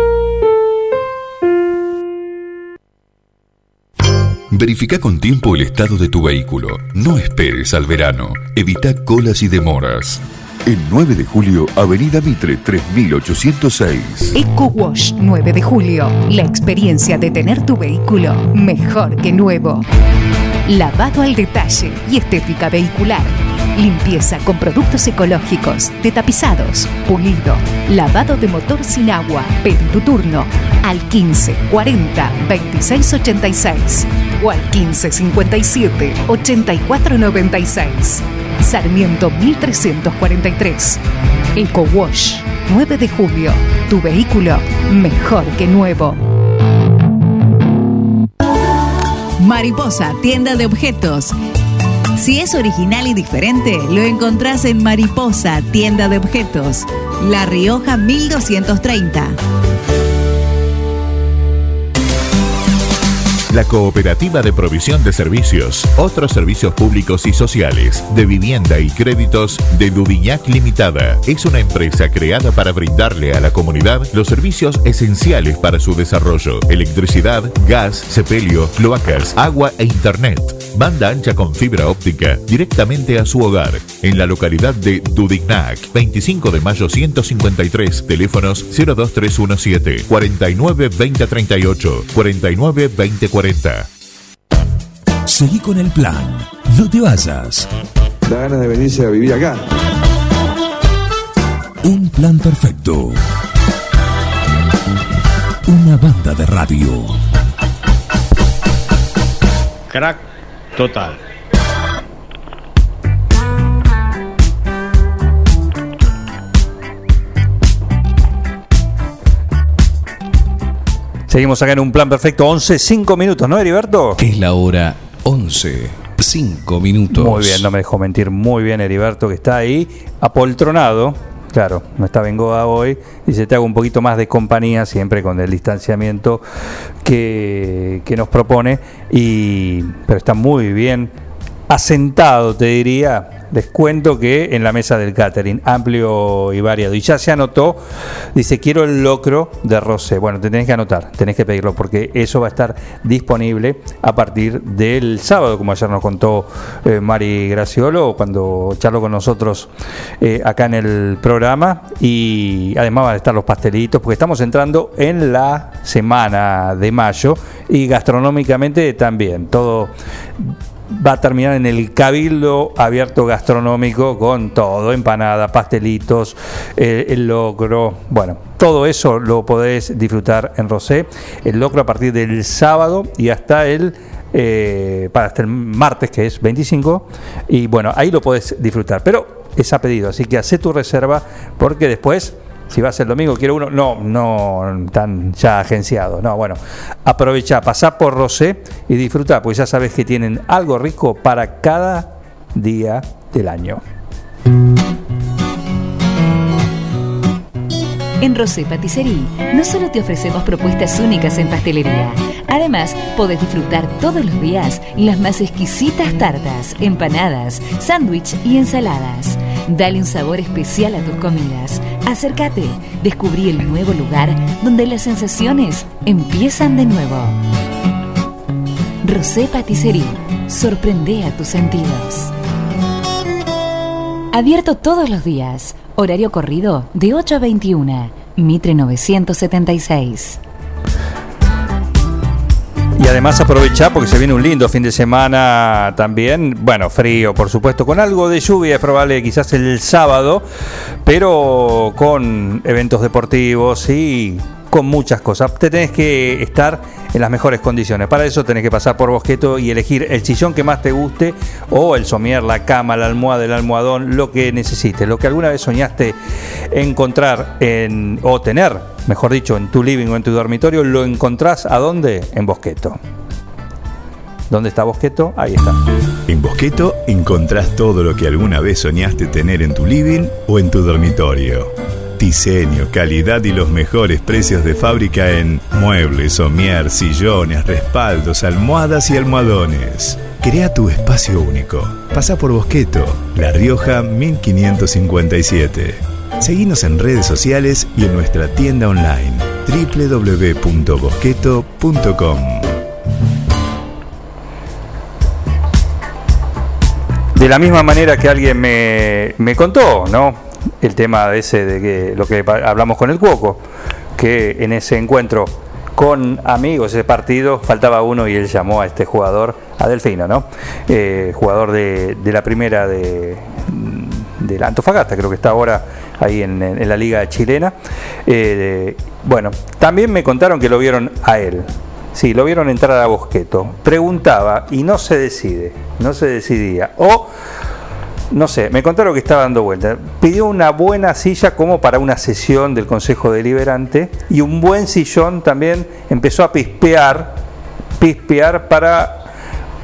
Verifica con tiempo el estado de tu vehículo. No esperes al verano. Evita colas y demoras. El 9 de julio, Avenida Mitre 3806. Eco Wash 9 de julio. La experiencia de tener tu vehículo mejor que nuevo. Lavado al detalle y estética vehicular. Limpieza con productos ecológicos, detapizados, pulido, lavado de motor sin agua. Pedí tu turno al 15 40 26 86 o al 15 57 84 96. Sarmiento 1343. Eco Wash 9 de julio. Tu vehículo mejor que nuevo. Mariposa, tienda de objetos. Si es original y diferente, lo encontrás en Mariposa, tienda de objetos. La Rioja 1230. La Cooperativa de Provisión de Servicios, otros servicios públicos y sociales, de vivienda y créditos de Dudignac Limitada. Es una empresa creada para brindarle a la comunidad los servicios esenciales para su desarrollo: electricidad, gas, sepelio, cloacas, agua e internet. Banda ancha con fibra óptica directamente a su hogar. En la localidad de Dudignac, 25 de mayo 153, teléfonos 02317 49 2038, 49 2040. Seguí con el plan, no te vayas. Da ganas de venirse a vivir acá. Un plan perfecto. Una banda de radio. Crack total. Seguimos acá en un plan perfecto, 11:05 minutos, ¿no, Heriberto? Es la hora 11:05 minutos. Muy bien, no me dejó mentir, muy bien Heriberto, que está ahí apoltronado. Claro, no está Bengoa hoy. Dice, te hago un poquito más de compañía, siempre con el distanciamiento que nos propone. Pero está muy bien asentado, te diría. Les cuento que en la mesa del catering, amplio y variado. Y ya se anotó, dice, quiero el locro de Rosé. Bueno, te tenés que anotar, tenés que pedirlo, porque eso va a estar disponible a partir del sábado, como ayer nos contó Mari Graciolo, cuando charló con nosotros acá en el programa. Y además van a estar los pastelitos, porque estamos entrando en la semana de mayo, y gastronómicamente también, todo va a terminar en el Cabildo Abierto Gastronómico, con todo, empanada, pastelitos, el locro, bueno, todo eso lo podés disfrutar en Rosé. El locro a partir del sábado y hasta el martes, que es 25, y bueno, ahí lo podés disfrutar, pero es a pedido, así que hacé tu reserva, porque después, si vas el domingo, quiero uno, no tan ya agenciado, no, bueno, aprovecha, pasá por Rosé y disfruta, pues ya sabes que tienen algo rico para cada día del año. En Rosé Patisserie no solo te ofrecemos propuestas únicas en pastelería, además podés disfrutar todos los días las más exquisitas tartas, empanadas, sándwich y ensaladas. Dale un sabor especial a tus comidas. Acércate, descubrí el nuevo lugar donde las sensaciones empiezan de nuevo. Rosé Patisserie, sorprende a tus sentidos. Abierto todos los días. Horario corrido de 8 a 21. Mitre 976. Y además aprovechá, porque se viene un lindo fin de semana también. Bueno, frío, por supuesto, con algo de lluvia, es probable quizás el sábado, pero con eventos deportivos y con muchas cosas. Te tenés que estar en las mejores condiciones. Para eso tenés que pasar por Bosqueto y elegir el sillón que más te guste, o el somier, la cama, la almohada, el almohadón, lo que necesites, lo que alguna vez soñaste encontrar o tener, mejor dicho, en tu living o en tu dormitorio, lo encontrás ¿a dónde? En Bosqueto. ¿Dónde está Bosqueto? Ahí está. En Bosqueto encontrás todo lo que alguna vez soñaste tener en tu living o en tu dormitorio. Diseño, calidad y los mejores precios de fábrica en muebles, somier, sillones, respaldos, almohadas y almohadones. Crea tu espacio único. Pasa por Bosqueto, La Rioja 1557. Seguinos en redes sociales y en nuestra tienda online www.bosqueto.com. De la misma manera que alguien me contó, ¿no? El tema ese de que lo que hablamos con el Cuoco, que en ese encuentro con amigos, ese partido, faltaba uno y él llamó a este jugador, a Delfino, ¿no? Jugador de la primera de la Antofagasta, creo que está ahora ahí en la liga chilena. Bueno, también me contaron que lo vieron a él. Sí, lo vieron entrar a Bosqueto. Preguntaba y no se decidía. O no sé, me contaron que estaba dando vueltas. Pidió una buena silla como para una sesión del Consejo Deliberante, y un buen sillón también. Empezó a pispear para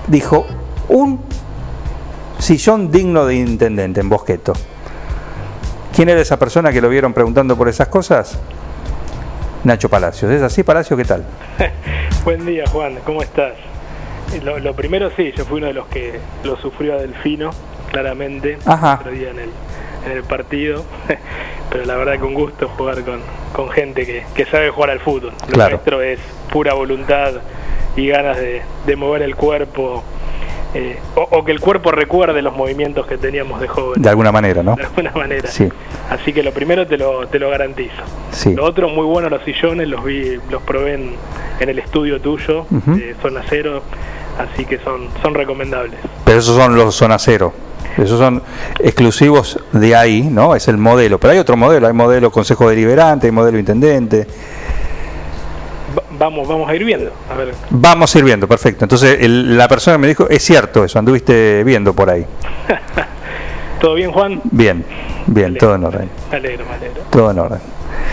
dijo un sillón digno de intendente en Bosqueto. ¿Quién era esa persona que lo vieron preguntando por esas cosas? Nacho Palacios. ¿Es así, Palacios? ¿Qué tal? Buen día, Juan. ¿Cómo estás? Lo primero, sí, yo fui uno de los que lo sufrió a Delfino, claramente, Ajá. el otro día en el partido. Pero la verdad que un gusto jugar con gente que sabe jugar al fútbol. Lo Claro. nuestro es pura voluntad y ganas de mover el cuerpo, o que el cuerpo recuerde los movimientos que teníamos de joven. De alguna manera, ¿no? De alguna manera. Sí. Así que lo primero te lo garantizo. Sí. Lo otro, muy bueno los sillones, los probé en el estudio tuyo, Ujú. de Zona Cero, así que son recomendables. Pero esos son los Zona Cero. Esos son exclusivos de ahí, ¿no? Es el modelo. Pero hay otro modelo. Hay modelo Consejo Deliberante, hay modelo Intendente. Vamos a ir viendo. A ver. Vamos a ir viendo, perfecto. Entonces la persona me dijo, es cierto eso, anduviste viendo por ahí. ¿Todo bien, Juan? Bien, todo en orden. Me alegro. Todo en orden.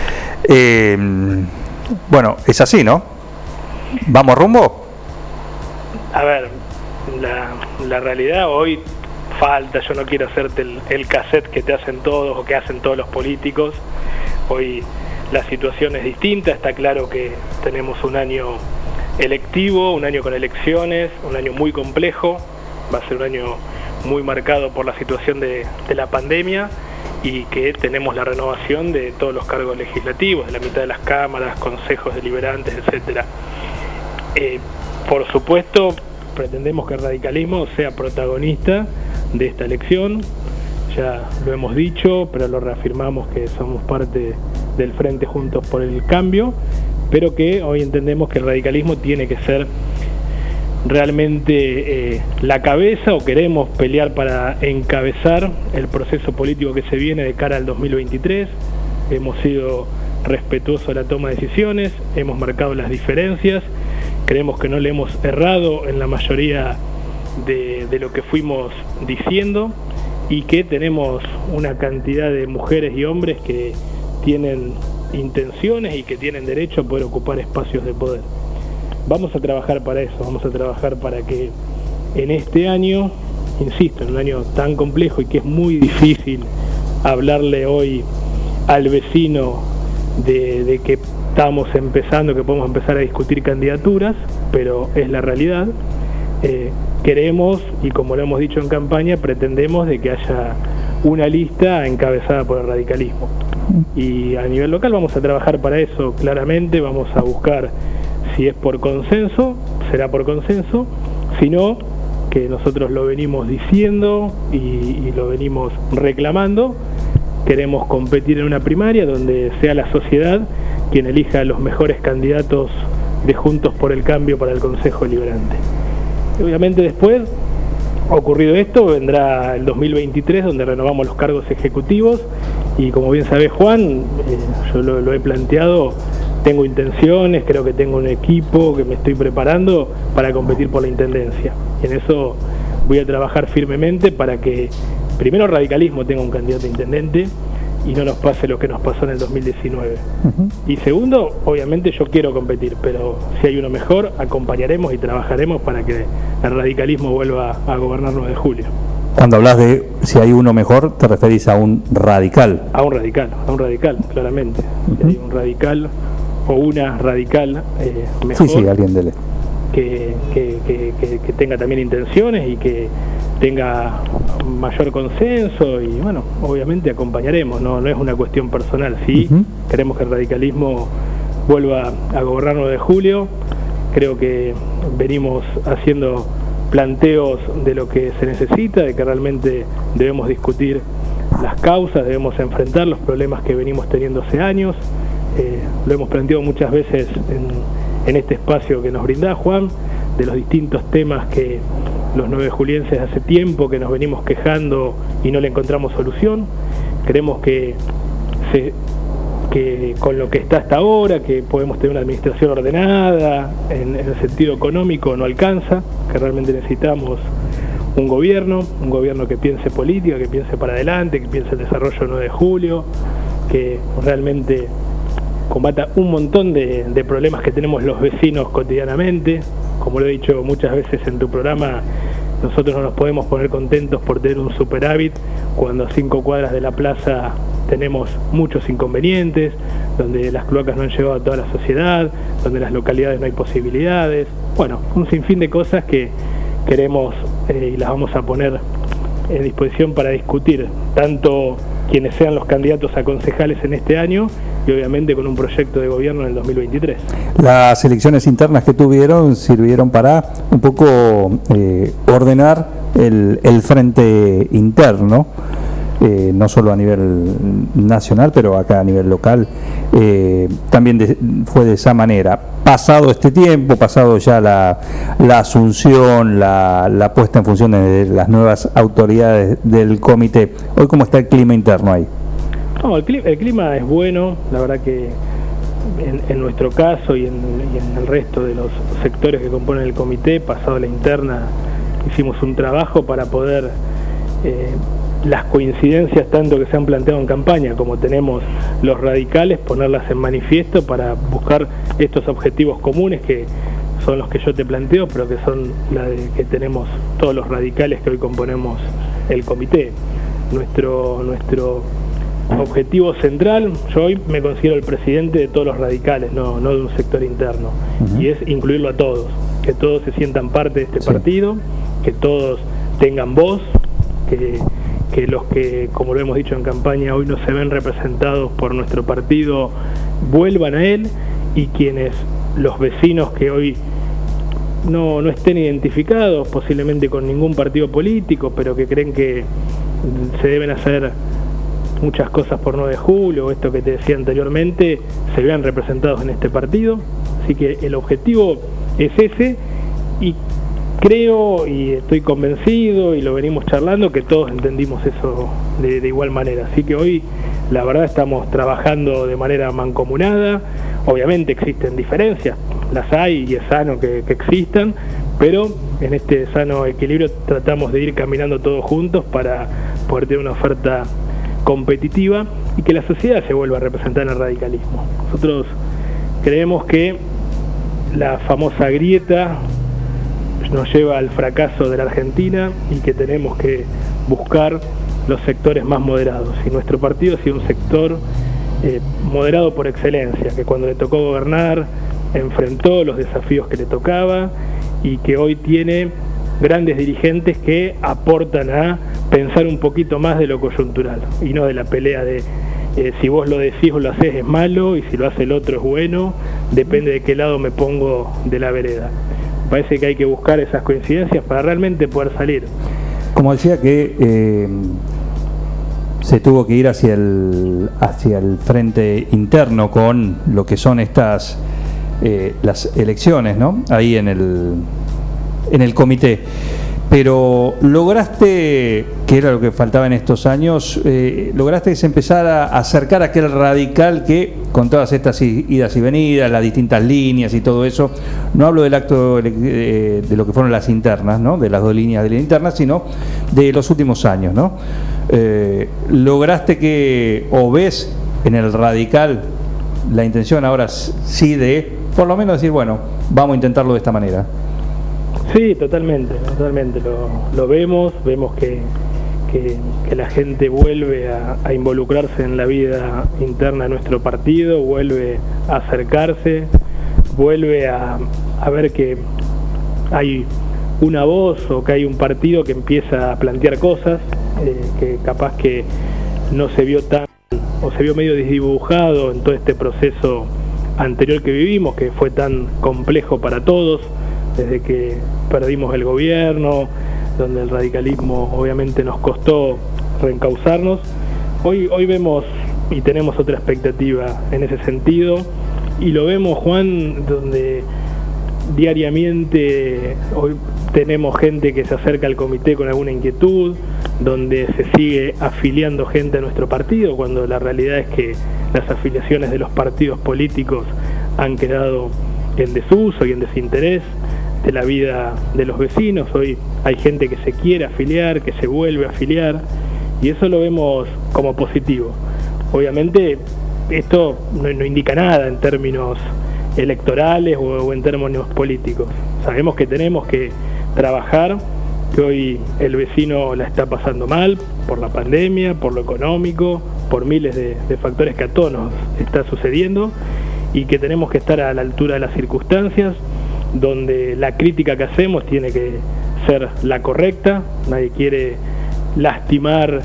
Bueno, es así, ¿no? ¿Vamos rumbo? A ver, la realidad hoy falta, yo no quiero hacerte el cassette que te hacen todos o que hacen todos los políticos. Hoy la situación es distinta, está claro que tenemos un año electivo, un año con elecciones, un año muy complejo, va a ser un año muy marcado por la situación de la pandemia y que tenemos la renovación de todos los cargos legislativos, de la mitad de las cámaras, consejos deliberantes, etcétera. Por supuesto, pretendemos que el radicalismo sea protagonista de esta elección, ya lo hemos dicho, pero lo reafirmamos que somos parte del Frente Juntos por el Cambio, pero que hoy entendemos que el radicalismo tiene que ser realmente la cabeza, o queremos pelear para encabezar el proceso político que se viene de cara al 2023. Hemos sido respetuosos de la toma de decisiones, hemos marcado las diferencias, creemos que no le hemos errado en la mayoría de lo que fuimos diciendo y que tenemos una cantidad de mujeres y hombres que tienen intenciones y que tienen derecho a poder ocupar espacios de poder. Vamos a trabajar para eso, vamos a trabajar para que en este año, insisto, en un año tan complejo y que es muy difícil hablarle hoy al vecino de que estamos empezando, que podemos empezar a discutir candidaturas, pero es la realidad. Queremos, y como lo hemos dicho en campaña, pretendemos de que haya una lista encabezada por el radicalismo. Y a nivel local vamos a trabajar para eso, claramente, vamos a buscar, si es por consenso, será por consenso, si no, que nosotros lo venimos diciendo y lo venimos reclamando, queremos competir en una primaria donde sea la sociedad quien elija a los mejores candidatos de Juntos por el Cambio para el Consejo Deliberante. Obviamente después, ocurrido esto, vendrá el 2023 donde renovamos los cargos ejecutivos y como bien sabe Juan, yo lo he planteado, tengo intenciones, creo que tengo un equipo que me estoy preparando para competir por la intendencia. Y en eso voy a trabajar firmemente para que primero el radicalismo tenga un candidato a intendente y no nos pase lo que nos pasó en el 2019. Y segundo, obviamente yo quiero competir, pero si hay uno mejor, acompañaremos y trabajaremos para que el radicalismo vuelva a gobernar 9 de julio. Cuando hablas de si hay uno mejor, te referís a un radical. A un radical, claramente. Si hay un radical o una radical mejor. Sí, alguien dele. Que tenga también intenciones y que tenga mayor consenso y bueno, obviamente acompañaremos, no es una cuestión personal, sí, queremos que el radicalismo vuelva a gobernar 9 de julio, creo que venimos haciendo planteos de lo que se necesita, de que realmente debemos discutir las causas, debemos enfrentar los problemas que venimos teniendo hace años, lo hemos planteado muchas veces en este espacio que nos brinda Juan, de los distintos temas que los 9 julienses hace tiempo que nos venimos quejando y no le encontramos solución. Creemos que con lo que está hasta ahora, que podemos tener una administración ordenada, en el sentido económico no alcanza, que realmente necesitamos un gobierno que piense política, que piense para adelante, que piense el desarrollo del 9 de julio, que realmente combata un montón de problemas que tenemos los vecinos cotidianamente, como lo he dicho muchas veces en tu programa, nosotros no nos podemos poner contentos por tener un superávit cuando a 5 cuadras de la plaza tenemos muchos inconvenientes, donde las cloacas no han llegado a toda la sociedad, donde en las localidades no hay posibilidades. Bueno, un sinfín de cosas que queremos y las vamos a poner en disposición para discutir, tanto quienes sean los candidatos a concejales en este año y obviamente con un proyecto de gobierno en el 2023. Las elecciones internas que tuvieron sirvieron para un poco ordenar el frente interno, no solo a nivel nacional, pero acá a nivel local también fue de esa manera. Pasado este tiempo, pasado ya la asunción, la puesta en función de las nuevas autoridades del comité, ¿hoy cómo está el clima interno ahí? No, el clima es bueno, la verdad que en nuestro caso y en el resto de los sectores que componen el comité, pasado la interna, hicimos un trabajo para poder las coincidencias tanto que se han planteado en campaña como tenemos los radicales, ponerlas en manifiesto para buscar estos objetivos comunes que son los que yo te planteo, pero que son la que tenemos todos los radicales que hoy componemos el comité. Nuestro objetivo central, yo hoy me considero el presidente de todos los radicales, no de un sector interno, y es incluirlo a todos, que todos se sientan parte de este partido, que todos tengan voz, que los que, como lo hemos dicho en campaña, hoy no se ven representados por nuestro partido, vuelvan a él, y quienes, los vecinos que hoy no estén identificados posiblemente con ningún partido político, pero que creen que se deben hacer muchas cosas por 9 de julio, esto que te decía anteriormente, se vean representados en este partido. Así que el objetivo es ese, y creo y estoy convencido, y lo venimos charlando, que todos entendimos eso de igual manera. Así que hoy la verdad estamos trabajando de manera mancomunada. Obviamente existen diferencias, las hay y es sano que existan, pero en este sano equilibrio tratamos de ir caminando todos juntos para poder tener una oferta competitiva y que la sociedad se vuelva a representar en el radicalismo. Nosotros creemos que la famosa grieta nos lleva al fracaso de la Argentina y que tenemos que buscar los sectores más moderados, y nuestro partido ha sido un sector moderado por excelencia, que cuando le tocó gobernar enfrentó los desafíos que le tocaba y que hoy tiene grandes dirigentes que aportan a pensar un poquito más de lo coyuntural y no de la pelea de si vos lo decís o lo hacés es malo y si lo hace el otro es bueno, depende de qué lado me pongo de la vereda. Parece que hay que buscar esas coincidencias para realmente poder salir. Como decía que se tuvo que ir hacia el frente interno con lo que son estas las elecciones, ¿no? Ahí en el comité. Pero lograste, que era lo que faltaba en estos años, lograste que se empezara a acercar a aquel radical que, con todas estas idas y venidas, las distintas líneas y todo eso, no hablo del acto de lo que fueron las internas, ¿no? De las 2 líneas de la interna, sino de los últimos años, ¿no? Lograste que, o ves en el radical la intención ahora sí de, por lo menos decir, bueno, vamos a intentarlo de esta manera. Sí, totalmente, lo vemos que la gente vuelve a involucrarse en la vida interna de nuestro partido, vuelve a acercarse, vuelve a ver que hay una voz o que hay un partido que empieza a plantear cosas que capaz que no se vio tan, o se vio medio desdibujado en todo este proceso anterior que vivimos, que fue tan complejo para todos, desde que perdimos el gobierno, donde el radicalismo obviamente nos costó reencauzarnos. Hoy vemos y tenemos otra expectativa en ese sentido, y lo vemos, Juan, donde diariamente hoy tenemos gente que se acerca al comité con alguna inquietud, donde se sigue afiliando gente a nuestro partido, cuando la realidad es que las afiliaciones de los partidos políticos han quedado en desuso y en desinterés de la vida de los vecinos. Hoy hay gente que se quiere afiliar, que se vuelve a afiliar, y eso lo vemos como positivo. Obviamente esto no indica nada en términos electorales o en términos políticos, Sabemos que tenemos que trabajar, que hoy el vecino la está pasando mal por la pandemia, por lo económico, por miles de factores que a todos nos está sucediendo, y que tenemos que estar a la altura de las circunstancias, donde la crítica que hacemos tiene que ser la correcta. Nadie quiere lastimar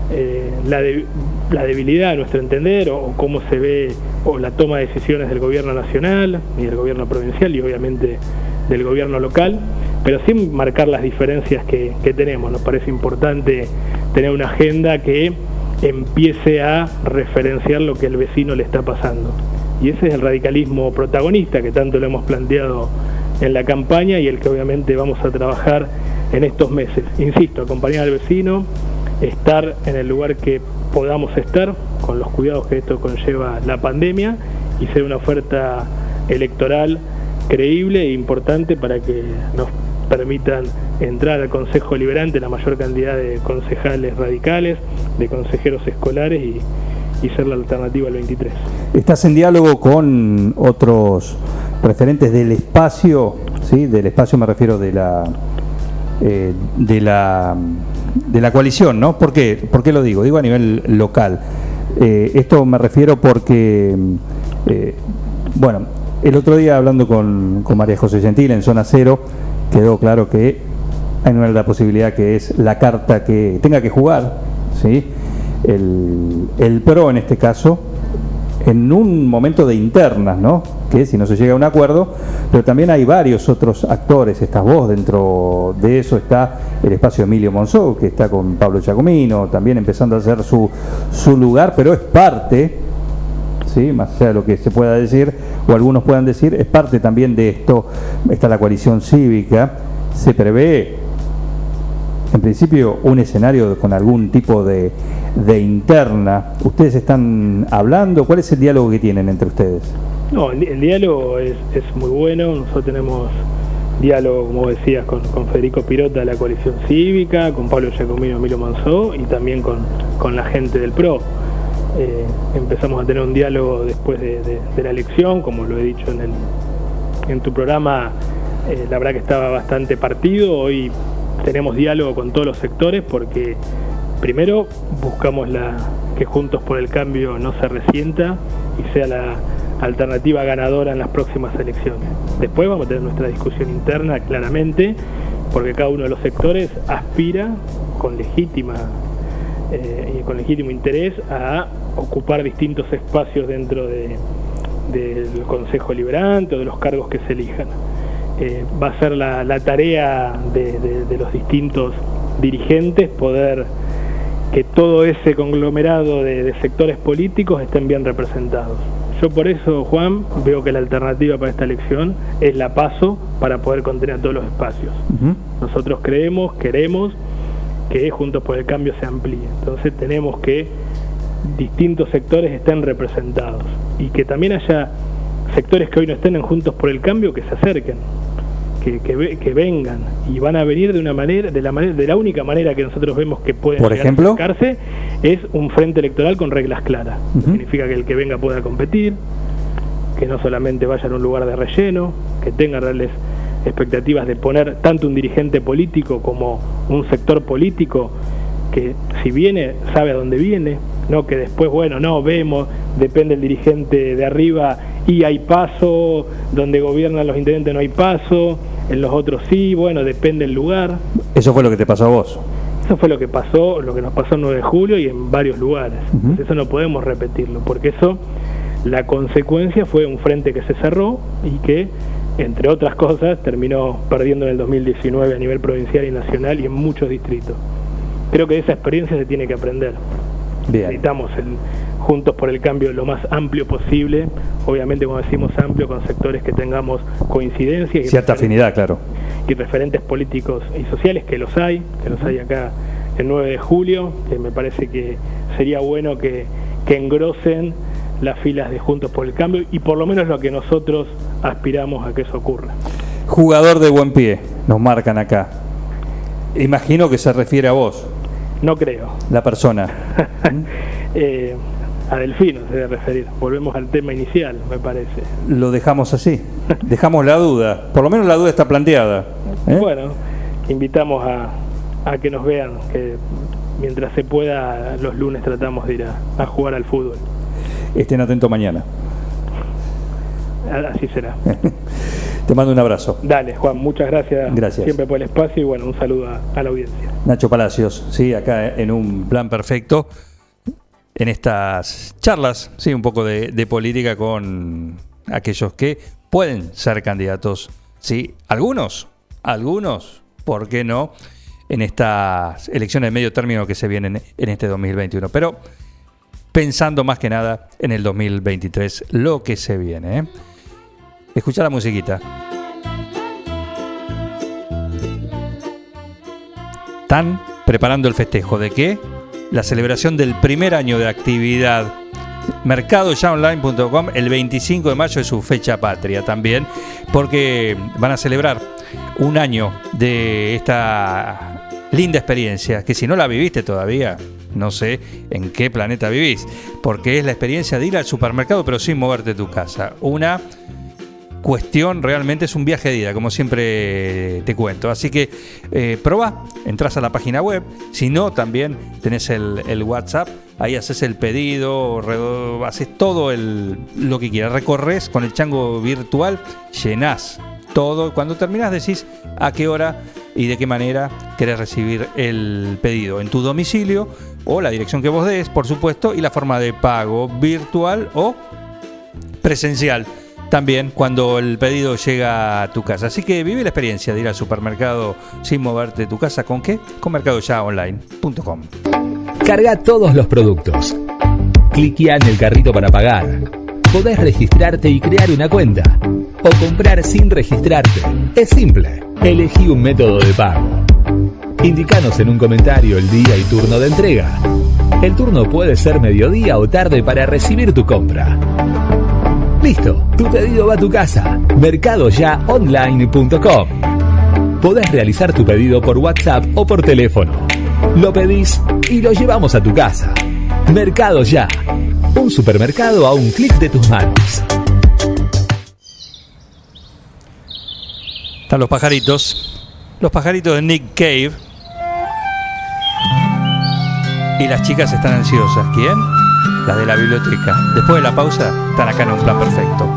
la debilidad a nuestro entender, o cómo se ve o la toma de decisiones del gobierno nacional y del gobierno provincial y obviamente del gobierno local, pero sin marcar las diferencias que tenemos. Nos parece importante tener una agenda que empiece a referenciar lo que el vecino le está pasando, y ese es el radicalismo protagonista que tanto lo hemos planteado en la campaña y el que obviamente vamos a trabajar en estos meses. Insisto, acompañar al vecino, estar en el lugar que podamos estar, con los cuidados que esto conlleva la pandemia, y ser una oferta electoral creíble e importante para que nos permitan entrar al Consejo Liberante la mayor cantidad de concejales radicales, de consejeros escolares, y ser la alternativa al 23. ¿Estás en diálogo con otros referentes del espacio? ¿Sí? Del espacio me refiero de la coalición, ¿no? ¿Por qué lo digo? Digo a nivel local. Esto me refiero porque, bueno, el otro día hablando con María José Gentil en Zona Cero, quedó claro que hay una posibilidad que es la carta que tenga que jugar, ¿sí? El PRO en este caso, en un momento de internas, ¿no? Que si no se llega a un acuerdo, pero también hay varios otros actores. Estás vos, dentro de eso está el espacio Emilio Monzó, que está con Pablo Giacomino, también empezando a hacer su lugar, pero es parte, ¿sí? Más allá de lo que se pueda decir, o algunos puedan decir, es parte también de esto. Está la coalición cívica, se prevé en principio un escenario con algún tipo de interna. ¿Ustedes están hablando? ¿Cuál es el diálogo que tienen entre ustedes? No, el diálogo es muy bueno. Nosotros tenemos diálogo, como decías, con Federico Pirota de la coalición cívica, con Pablo Giacomino, Emilio Monzó, y también con la gente del PRO. Empezamos a tener un diálogo después de la elección, como lo he dicho en tu programa. La verdad que estaba bastante partido. Hoy tenemos diálogo con todos los sectores, porque primero buscamos que Juntos por el Cambio no se resienta y sea la alternativa ganadora en las próximas elecciones. Después vamos a tener nuestra discusión interna, claramente, porque cada uno de los sectores aspira con legítimo interés a ocupar distintos espacios dentro del Consejo Liberante o de los cargos que se elijan. Va a ser la tarea de los distintos dirigentes poder que todo ese conglomerado de sectores políticos estén bien representados. Yo por eso, Juan, veo que la alternativa para esta elección es la PASO, para poder contener todos los espacios. Nosotros queremos que Juntos por el Cambio se amplíe. Entonces tenemos que distintos sectores estén representados, y que también haya sectores que hoy no estén en Juntos por el Cambio que se acerquen, que vengan, y van a venir de la única manera que nosotros vemos que pueden ¿por ejemplo? acercarse, es un frente electoral con reglas claras. Significa que el que venga pueda competir, que no solamente vaya a un lugar de relleno, que tenga reales expectativas de poner tanto un dirigente político como un sector político que, si viene, sabe a dónde viene, no que después, bueno, no, vemos, depende el dirigente de arriba y hay paso, donde gobiernan los intendentes no hay paso, en los otros sí, bueno, depende el lugar. Eso fue lo que te pasó a vos. Eso fue lo que nos pasó el 9 de julio y en varios lugares. Entonces eso no podemos repetirlo, porque eso, la consecuencia fue un frente que se cerró y que, entre otras cosas, terminó perdiendo en el 2019 a nivel provincial y nacional y en muchos distritos. Creo que de esa experiencia se tiene que aprender. Bien. Necesitamos Juntos por el Cambio lo más amplio posible, obviamente cuando decimos amplio, con sectores que tengamos coincidencia y cierta afinidad, claro, y referentes políticos y sociales, que los hay acá el 9 de julio, que me parece que sería bueno que engrosen las filas de Juntos por el Cambio, y por lo menos lo que nosotros aspiramos a que eso ocurra. Jugador de buen pie, nos marcan acá. Imagino que se refiere a vos. No creo. La persona. Delfino se debe referir. Volvemos al tema inicial, me parece. Lo dejamos así, dejamos la duda, por lo menos la duda está planteada. Bueno, invitamos a que nos vean, que mientras se pueda los lunes tratamos de ir a jugar al fútbol. Estén atentos mañana. Así será. Te mando un abrazo. Dale, Juan, muchas gracias. Gracias. Siempre por el espacio y bueno, un saludo a la audiencia. Nacho Palacios, sí, acá en un plan perfecto, en estas charlas, sí, un poco de política con aquellos que pueden ser candidatos, sí, algunos, ¿por qué no?, en estas elecciones de medio término que se vienen en este 2021. Pero pensando más que nada en el 2023, lo que se viene, Escuchá la musiquita. Están preparando el festejo ¿de qué? La celebración del primer año de actividad. Mercadoyaonline.com, el 25 de mayo es su fecha patria también, porque van a celebrar un año de esta linda experiencia, que si no la viviste todavía, no sé en qué planeta vivís, porque es la experiencia de ir al supermercado pero sin moverte de tu casa. Una cuestión, realmente es un viaje de ida, como siempre te cuento. Así que probá, entras a la página web, si no también tenés el WhatsApp, ahí haces el pedido, haces todo lo que quieras, recorres con el chango virtual, llenás todo, cuando terminás decís a qué hora y de qué manera querés recibir el pedido, en tu domicilio o la dirección que vos des, por supuesto, y la forma de pago virtual o presencial también cuando el pedido llega a tu casa. Así que vive la experiencia de ir al supermercado sin moverte de tu casa. ¿Con qué? Con mercadoyaonline.com. Carga todos los productos. Cliquea en el carrito para pagar. Podés registrarte y crear una cuenta. O comprar sin registrarte. Es simple. Elegí un método de pago. Indicanos en un comentario el día y turno de entrega. El turno puede ser mediodía o tarde para recibir tu compra. Listo, tu pedido va a tu casa. Mercadoyaonline.com. Podés realizar tu pedido por WhatsApp o por teléfono. Lo pedís y lo llevamos a tu casa. Mercado Ya. Un supermercado a un clic de tus manos. Están los pajaritos de Nick Cave. Y las chicas están ansiosas. ¿Quién? Las de la biblioteca. Después de la pausa, están acá en un plan perfecto.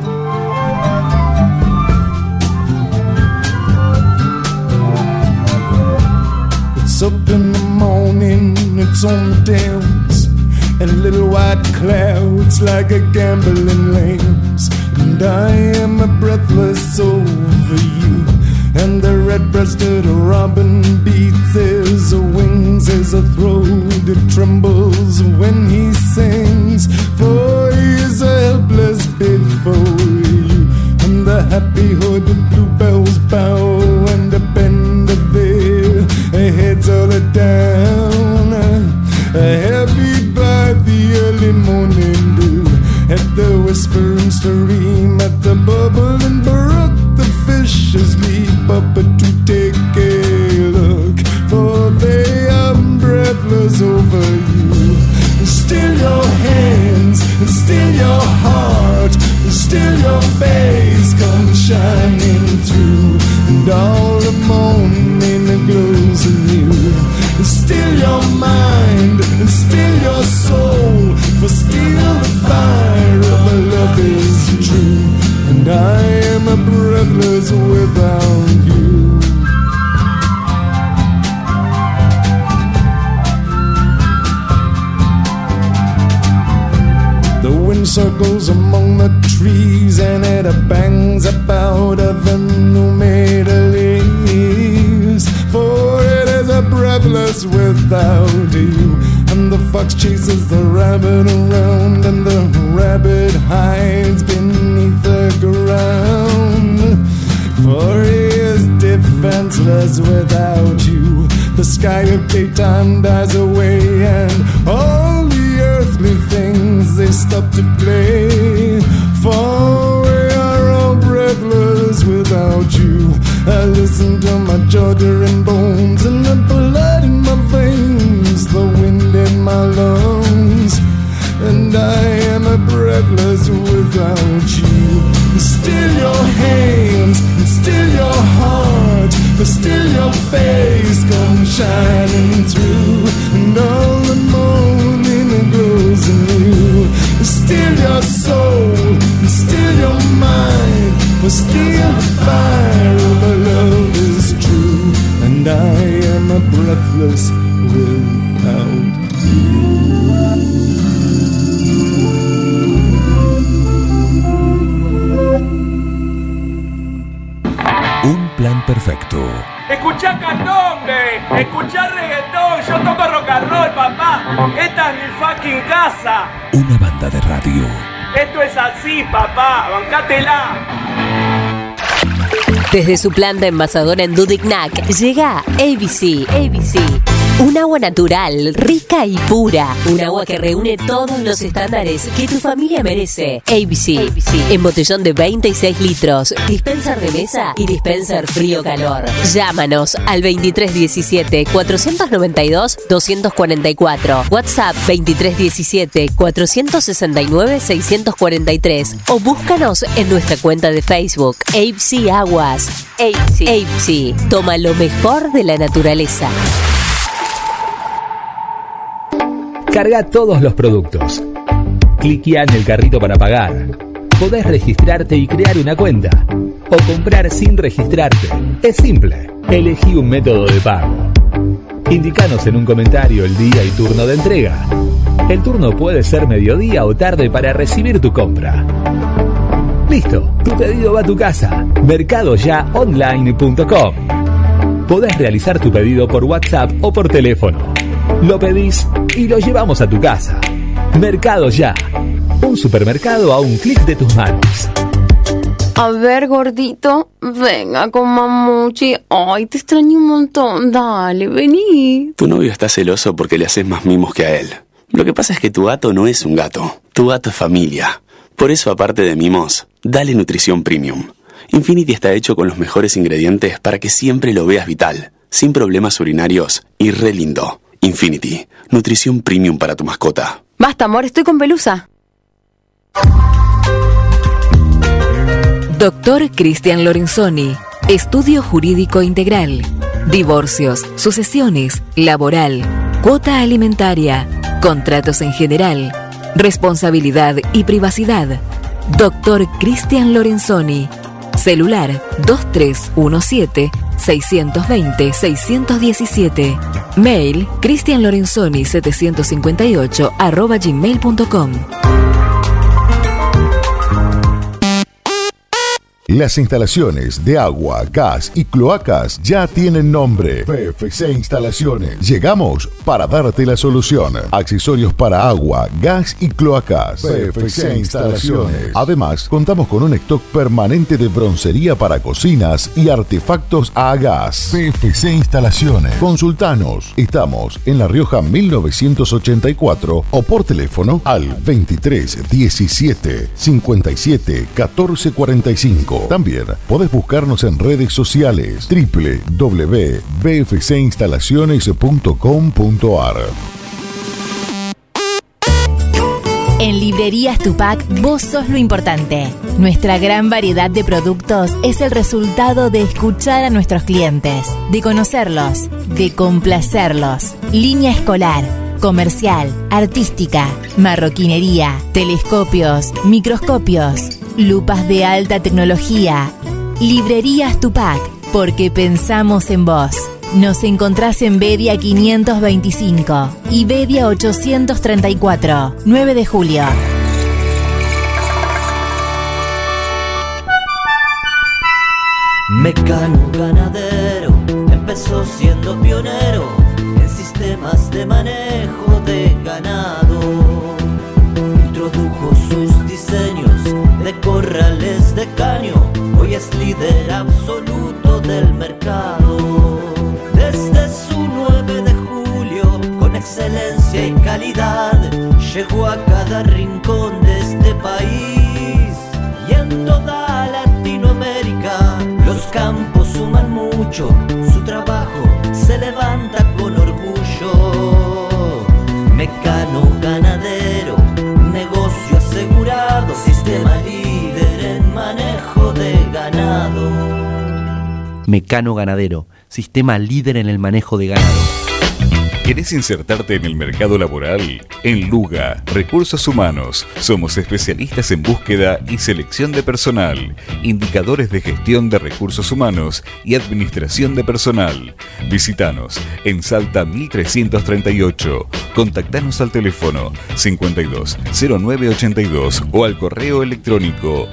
It's up in the morning, it's on the downs, and little white clouds like a gambling lambs. And I am breathless over you. And the red-breasted robin beats his wings as a throat that trembles when he sings. For he is helpless before you. And the happy hooded bluebells bow and bend their heads all down. Heavy by the early morning dew, at the whispering stream, at the bubbling brook, the fishes leap up to take a look, for they are breathless over you. Still your hands, still your heart, still your face comes shining through, and all the morning glows anew. Still your mind, still your soul, for still the fire of love is true, and I am breathless without you. The wind circles among the trees and it bangs about the new-made leaves, for it is breathless without you. And the fox chases the rabbit around, and the rabbit hides beneath the ground, for he is defenseless without you. The sky of daytime dies away, and all the earthly things, they stop to play, for we are all breathless without you. I listen to my jaw-tearing bones and the blood in my veins, the wind in my lungs, and I still your mind, but still the fire of our love is true, and I am a breathless without you. Un plan perfecto. Escuchá candombe, escuchá reggaetón, yo toco rock and roll, papá. Esta es mi fucking casa. Una banda de radio. Esto es así, papá, bancátela. Desde su planta envasadora en Dudignac llega ABC. Un agua natural, rica y pura. Un agua que reúne todos los estándares que tu familia merece. ABC. En botellón de 26 litros. Dispenser de mesa y dispenser frío-calor. Llámanos al 2317-492-244. WhatsApp 2317-469-643. O búscanos en nuestra cuenta de Facebook. ABC Aguas. ABC. Toma lo mejor de la naturaleza. Carga todos los productos. Cliquea en el carrito para pagar. Podés registrarte y crear una cuenta. O comprar sin registrarte. Es simple. Elegí un método de pago. Indicanos en un comentario el día y turno de entrega. El turno puede ser mediodía o tarde para recibir tu compra. Listo, tu pedido va a tu casa. mercadoyaonline.com. Podés realizar tu pedido por WhatsApp o por teléfono. Lo pedís y lo llevamos a tu casa. Mercado Ya. Un supermercado a un clic de tus manos. A ver, gordito, venga con mamuchi. Ay, te extraño un montón. Dale, vení. Tu novio está celoso porque le haces más mimos que a él. Lo que pasa es que tu gato no es un gato. Tu gato es familia. Por eso, aparte de mimos, dale nutrición premium. Infinity está hecho con los mejores ingredientes para que siempre lo veas vital, sin problemas urinarios y re lindo. Infinity, nutrición premium para tu mascota. Basta, amor, estoy con Pelusa. Doctor Cristian Lorenzoni, Estudio Jurídico Integral, Divorcios, Sucesiones, Laboral, Cuota Alimentaria, Contratos en general, Responsabilidad y Privacidad. Doctor Cristian Lorenzoni. Celular 2317-620-617. Mail cristianlorenzoni758@gmail.com. Las instalaciones de agua, gas y cloacas ya tienen nombre. PFC Instalaciones. Llegamos para darte la solución. Accesorios para agua, gas y cloacas. PFC Instalaciones. Además, contamos con un stock permanente de broncería para cocinas y artefactos a gas. PFC Instalaciones. Consultanos. Estamos en La Rioja 1984 o por teléfono al 23 17 57 14 45. También podés buscarnos en redes sociales www.bfcinstalaciones.com.ar. En Librerías Tupac, vos sos lo importante. Nuestra gran variedad de productos es el resultado de escuchar a nuestros clientes, de conocerlos, de complacerlos. Línea escolar, comercial, artística, marroquinería, telescopios, microscopios, lupas de alta tecnología. Librerías Tupac, porque pensamos en vos. Nos encontrás en Bedia 525 y Bedia 834, 9 de julio. Mecano ganadero empezó siendo pionero en sistemas de manejo de ganado. Introdujo sus diseños de corrales de caño, hoy es líder absoluto del mercado. Desde su 9 de julio, con excelencia y calidad, llegó a cada rincón de este país. Y en toda Latinoamérica, los campos suman mucho, su trabajo se levanta con orgullo. Mecano ganadero, negocio asegurado, sistema líder en manejo de ganado. Mecano ganadero, sistema líder en el manejo de ganado. ¿Querés insertarte en el mercado laboral? En Luga, Recursos Humanos, somos especialistas en búsqueda y selección de personal, indicadores de gestión de recursos humanos y administración de personal. Visítanos en Salta 1338. Contactanos al teléfono 52 0982 o al correo electrónico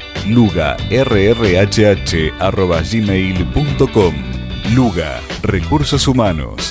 lugarrhh@gmail.com. Luga, Recursos Humanos.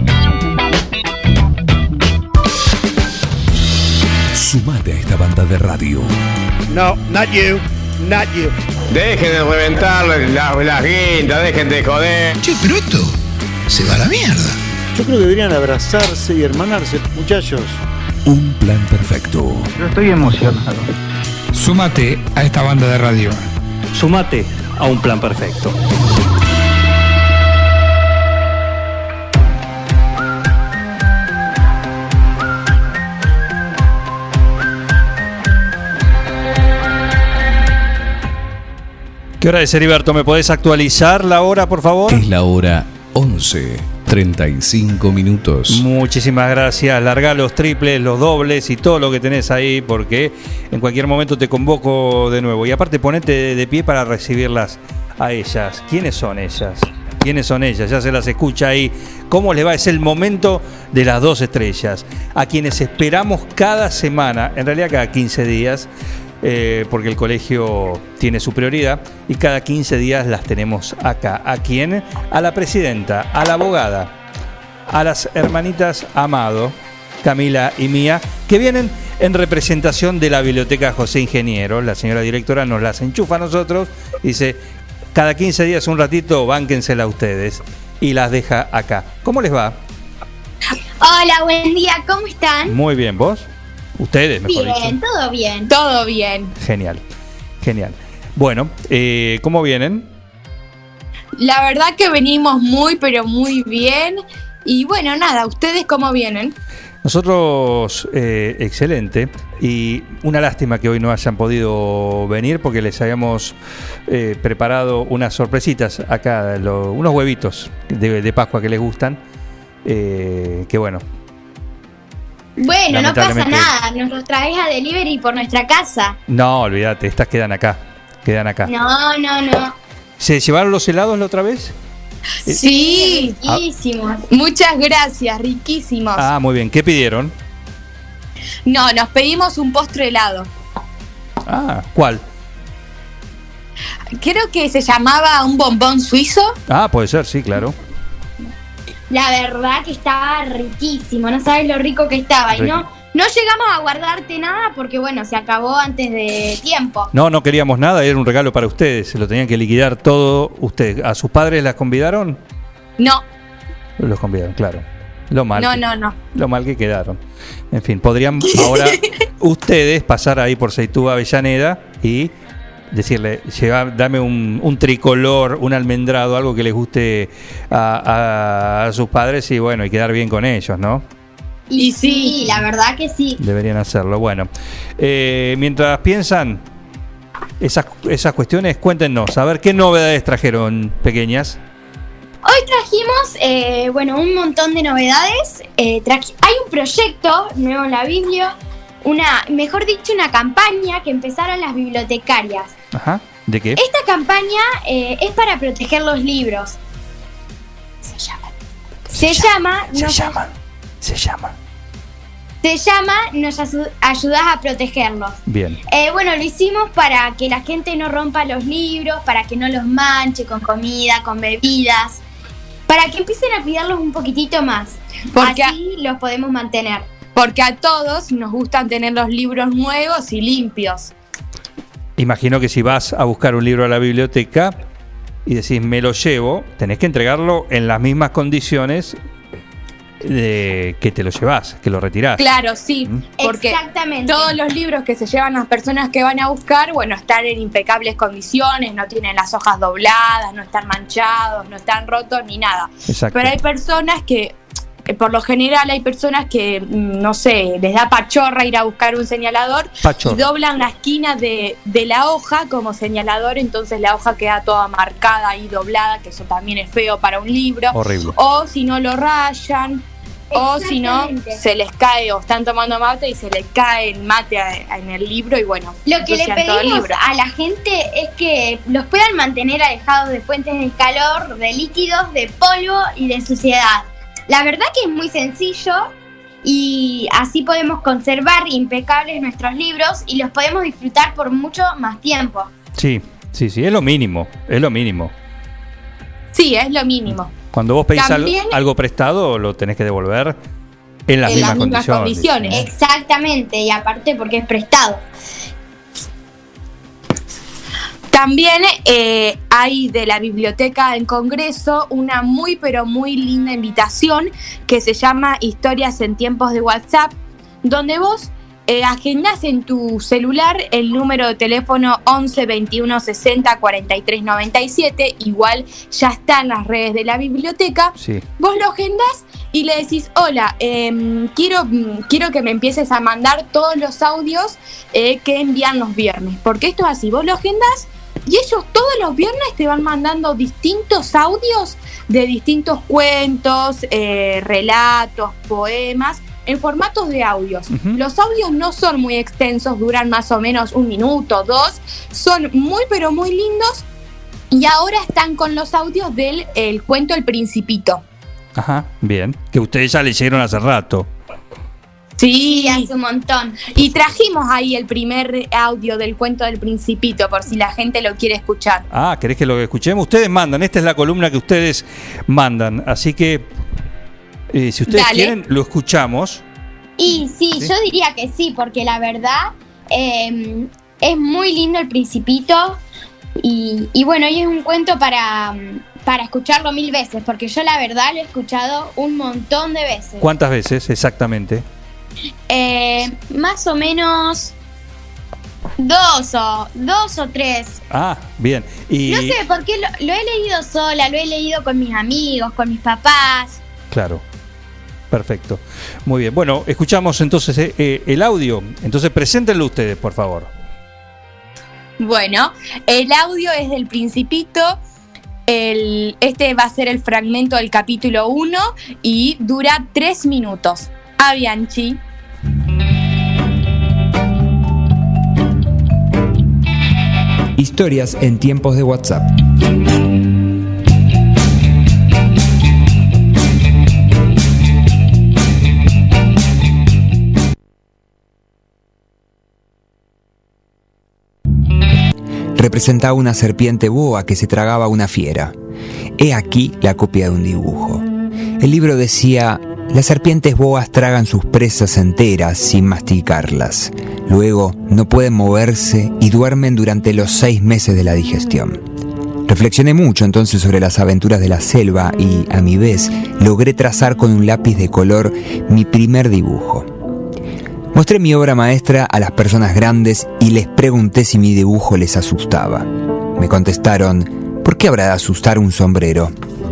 Sumate a esta banda de radio. No, not you, not you. Dejen de reventar las guindas, dejen de joder. Che, pero esto se va a la mierda. Yo creo que deberían abrazarse y hermanarse, muchachos. Un plan perfecto. Yo estoy emocionado. Súmate a esta banda de radio. Súmate a un plan perfecto. ¿Qué hora es, Heriberto? ¿Me podés actualizar la hora, por favor? Es la hora 11:35 minutos. Muchísimas gracias. Largá los triples, los dobles y todo lo que tenés ahí, porque en cualquier momento te convoco de nuevo. Y aparte, ponete de pie para recibirlas a ellas. ¿Quiénes son ellas? ¿Quiénes son ellas? Ya se las escucha ahí. ¿Cómo les va? Es el momento de las 2 estrellas. A quienes esperamos cada semana, en realidad cada 15 días, porque el colegio tiene su prioridad y cada 15 días las tenemos acá. ¿A quién? A la presidenta, a la abogada, a las hermanitas Amado, Camila y Mía, que vienen en representación de la Biblioteca José Ingeniero. La señora directora nos las enchufa a nosotros, dice, cada 15 días un ratito, bánquensela ustedes, y las deja acá. ¿Cómo les va? Hola, buen día, ¿cómo están? Muy bien, ¿vos? Ustedes, mejor dicho. Bien, todo bien. Genial, genial. Bueno, ¿cómo vienen? La verdad que venimos muy, pero muy bien. Y bueno, nada, ¿ustedes cómo vienen? Nosotros, excelente. Y una lástima que hoy no hayan podido venir porque les habíamos preparado unas sorpresitas acá, unos huevitos de Pascua que les gustan. Que bueno. Bueno, no pasa nada, nos los traes a delivery por nuestra casa. No, olvídate, estas quedan acá. No. ¿Se llevaron los helados la otra vez? Sí, riquísimos. Muchas gracias, riquísimos. Ah, muy bien. ¿Qué pidieron? No, nos pedimos un postre helado. Ah, ¿cuál? Creo que se llamaba un bombón suizo. Ah, puede ser, sí, claro. La verdad que estaba riquísimo, no sabes lo rico que estaba. Y no llegamos a guardarte nada porque, bueno, se acabó antes de tiempo. No queríamos nada, era un regalo para ustedes. Se lo tenían que liquidar todo ustedes. ¿A sus padres las convidaron? No. Los convidaron, claro. Lo mal. No. Lo mal que quedaron. En fin, podrían ahora ustedes pasar ahí por Seitúa, Avellaneda y decirle, dame un tricolor, un almendrado, algo que les guste a sus padres y bueno, y quedar bien con ellos, ¿no? Y sí, la verdad que sí. Deberían hacerlo. Bueno, mientras piensan esas cuestiones, cuéntenos, a ver qué novedades trajeron, pequeñas. Hoy trajimos, un montón de novedades. Hay un proyecto nuevo en la Biblia. Una campaña que empezaron las bibliotecarias. Ajá. ¿De qué? Esta campaña es para proteger los libros. Se llama Nos ayudás a protegerlos. Bien. Lo hicimos para que la gente no rompa los libros, para que no los manche con comida, con bebidas, para que empiecen a cuidarlos un poquitito más. Así los podemos mantener. Porque a todos nos gustan tener los libros nuevos y limpios. Imagino que si vas a buscar un libro a la biblioteca y decís me lo llevo, tenés que entregarlo en las mismas condiciones de que te lo llevas, que lo retirás. Claro, sí, porque exactamente. Todos los libros que se llevan las personas que van a buscar, están en impecables condiciones, no tienen las hojas dobladas, no están manchados, no están rotos ni nada. Exacto. Pero hay personas que por lo general hay personas que, no sé, les da pachorra ir a buscar un señalador y doblan la esquina de la hoja como señalador, entonces la hoja queda toda marcada y doblada, que eso también es feo para un libro. Horrible. O si no lo rayan, O si no, se les cae o están tomando mate y se les cae el mate en el libro y bueno. Lo que le pedimos a la gente es que los puedan mantener alejados de fuentes de calor, de líquidos, de polvo y de suciedad. La verdad que es muy sencillo y así podemos conservar impecables nuestros libros y los podemos disfrutar por mucho más tiempo. Sí, es lo mínimo, Sí, es lo mínimo. Cuando vos pedís algo prestado, lo tenés que devolver en las mismas condiciones. ¿No? Exactamente, y aparte porque es prestado. También hay de la Biblioteca del Congreso una muy pero muy linda invitación que se llama Historias en tiempos de WhatsApp, donde vos agendás en tu celular el número de teléfono 11 21 60 43 97, igual ya está en las redes de la biblioteca. Sí. Vos lo agendás y le decís, hola, quiero que me empieces a mandar todos los audios que envían los viernes, porque esto es así, vos lo agendás y ellos todos los viernes te van mandando distintos audios de distintos cuentos, relatos, poemas, en formatos de audios. Uh-huh. Los audios no son muy extensos, duran más o menos 1 minuto, 2, son muy pero muy lindos y ahora están con los audios del cuento El Principito. Ajá, bien, que ustedes ya leyeron hace rato. Sí, hace un montón. Y trajimos ahí el primer audio del cuento del Principito, por si la gente lo quiere escuchar. Ah, ¿querés que lo escuchemos? Ustedes mandan, esta es la columna que ustedes mandan, así que si ustedes quieren, lo escuchamos. Y sí, yo diría que sí, porque la verdad es muy lindo El Principito y bueno, y es un cuento para escucharlo 1000 veces, porque yo la verdad lo he escuchado un montón de veces. ¿Cuántas veces exactamente? Más o menos 2 o 3. Ah, bien. Y no sé, porque lo he leído sola, lo he leído con mis amigos, con mis papás. Claro. Perfecto. Muy bien. Bueno, escuchamos entonces el audio. Entonces, preséntenlo ustedes, por favor. Bueno, el audio es del Principito. Este va a ser el fragmento del capítulo 1 y dura 3 minutos. A Bianchi. Historias en tiempos de WhatsApp. Representaba una serpiente boa que se tragaba una fiera. He aquí la copia de un dibujo. El libro decía: las serpientes boas tragan sus presas enteras sin masticarlas. Luego no pueden moverse y duermen durante los 6 meses de la digestión. Reflexioné mucho entonces sobre las aventuras de la selva y, a mi vez, logré trazar con un lápiz de color mi primer dibujo. Mostré mi obra maestra a las personas grandes y les pregunté si mi dibujo les asustaba. Me contestaron: ¿por qué habrá de asustar un sombrero?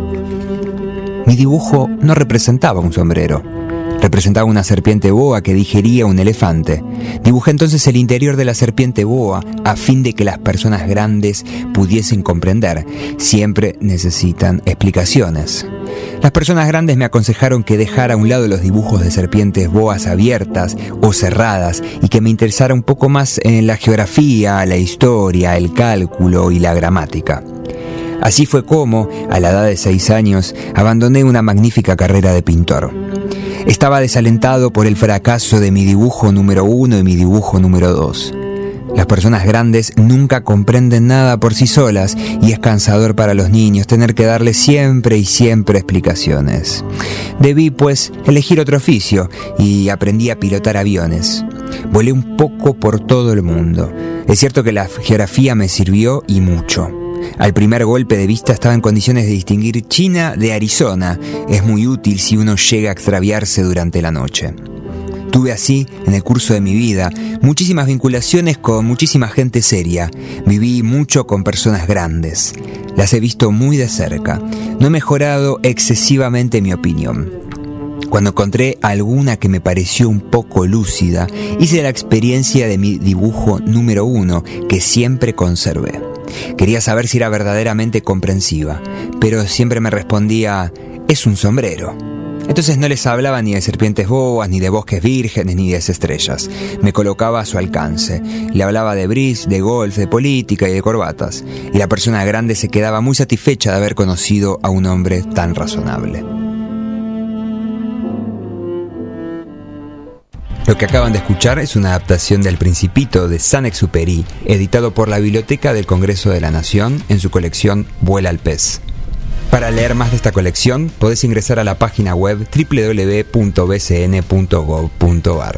Mi dibujo no representaba un sombrero. Representaba una serpiente boa que digería un elefante. Dibujé entonces el interior de la serpiente boa a fin de que las personas grandes pudiesen comprender. Siempre necesitan explicaciones. Las personas grandes me aconsejaron que dejara a un lado los dibujos de serpientes boas abiertas o cerradas y que me interesara un poco más en la geografía, la historia, el cálculo y la gramática. Así fue como, a la edad de 6 años, abandoné una magnífica carrera de pintor. Estaba desalentado por el fracaso de mi dibujo número 1 y mi dibujo número 2. Las personas grandes nunca comprenden nada por sí solas y es cansador para los niños tener que darles siempre y siempre explicaciones. Debí, pues, elegir otro oficio y aprendí a pilotar aviones. Volé un poco por todo el mundo. Es cierto que la geografía me sirvió y mucho. Al primer golpe de vista estaba en condiciones de distinguir China de Arizona. Es muy útil si uno llega a extraviarse durante la noche. Tuve así, en el curso de mi vida, muchísimas vinculaciones con muchísima gente seria. Viví mucho con personas grandes. Las he visto muy de cerca. No he mejorado excesivamente mi opinión. Cuando encontré alguna que me pareció un poco lúcida, hice la experiencia de mi dibujo número 1, que siempre conservé. Quería saber si era verdaderamente comprensiva, pero siempre me respondía: es un sombrero. Entonces no les hablaba ni de serpientes boas, ni de bosques vírgenes, ni de estrellas. Me colocaba a su alcance. Le hablaba de bridge, de golf, de política y de corbatas. Y la persona grande se quedaba muy satisfecha de haber conocido a un hombre tan razonable. Lo que acaban de escuchar es una adaptación del Principito de Saint-Exupéry, editado por la Biblioteca del Congreso de la Nación en su colección Vuela al Pez. Para leer más de esta colección, podés ingresar a la página web www.bcn.gov.ar.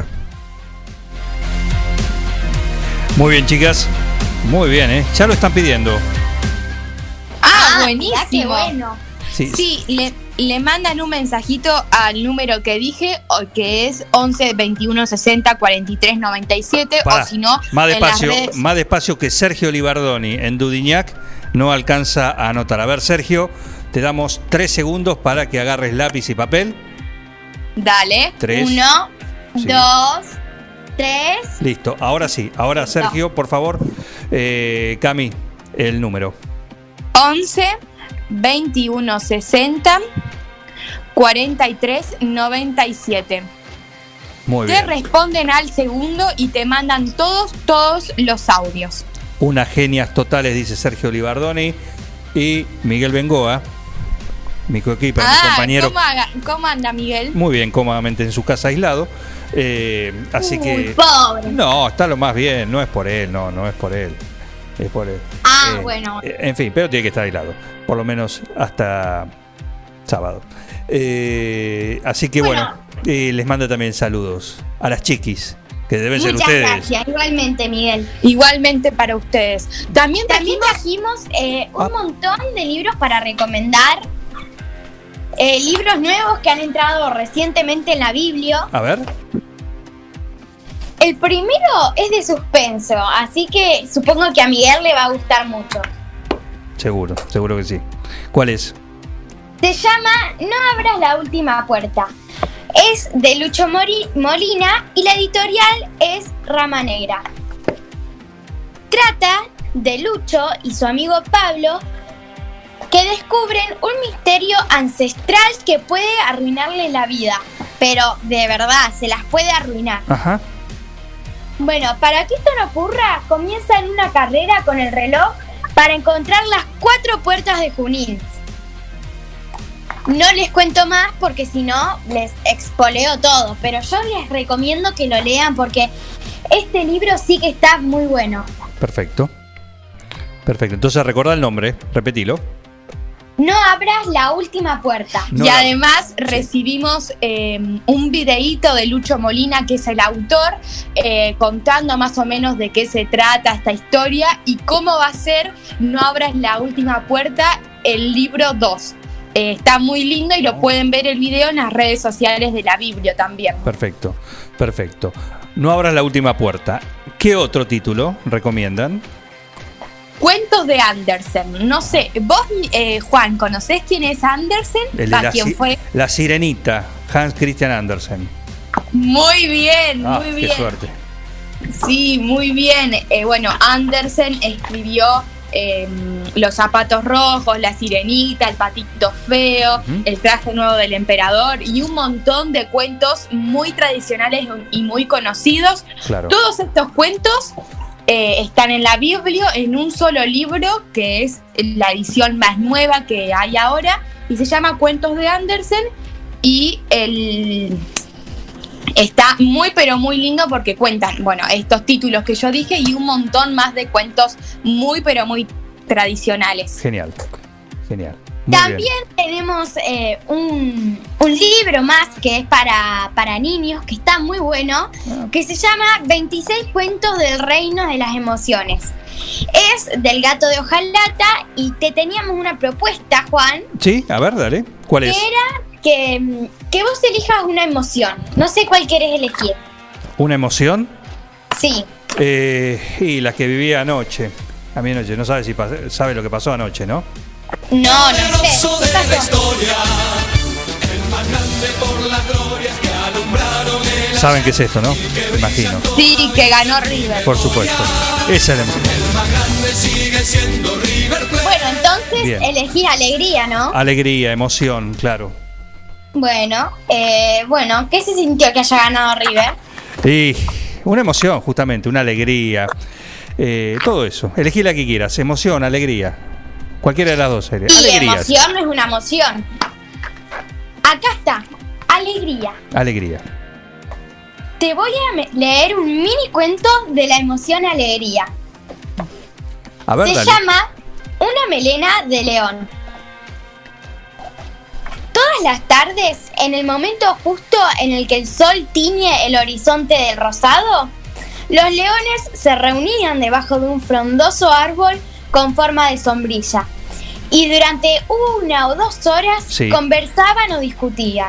Muy bien, chicas. Muy bien, ¿eh? Ya lo están pidiendo. Buenísimo. Qué bueno. Sí, le mandan un mensajito al número que dije, que es 11 21 60 43 97. Pará, o si no, más despacio que Sergio Libardoni en Dudignac no alcanza a anotar. A ver, Sergio, te damos 3 segundos para que agarres lápiz y papel. Dale. 3. 1, 2, 3. Listo, ahora sí. Ahora, Sergio, por favor. Cami, el número. 11 21 60 43 97. Muy te bien. Responden al segundo y te mandan todos los audios. Unas genias totales, dice Sergio Libardoni. Y Miguel Bengoa, mi coequiper, mi compañero. ¿Cómo anda Miguel? Muy bien, cómodamente en su casa aislado. Así que. Pobre. No, está lo más bien. No es por él, no es por él. Es por él. Bueno. En fin, pero tiene que estar aislado. Por lo menos hasta sábado. Así que bueno, les mando también saludos a las chiquis, que deben ser ustedes. Gracias, igualmente, Miguel. Igualmente para ustedes. También trajimos un montón de libros para recomendar. Libros nuevos que han entrado recientemente en la Biblia. A ver. El primero es de suspenso, así que supongo que a Miguel le va a gustar mucho. Seguro que sí. ¿Cuál es? Se llama No abras la última puerta. Es de Lucho Molina y la editorial es Rama Negra. Trata de Lucho y su amigo Pablo, que descubren un misterio ancestral que puede arruinarles la vida. Pero de verdad, se las puede arruinar. Ajá. Bueno, para que esto no ocurra, comienzan una carrera con el reloj para encontrar las 4 puertas de Junín. No les cuento más porque si no les expoleo todo, pero yo les recomiendo que lo lean porque este libro sí que está muy bueno. Perfecto. Entonces recordá el nombre, repetilo. No abras la última puerta. Y además recibimos un videíto de Lucho Molina, que es el autor, contando más o menos de qué se trata esta historia y cómo va a ser No abras la última puerta, el libro 2. Está muy lindo y lo pueden ver el video en las redes sociales de la Biblia también. Perfecto. No abras la última puerta. ¿Qué otro título recomiendan? Cuentos de Andersen. No sé, vos, Juan, ¿conocés quién es Andersen? ¿Quién fue? La Sirenita, Hans Christian Andersen. Muy bien, muy bien. Qué suerte. Sí, muy bien. Bueno, Andersen escribió Los zapatos rojos, La Sirenita, El patito feo, El traje nuevo del emperador y un montón de cuentos muy tradicionales y muy conocidos. Claro. Todos estos cuentos están en la Biblia en un solo libro, que es la edición más nueva que hay ahora, y se llama Cuentos de Andersen, y está muy pero muy lindo porque cuentan, bueno, estos títulos que yo dije y un montón más de cuentos muy pero muy tradicionales. Genial. También tenemos un libro más que es para niños, que está muy bueno, que se llama 26 cuentos del reino de las emociones. Es del gato de hojalata y te teníamos una propuesta, Juan. Sí, a ver, dale. ¿Cuál es? Que era que vos elijas una emoción. No sé cuál querés elegir. ¿Una emoción? Sí. Y la que viví anoche. A mí anoche, no sabe lo que pasó anoche, ¿no? No sé. De la historia, el más grande por las glorias que alumbraron el... Saben qué es esto, ¿no? Me imagino. Sí, que ganó River. Por supuesto. Esa es la emoción. El más grande sigue siendo River Plate. Bueno, entonces Bien. elegí alegría, ¿no? Alegría, emoción, claro. Bueno, ¿qué se sintió que haya ganado River? Y una emoción, justamente, una alegría. Todo eso. Elegí la que quieras. Emoción, alegría. Cualquiera de las dos. Y emoción no es una emoción. Acá está. Alegría. Alegría. Te voy a leer un mini cuento de la emoción alegría. A ver, Se llama Una melena de león. Todas las tardes, en el momento justo en el que el sol tiñe el horizonte del rosado, los leones se reunían debajo de un frondoso árbol con forma de sombrilla y durante 1 o 2 horas conversaban o discutían.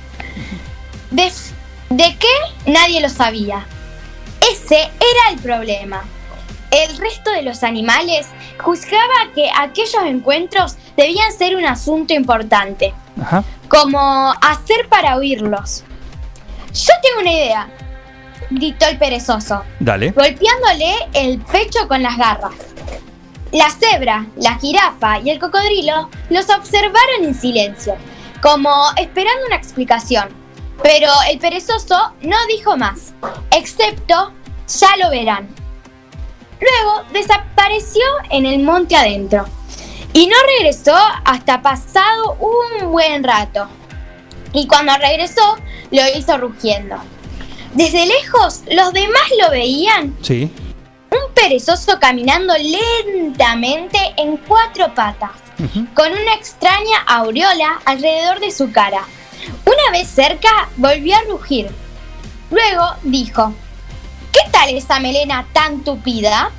¿De qué? Nadie lo sabía. Ese era el problema. El resto de los animales juzgaba que aquellos encuentros debían ser un asunto importante. Ajá. Como hacer para oírlos. Yo tengo una idea, gritó el perezoso, Dale. golpeándole el pecho con las garras. La cebra, la jirafa y el cocodrilo los observaron en silencio, como esperando una explicación. Pero el perezoso no dijo más, excepto, ya lo verán. Luego desapareció en el monte adentro y no regresó hasta pasado un buen rato. Y cuando regresó, lo hizo rugiendo. Desde lejos, los demás lo veían. Sí. Un perezoso caminando lentamente en 4 patas, con una extraña aureola alrededor de su cara. Una vez cerca, volvió a rugir. Luego dijo: ¿qué tal esa melena tan tupida?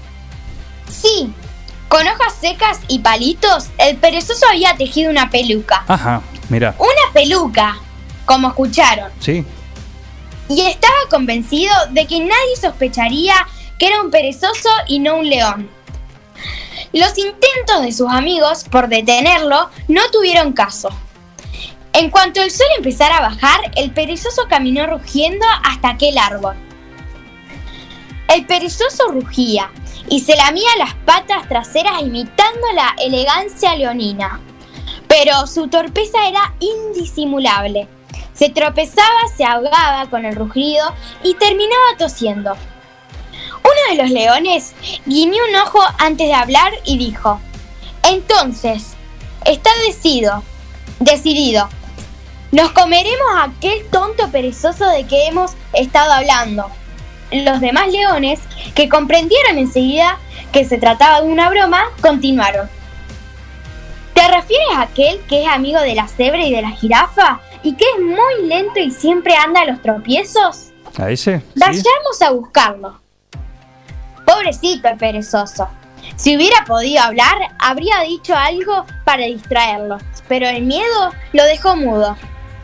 Sí, con hojas secas y palitos, el perezoso había tejido una peluca. Ajá, mira. Una peluca, como escucharon. Sí. Y estaba convencido de que nadie sospecharía que era un perezoso y no un león. Los intentos de sus amigos por detenerlo no tuvieron caso. En cuanto el sol empezara a bajar, el perezoso caminó rugiendo hasta aquel árbol. El perezoso rugía y se lamía las patas traseras imitando la elegancia leonina. Pero su torpeza era indisimulable. Se tropezaba, se ahogaba con el rugido y terminaba tosiendo. Uno de los leones guiñó un ojo antes de hablar y dijo: entonces, está decidido. Nos comeremos a aquel tonto perezoso de que hemos estado hablando. Los demás leones, que comprendieron enseguida que se trataba de una broma, continuaron. ¿Te refieres a aquel que es amigo de la cebra y de la jirafa y que es muy lento y siempre anda a los tropiezos? ¿A ese? Vayamos a buscarlo. Pobrecito el perezoso. Si hubiera podido hablar, habría dicho algo para distraerlo, pero el miedo lo dejó mudo.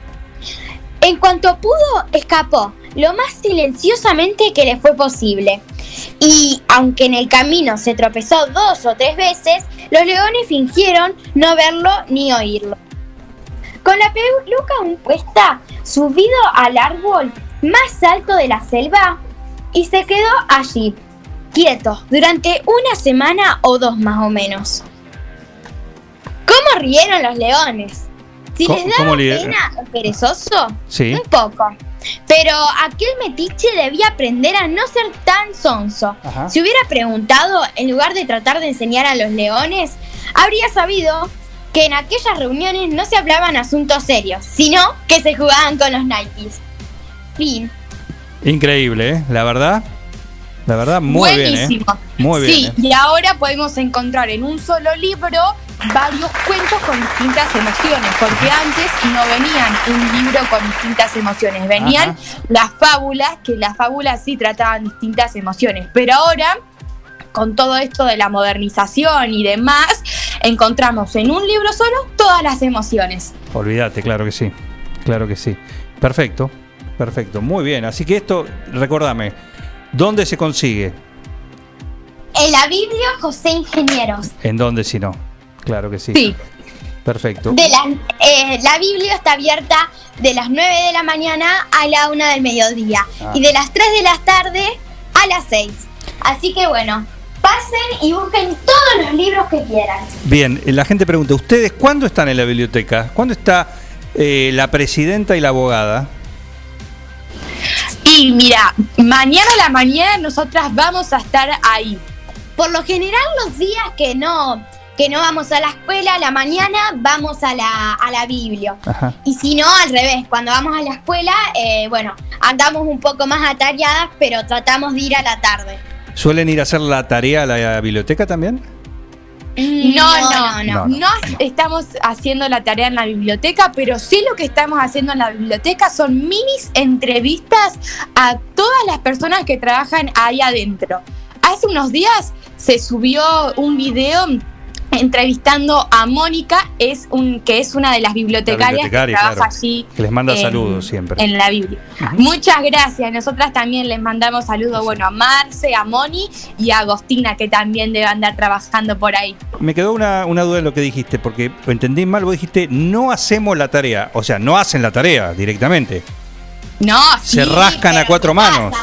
En cuanto pudo, escapó lo más silenciosamente que le fue posible. Y, aunque en el camino se tropezó 2 o 3 veces, los leones fingieron no verlo ni oírlo. Con la peluca aún puesta, subido al árbol más alto de la selva, y se quedó allí, quieto, durante 1 semana o 2 más o menos. ¿Cómo rieron los leones? Si les daba pena el perezoso, sí, un poco. Pero aquel metiche debía aprender a no ser tan sonso. Ajá. Si hubiera preguntado, en lugar de tratar de enseñar a los leones, habría sabido que en aquellas reuniones no se hablaban asuntos serios, sino que se jugaban con los naipes. Fin. Increíble, ¿eh? La verdad, muy buenísimo. Bien, ¿eh? Muy bien. Sí, y ahora podemos encontrar en un solo libro varios cuentos con distintas emociones, porque antes no venían un libro con distintas emociones, venían las fábulas, que las fábulas sí trataban distintas emociones, pero ahora, con todo esto de la modernización y demás, encontramos en un libro solo todas las emociones. Olvídate, claro que sí. Perfecto, muy bien. Así que esto, recordame, ¿dónde se consigue? En la Biblia José Ingenieros. ¿En dónde si no? Claro que sí. Sí. Perfecto. La Biblia está abierta de las 9 de la mañana a la 1 del mediodía y de las 3 de la tarde a las 6. Así que bueno, pasen y busquen todos los libros que quieran. Bien, la gente pregunta, ¿ustedes cuándo están en la biblioteca? ¿Cuándo está la presidenta y la abogada. Sí, mira, mañana a la mañana nosotras vamos a estar ahí. Por lo general, los días que no vamos a la escuela, a la mañana vamos a la biblia. Ajá. Y si no, al revés, cuando vamos a la escuela, andamos un poco más atareadas, pero tratamos de ir a la tarde. ¿Suelen ir a hacer la tarea a la biblioteca también? No estamos haciendo la tarea en la biblioteca, pero sí lo que estamos haciendo en la biblioteca son minis entrevistas a todas las personas que trabajan ahí adentro. Hace unos días se subió un video entrevistando a Mónica, que es una de las bibliotecarias que trabaja allí. Que les manda saludos siempre. En la Biblia. Uh-huh. Muchas gracias. Nosotras también les mandamos saludos, a Marce, a Moni y a Agostina, que también debe andar trabajando por ahí. Me quedó una duda en lo que dijiste, porque entendí mal, vos dijiste, no hacemos la tarea. O sea, no hacen la tarea directamente. No, se rascan a cuatro manos.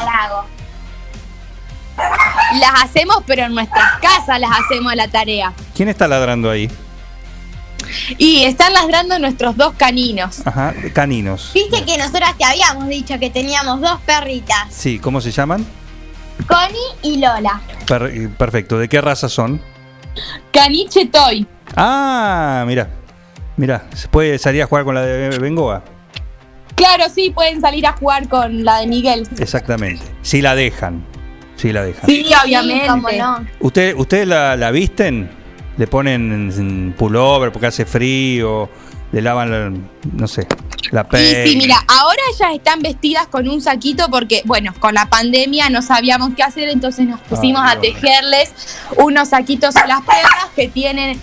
Las hacemos, pero en nuestras casas las hacemos la tarea. ¿Quién está ladrando ahí? Y están ladrando nuestros 2 caninos. Ajá, caninos. Viste que nosotras te habíamos dicho que teníamos 2 perritas. Sí, ¿cómo se llaman? Connie y Lola. Perfecto, ¿de qué raza son? Caniche Toy. Ah, mira, ¿se puede salir a jugar con la de Bengoa? Claro, sí, pueden salir a jugar con la de Miguel. Exactamente, si la dejan. Sí, obviamente. Sí, cómo no. ¿Ustedes la visten? ¿Le ponen pullover porque hace frío? ¿Le lavan, la piel? Sí, mira, ahora ellas están vestidas con un saquito porque, con la pandemia no sabíamos qué hacer, entonces nos pusimos a tejerles unos saquitos a las perras que tienen,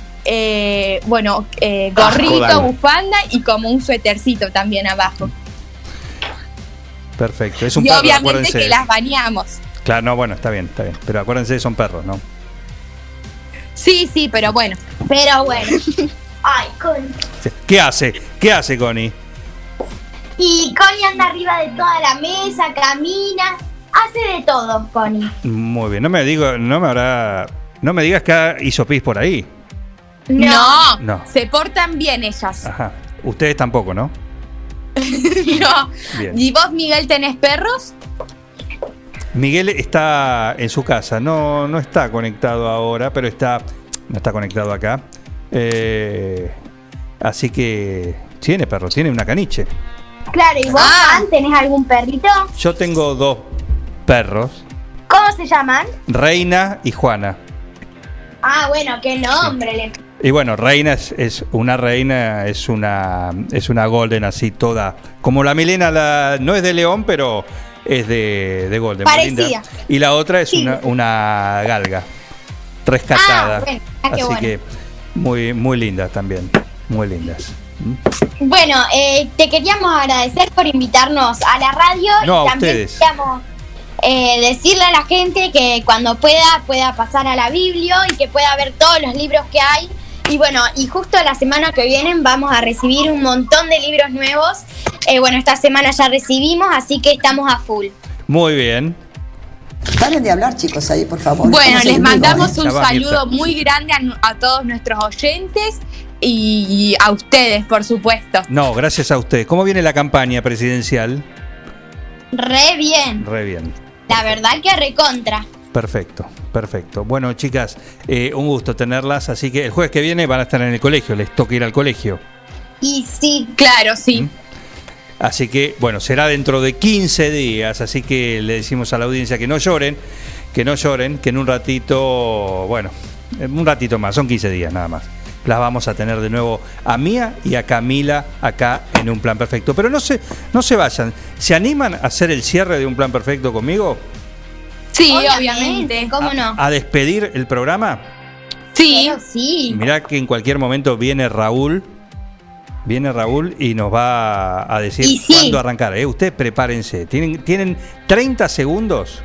gorrito, bufanda y como un suétercito también abajo. Perfecto, es un y perro, obviamente acuérdense. Que las bañamos. Claro, no, está bien. Pero acuérdense, son perros, ¿no? Sí, pero bueno. Ay, Connie. ¿Qué hace Connie? Y Connie anda arriba de toda la mesa, camina, hace de todo, Connie. Muy bien, no me digas que hizo pis por ahí. No, se portan bien ellas. Ajá, ustedes tampoco, ¿no? No. Bien. ¿Y vos, Miguel, tenés perros? Miguel está en su casa, no está conectado ahora, pero no está conectado acá. Así que tiene perro, tiene una caniche. Claro, ¿y vos, Juan, tenés algún perrito? Yo tengo 2 perros. ¿Cómo se llaman? Reina y Juana. Ah, bueno, qué nombre. Sí. Y bueno, Reina es una reina, es una golden así toda, como la Milena, no es de león, pero es de golden. Parecida. Y la otra es una galga rescatada. Así que muy, muy lindas también, muy lindas. Bueno, te queríamos agradecer por invitarnos a la radio y también ustedes. queríamos decirle a la gente que cuando pueda pasar a la Biblia y que pueda ver todos los libros que hay. Y justo la semana que viene vamos a recibir un montón de libros nuevos. Esta semana ya recibimos, así que estamos a full. Muy bien. Paren de hablar, chicos, ahí, por favor. Bueno, les mandamos un saludo muy grande a todos nuestros oyentes y a ustedes, por supuesto. No, gracias a ustedes. ¿Cómo viene la campaña presidencial? Re bien. La verdad que recontra. Perfecto. Bueno, chicas, un gusto tenerlas. Así que el jueves que viene van a estar en el colegio. Les toca ir al colegio. Y sí. Claro, sí. Así que, será dentro de 15 días. Así que le decimos a la audiencia que no lloren, que en un ratito, un ratito más, son 15 días nada más. Las vamos a tener de nuevo a Mía y a Camila acá en Un Plan Perfecto. Pero no se vayan. ¿Se animan a hacer el cierre de Un Plan Perfecto conmigo? Sí, obviamente. ¿Cómo no? ¿A despedir el programa? Sí. Sí. Mirá que en cualquier momento viene Raúl y nos va a decir cuándo arrancar. Ustedes prepárense. Tienen 30 segundos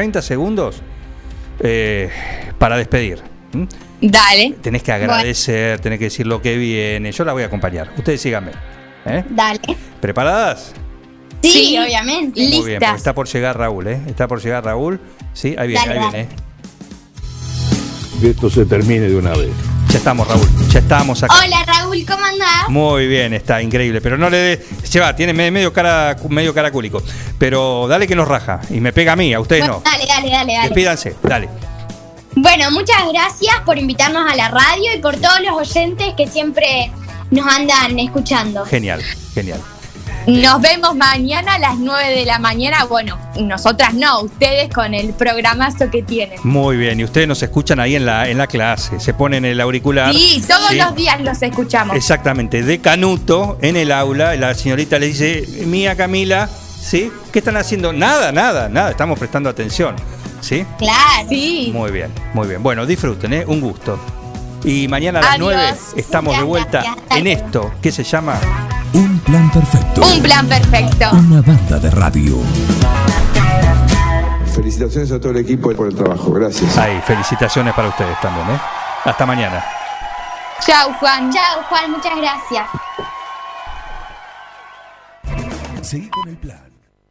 para despedir. Dale. Tenés que agradecer, tenés que decir lo que viene. Yo la voy a acompañar. Ustedes síganme. Dale. ¿Preparadas? Sí, obviamente. Muy bien, porque está por llegar Raúl, Está por llegar Raúl. Sí, ahí viene. Que esto se termine de una vez. Ya estamos, Raúl. Ya estamos acá. Hola, Raúl, ¿cómo andás? Muy bien, está increíble. Pero no le dé. Tiene medio caracúlico. Pero dale que nos raja. Y me pega a mí, a ustedes bueno, no. Dale. Despídanse, dale. Bueno, muchas gracias por invitarnos a la radio y por todos los oyentes que siempre nos andan escuchando. Genial. Nos vemos mañana a las 9 de la mañana. Bueno, nosotras no, ustedes con el programazo que tienen. Muy bien, y ustedes nos escuchan ahí en la clase. Se ponen el auricular. Sí, todos los días los escuchamos. Exactamente, de Canuto en el aula. La señorita le dice: Mía Camila, ¿sí? ¿Qué están haciendo? Nada, estamos prestando atención. ¿Sí? Claro. Sí. Muy bien. Bueno, disfruten, un gusto. Y mañana a las 9 estamos de vuelta en esto que se llama Un plan perfecto. Un plan perfecto. Una banda de radio. Felicitaciones a todo el equipo por el trabajo. Gracias. Felicitaciones para ustedes también, Hasta mañana. Chau, Juan. Muchas gracias. Seguí con el plan.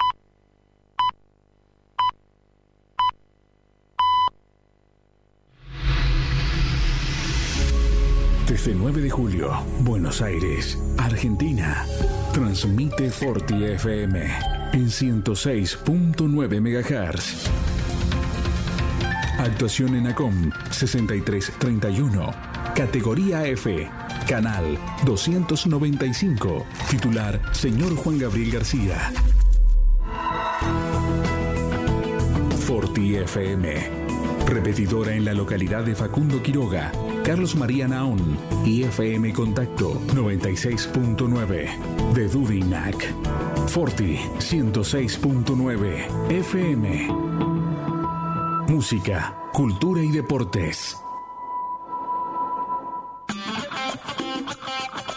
Desde 9 de julio, Buenos Aires, Argentina. Transmite Forti FM en 106.9 MHz. Actuación en ACOM 6331. Categoría F. Canal 295. Titular: Señor Juan Gabriel García. Forti FM. Repetidora en la localidad de Facundo Quiroga, Carlos María Naón y FM Contacto 96.9 de Dudinac. Forti 106.9 FM. Música, cultura y deportes.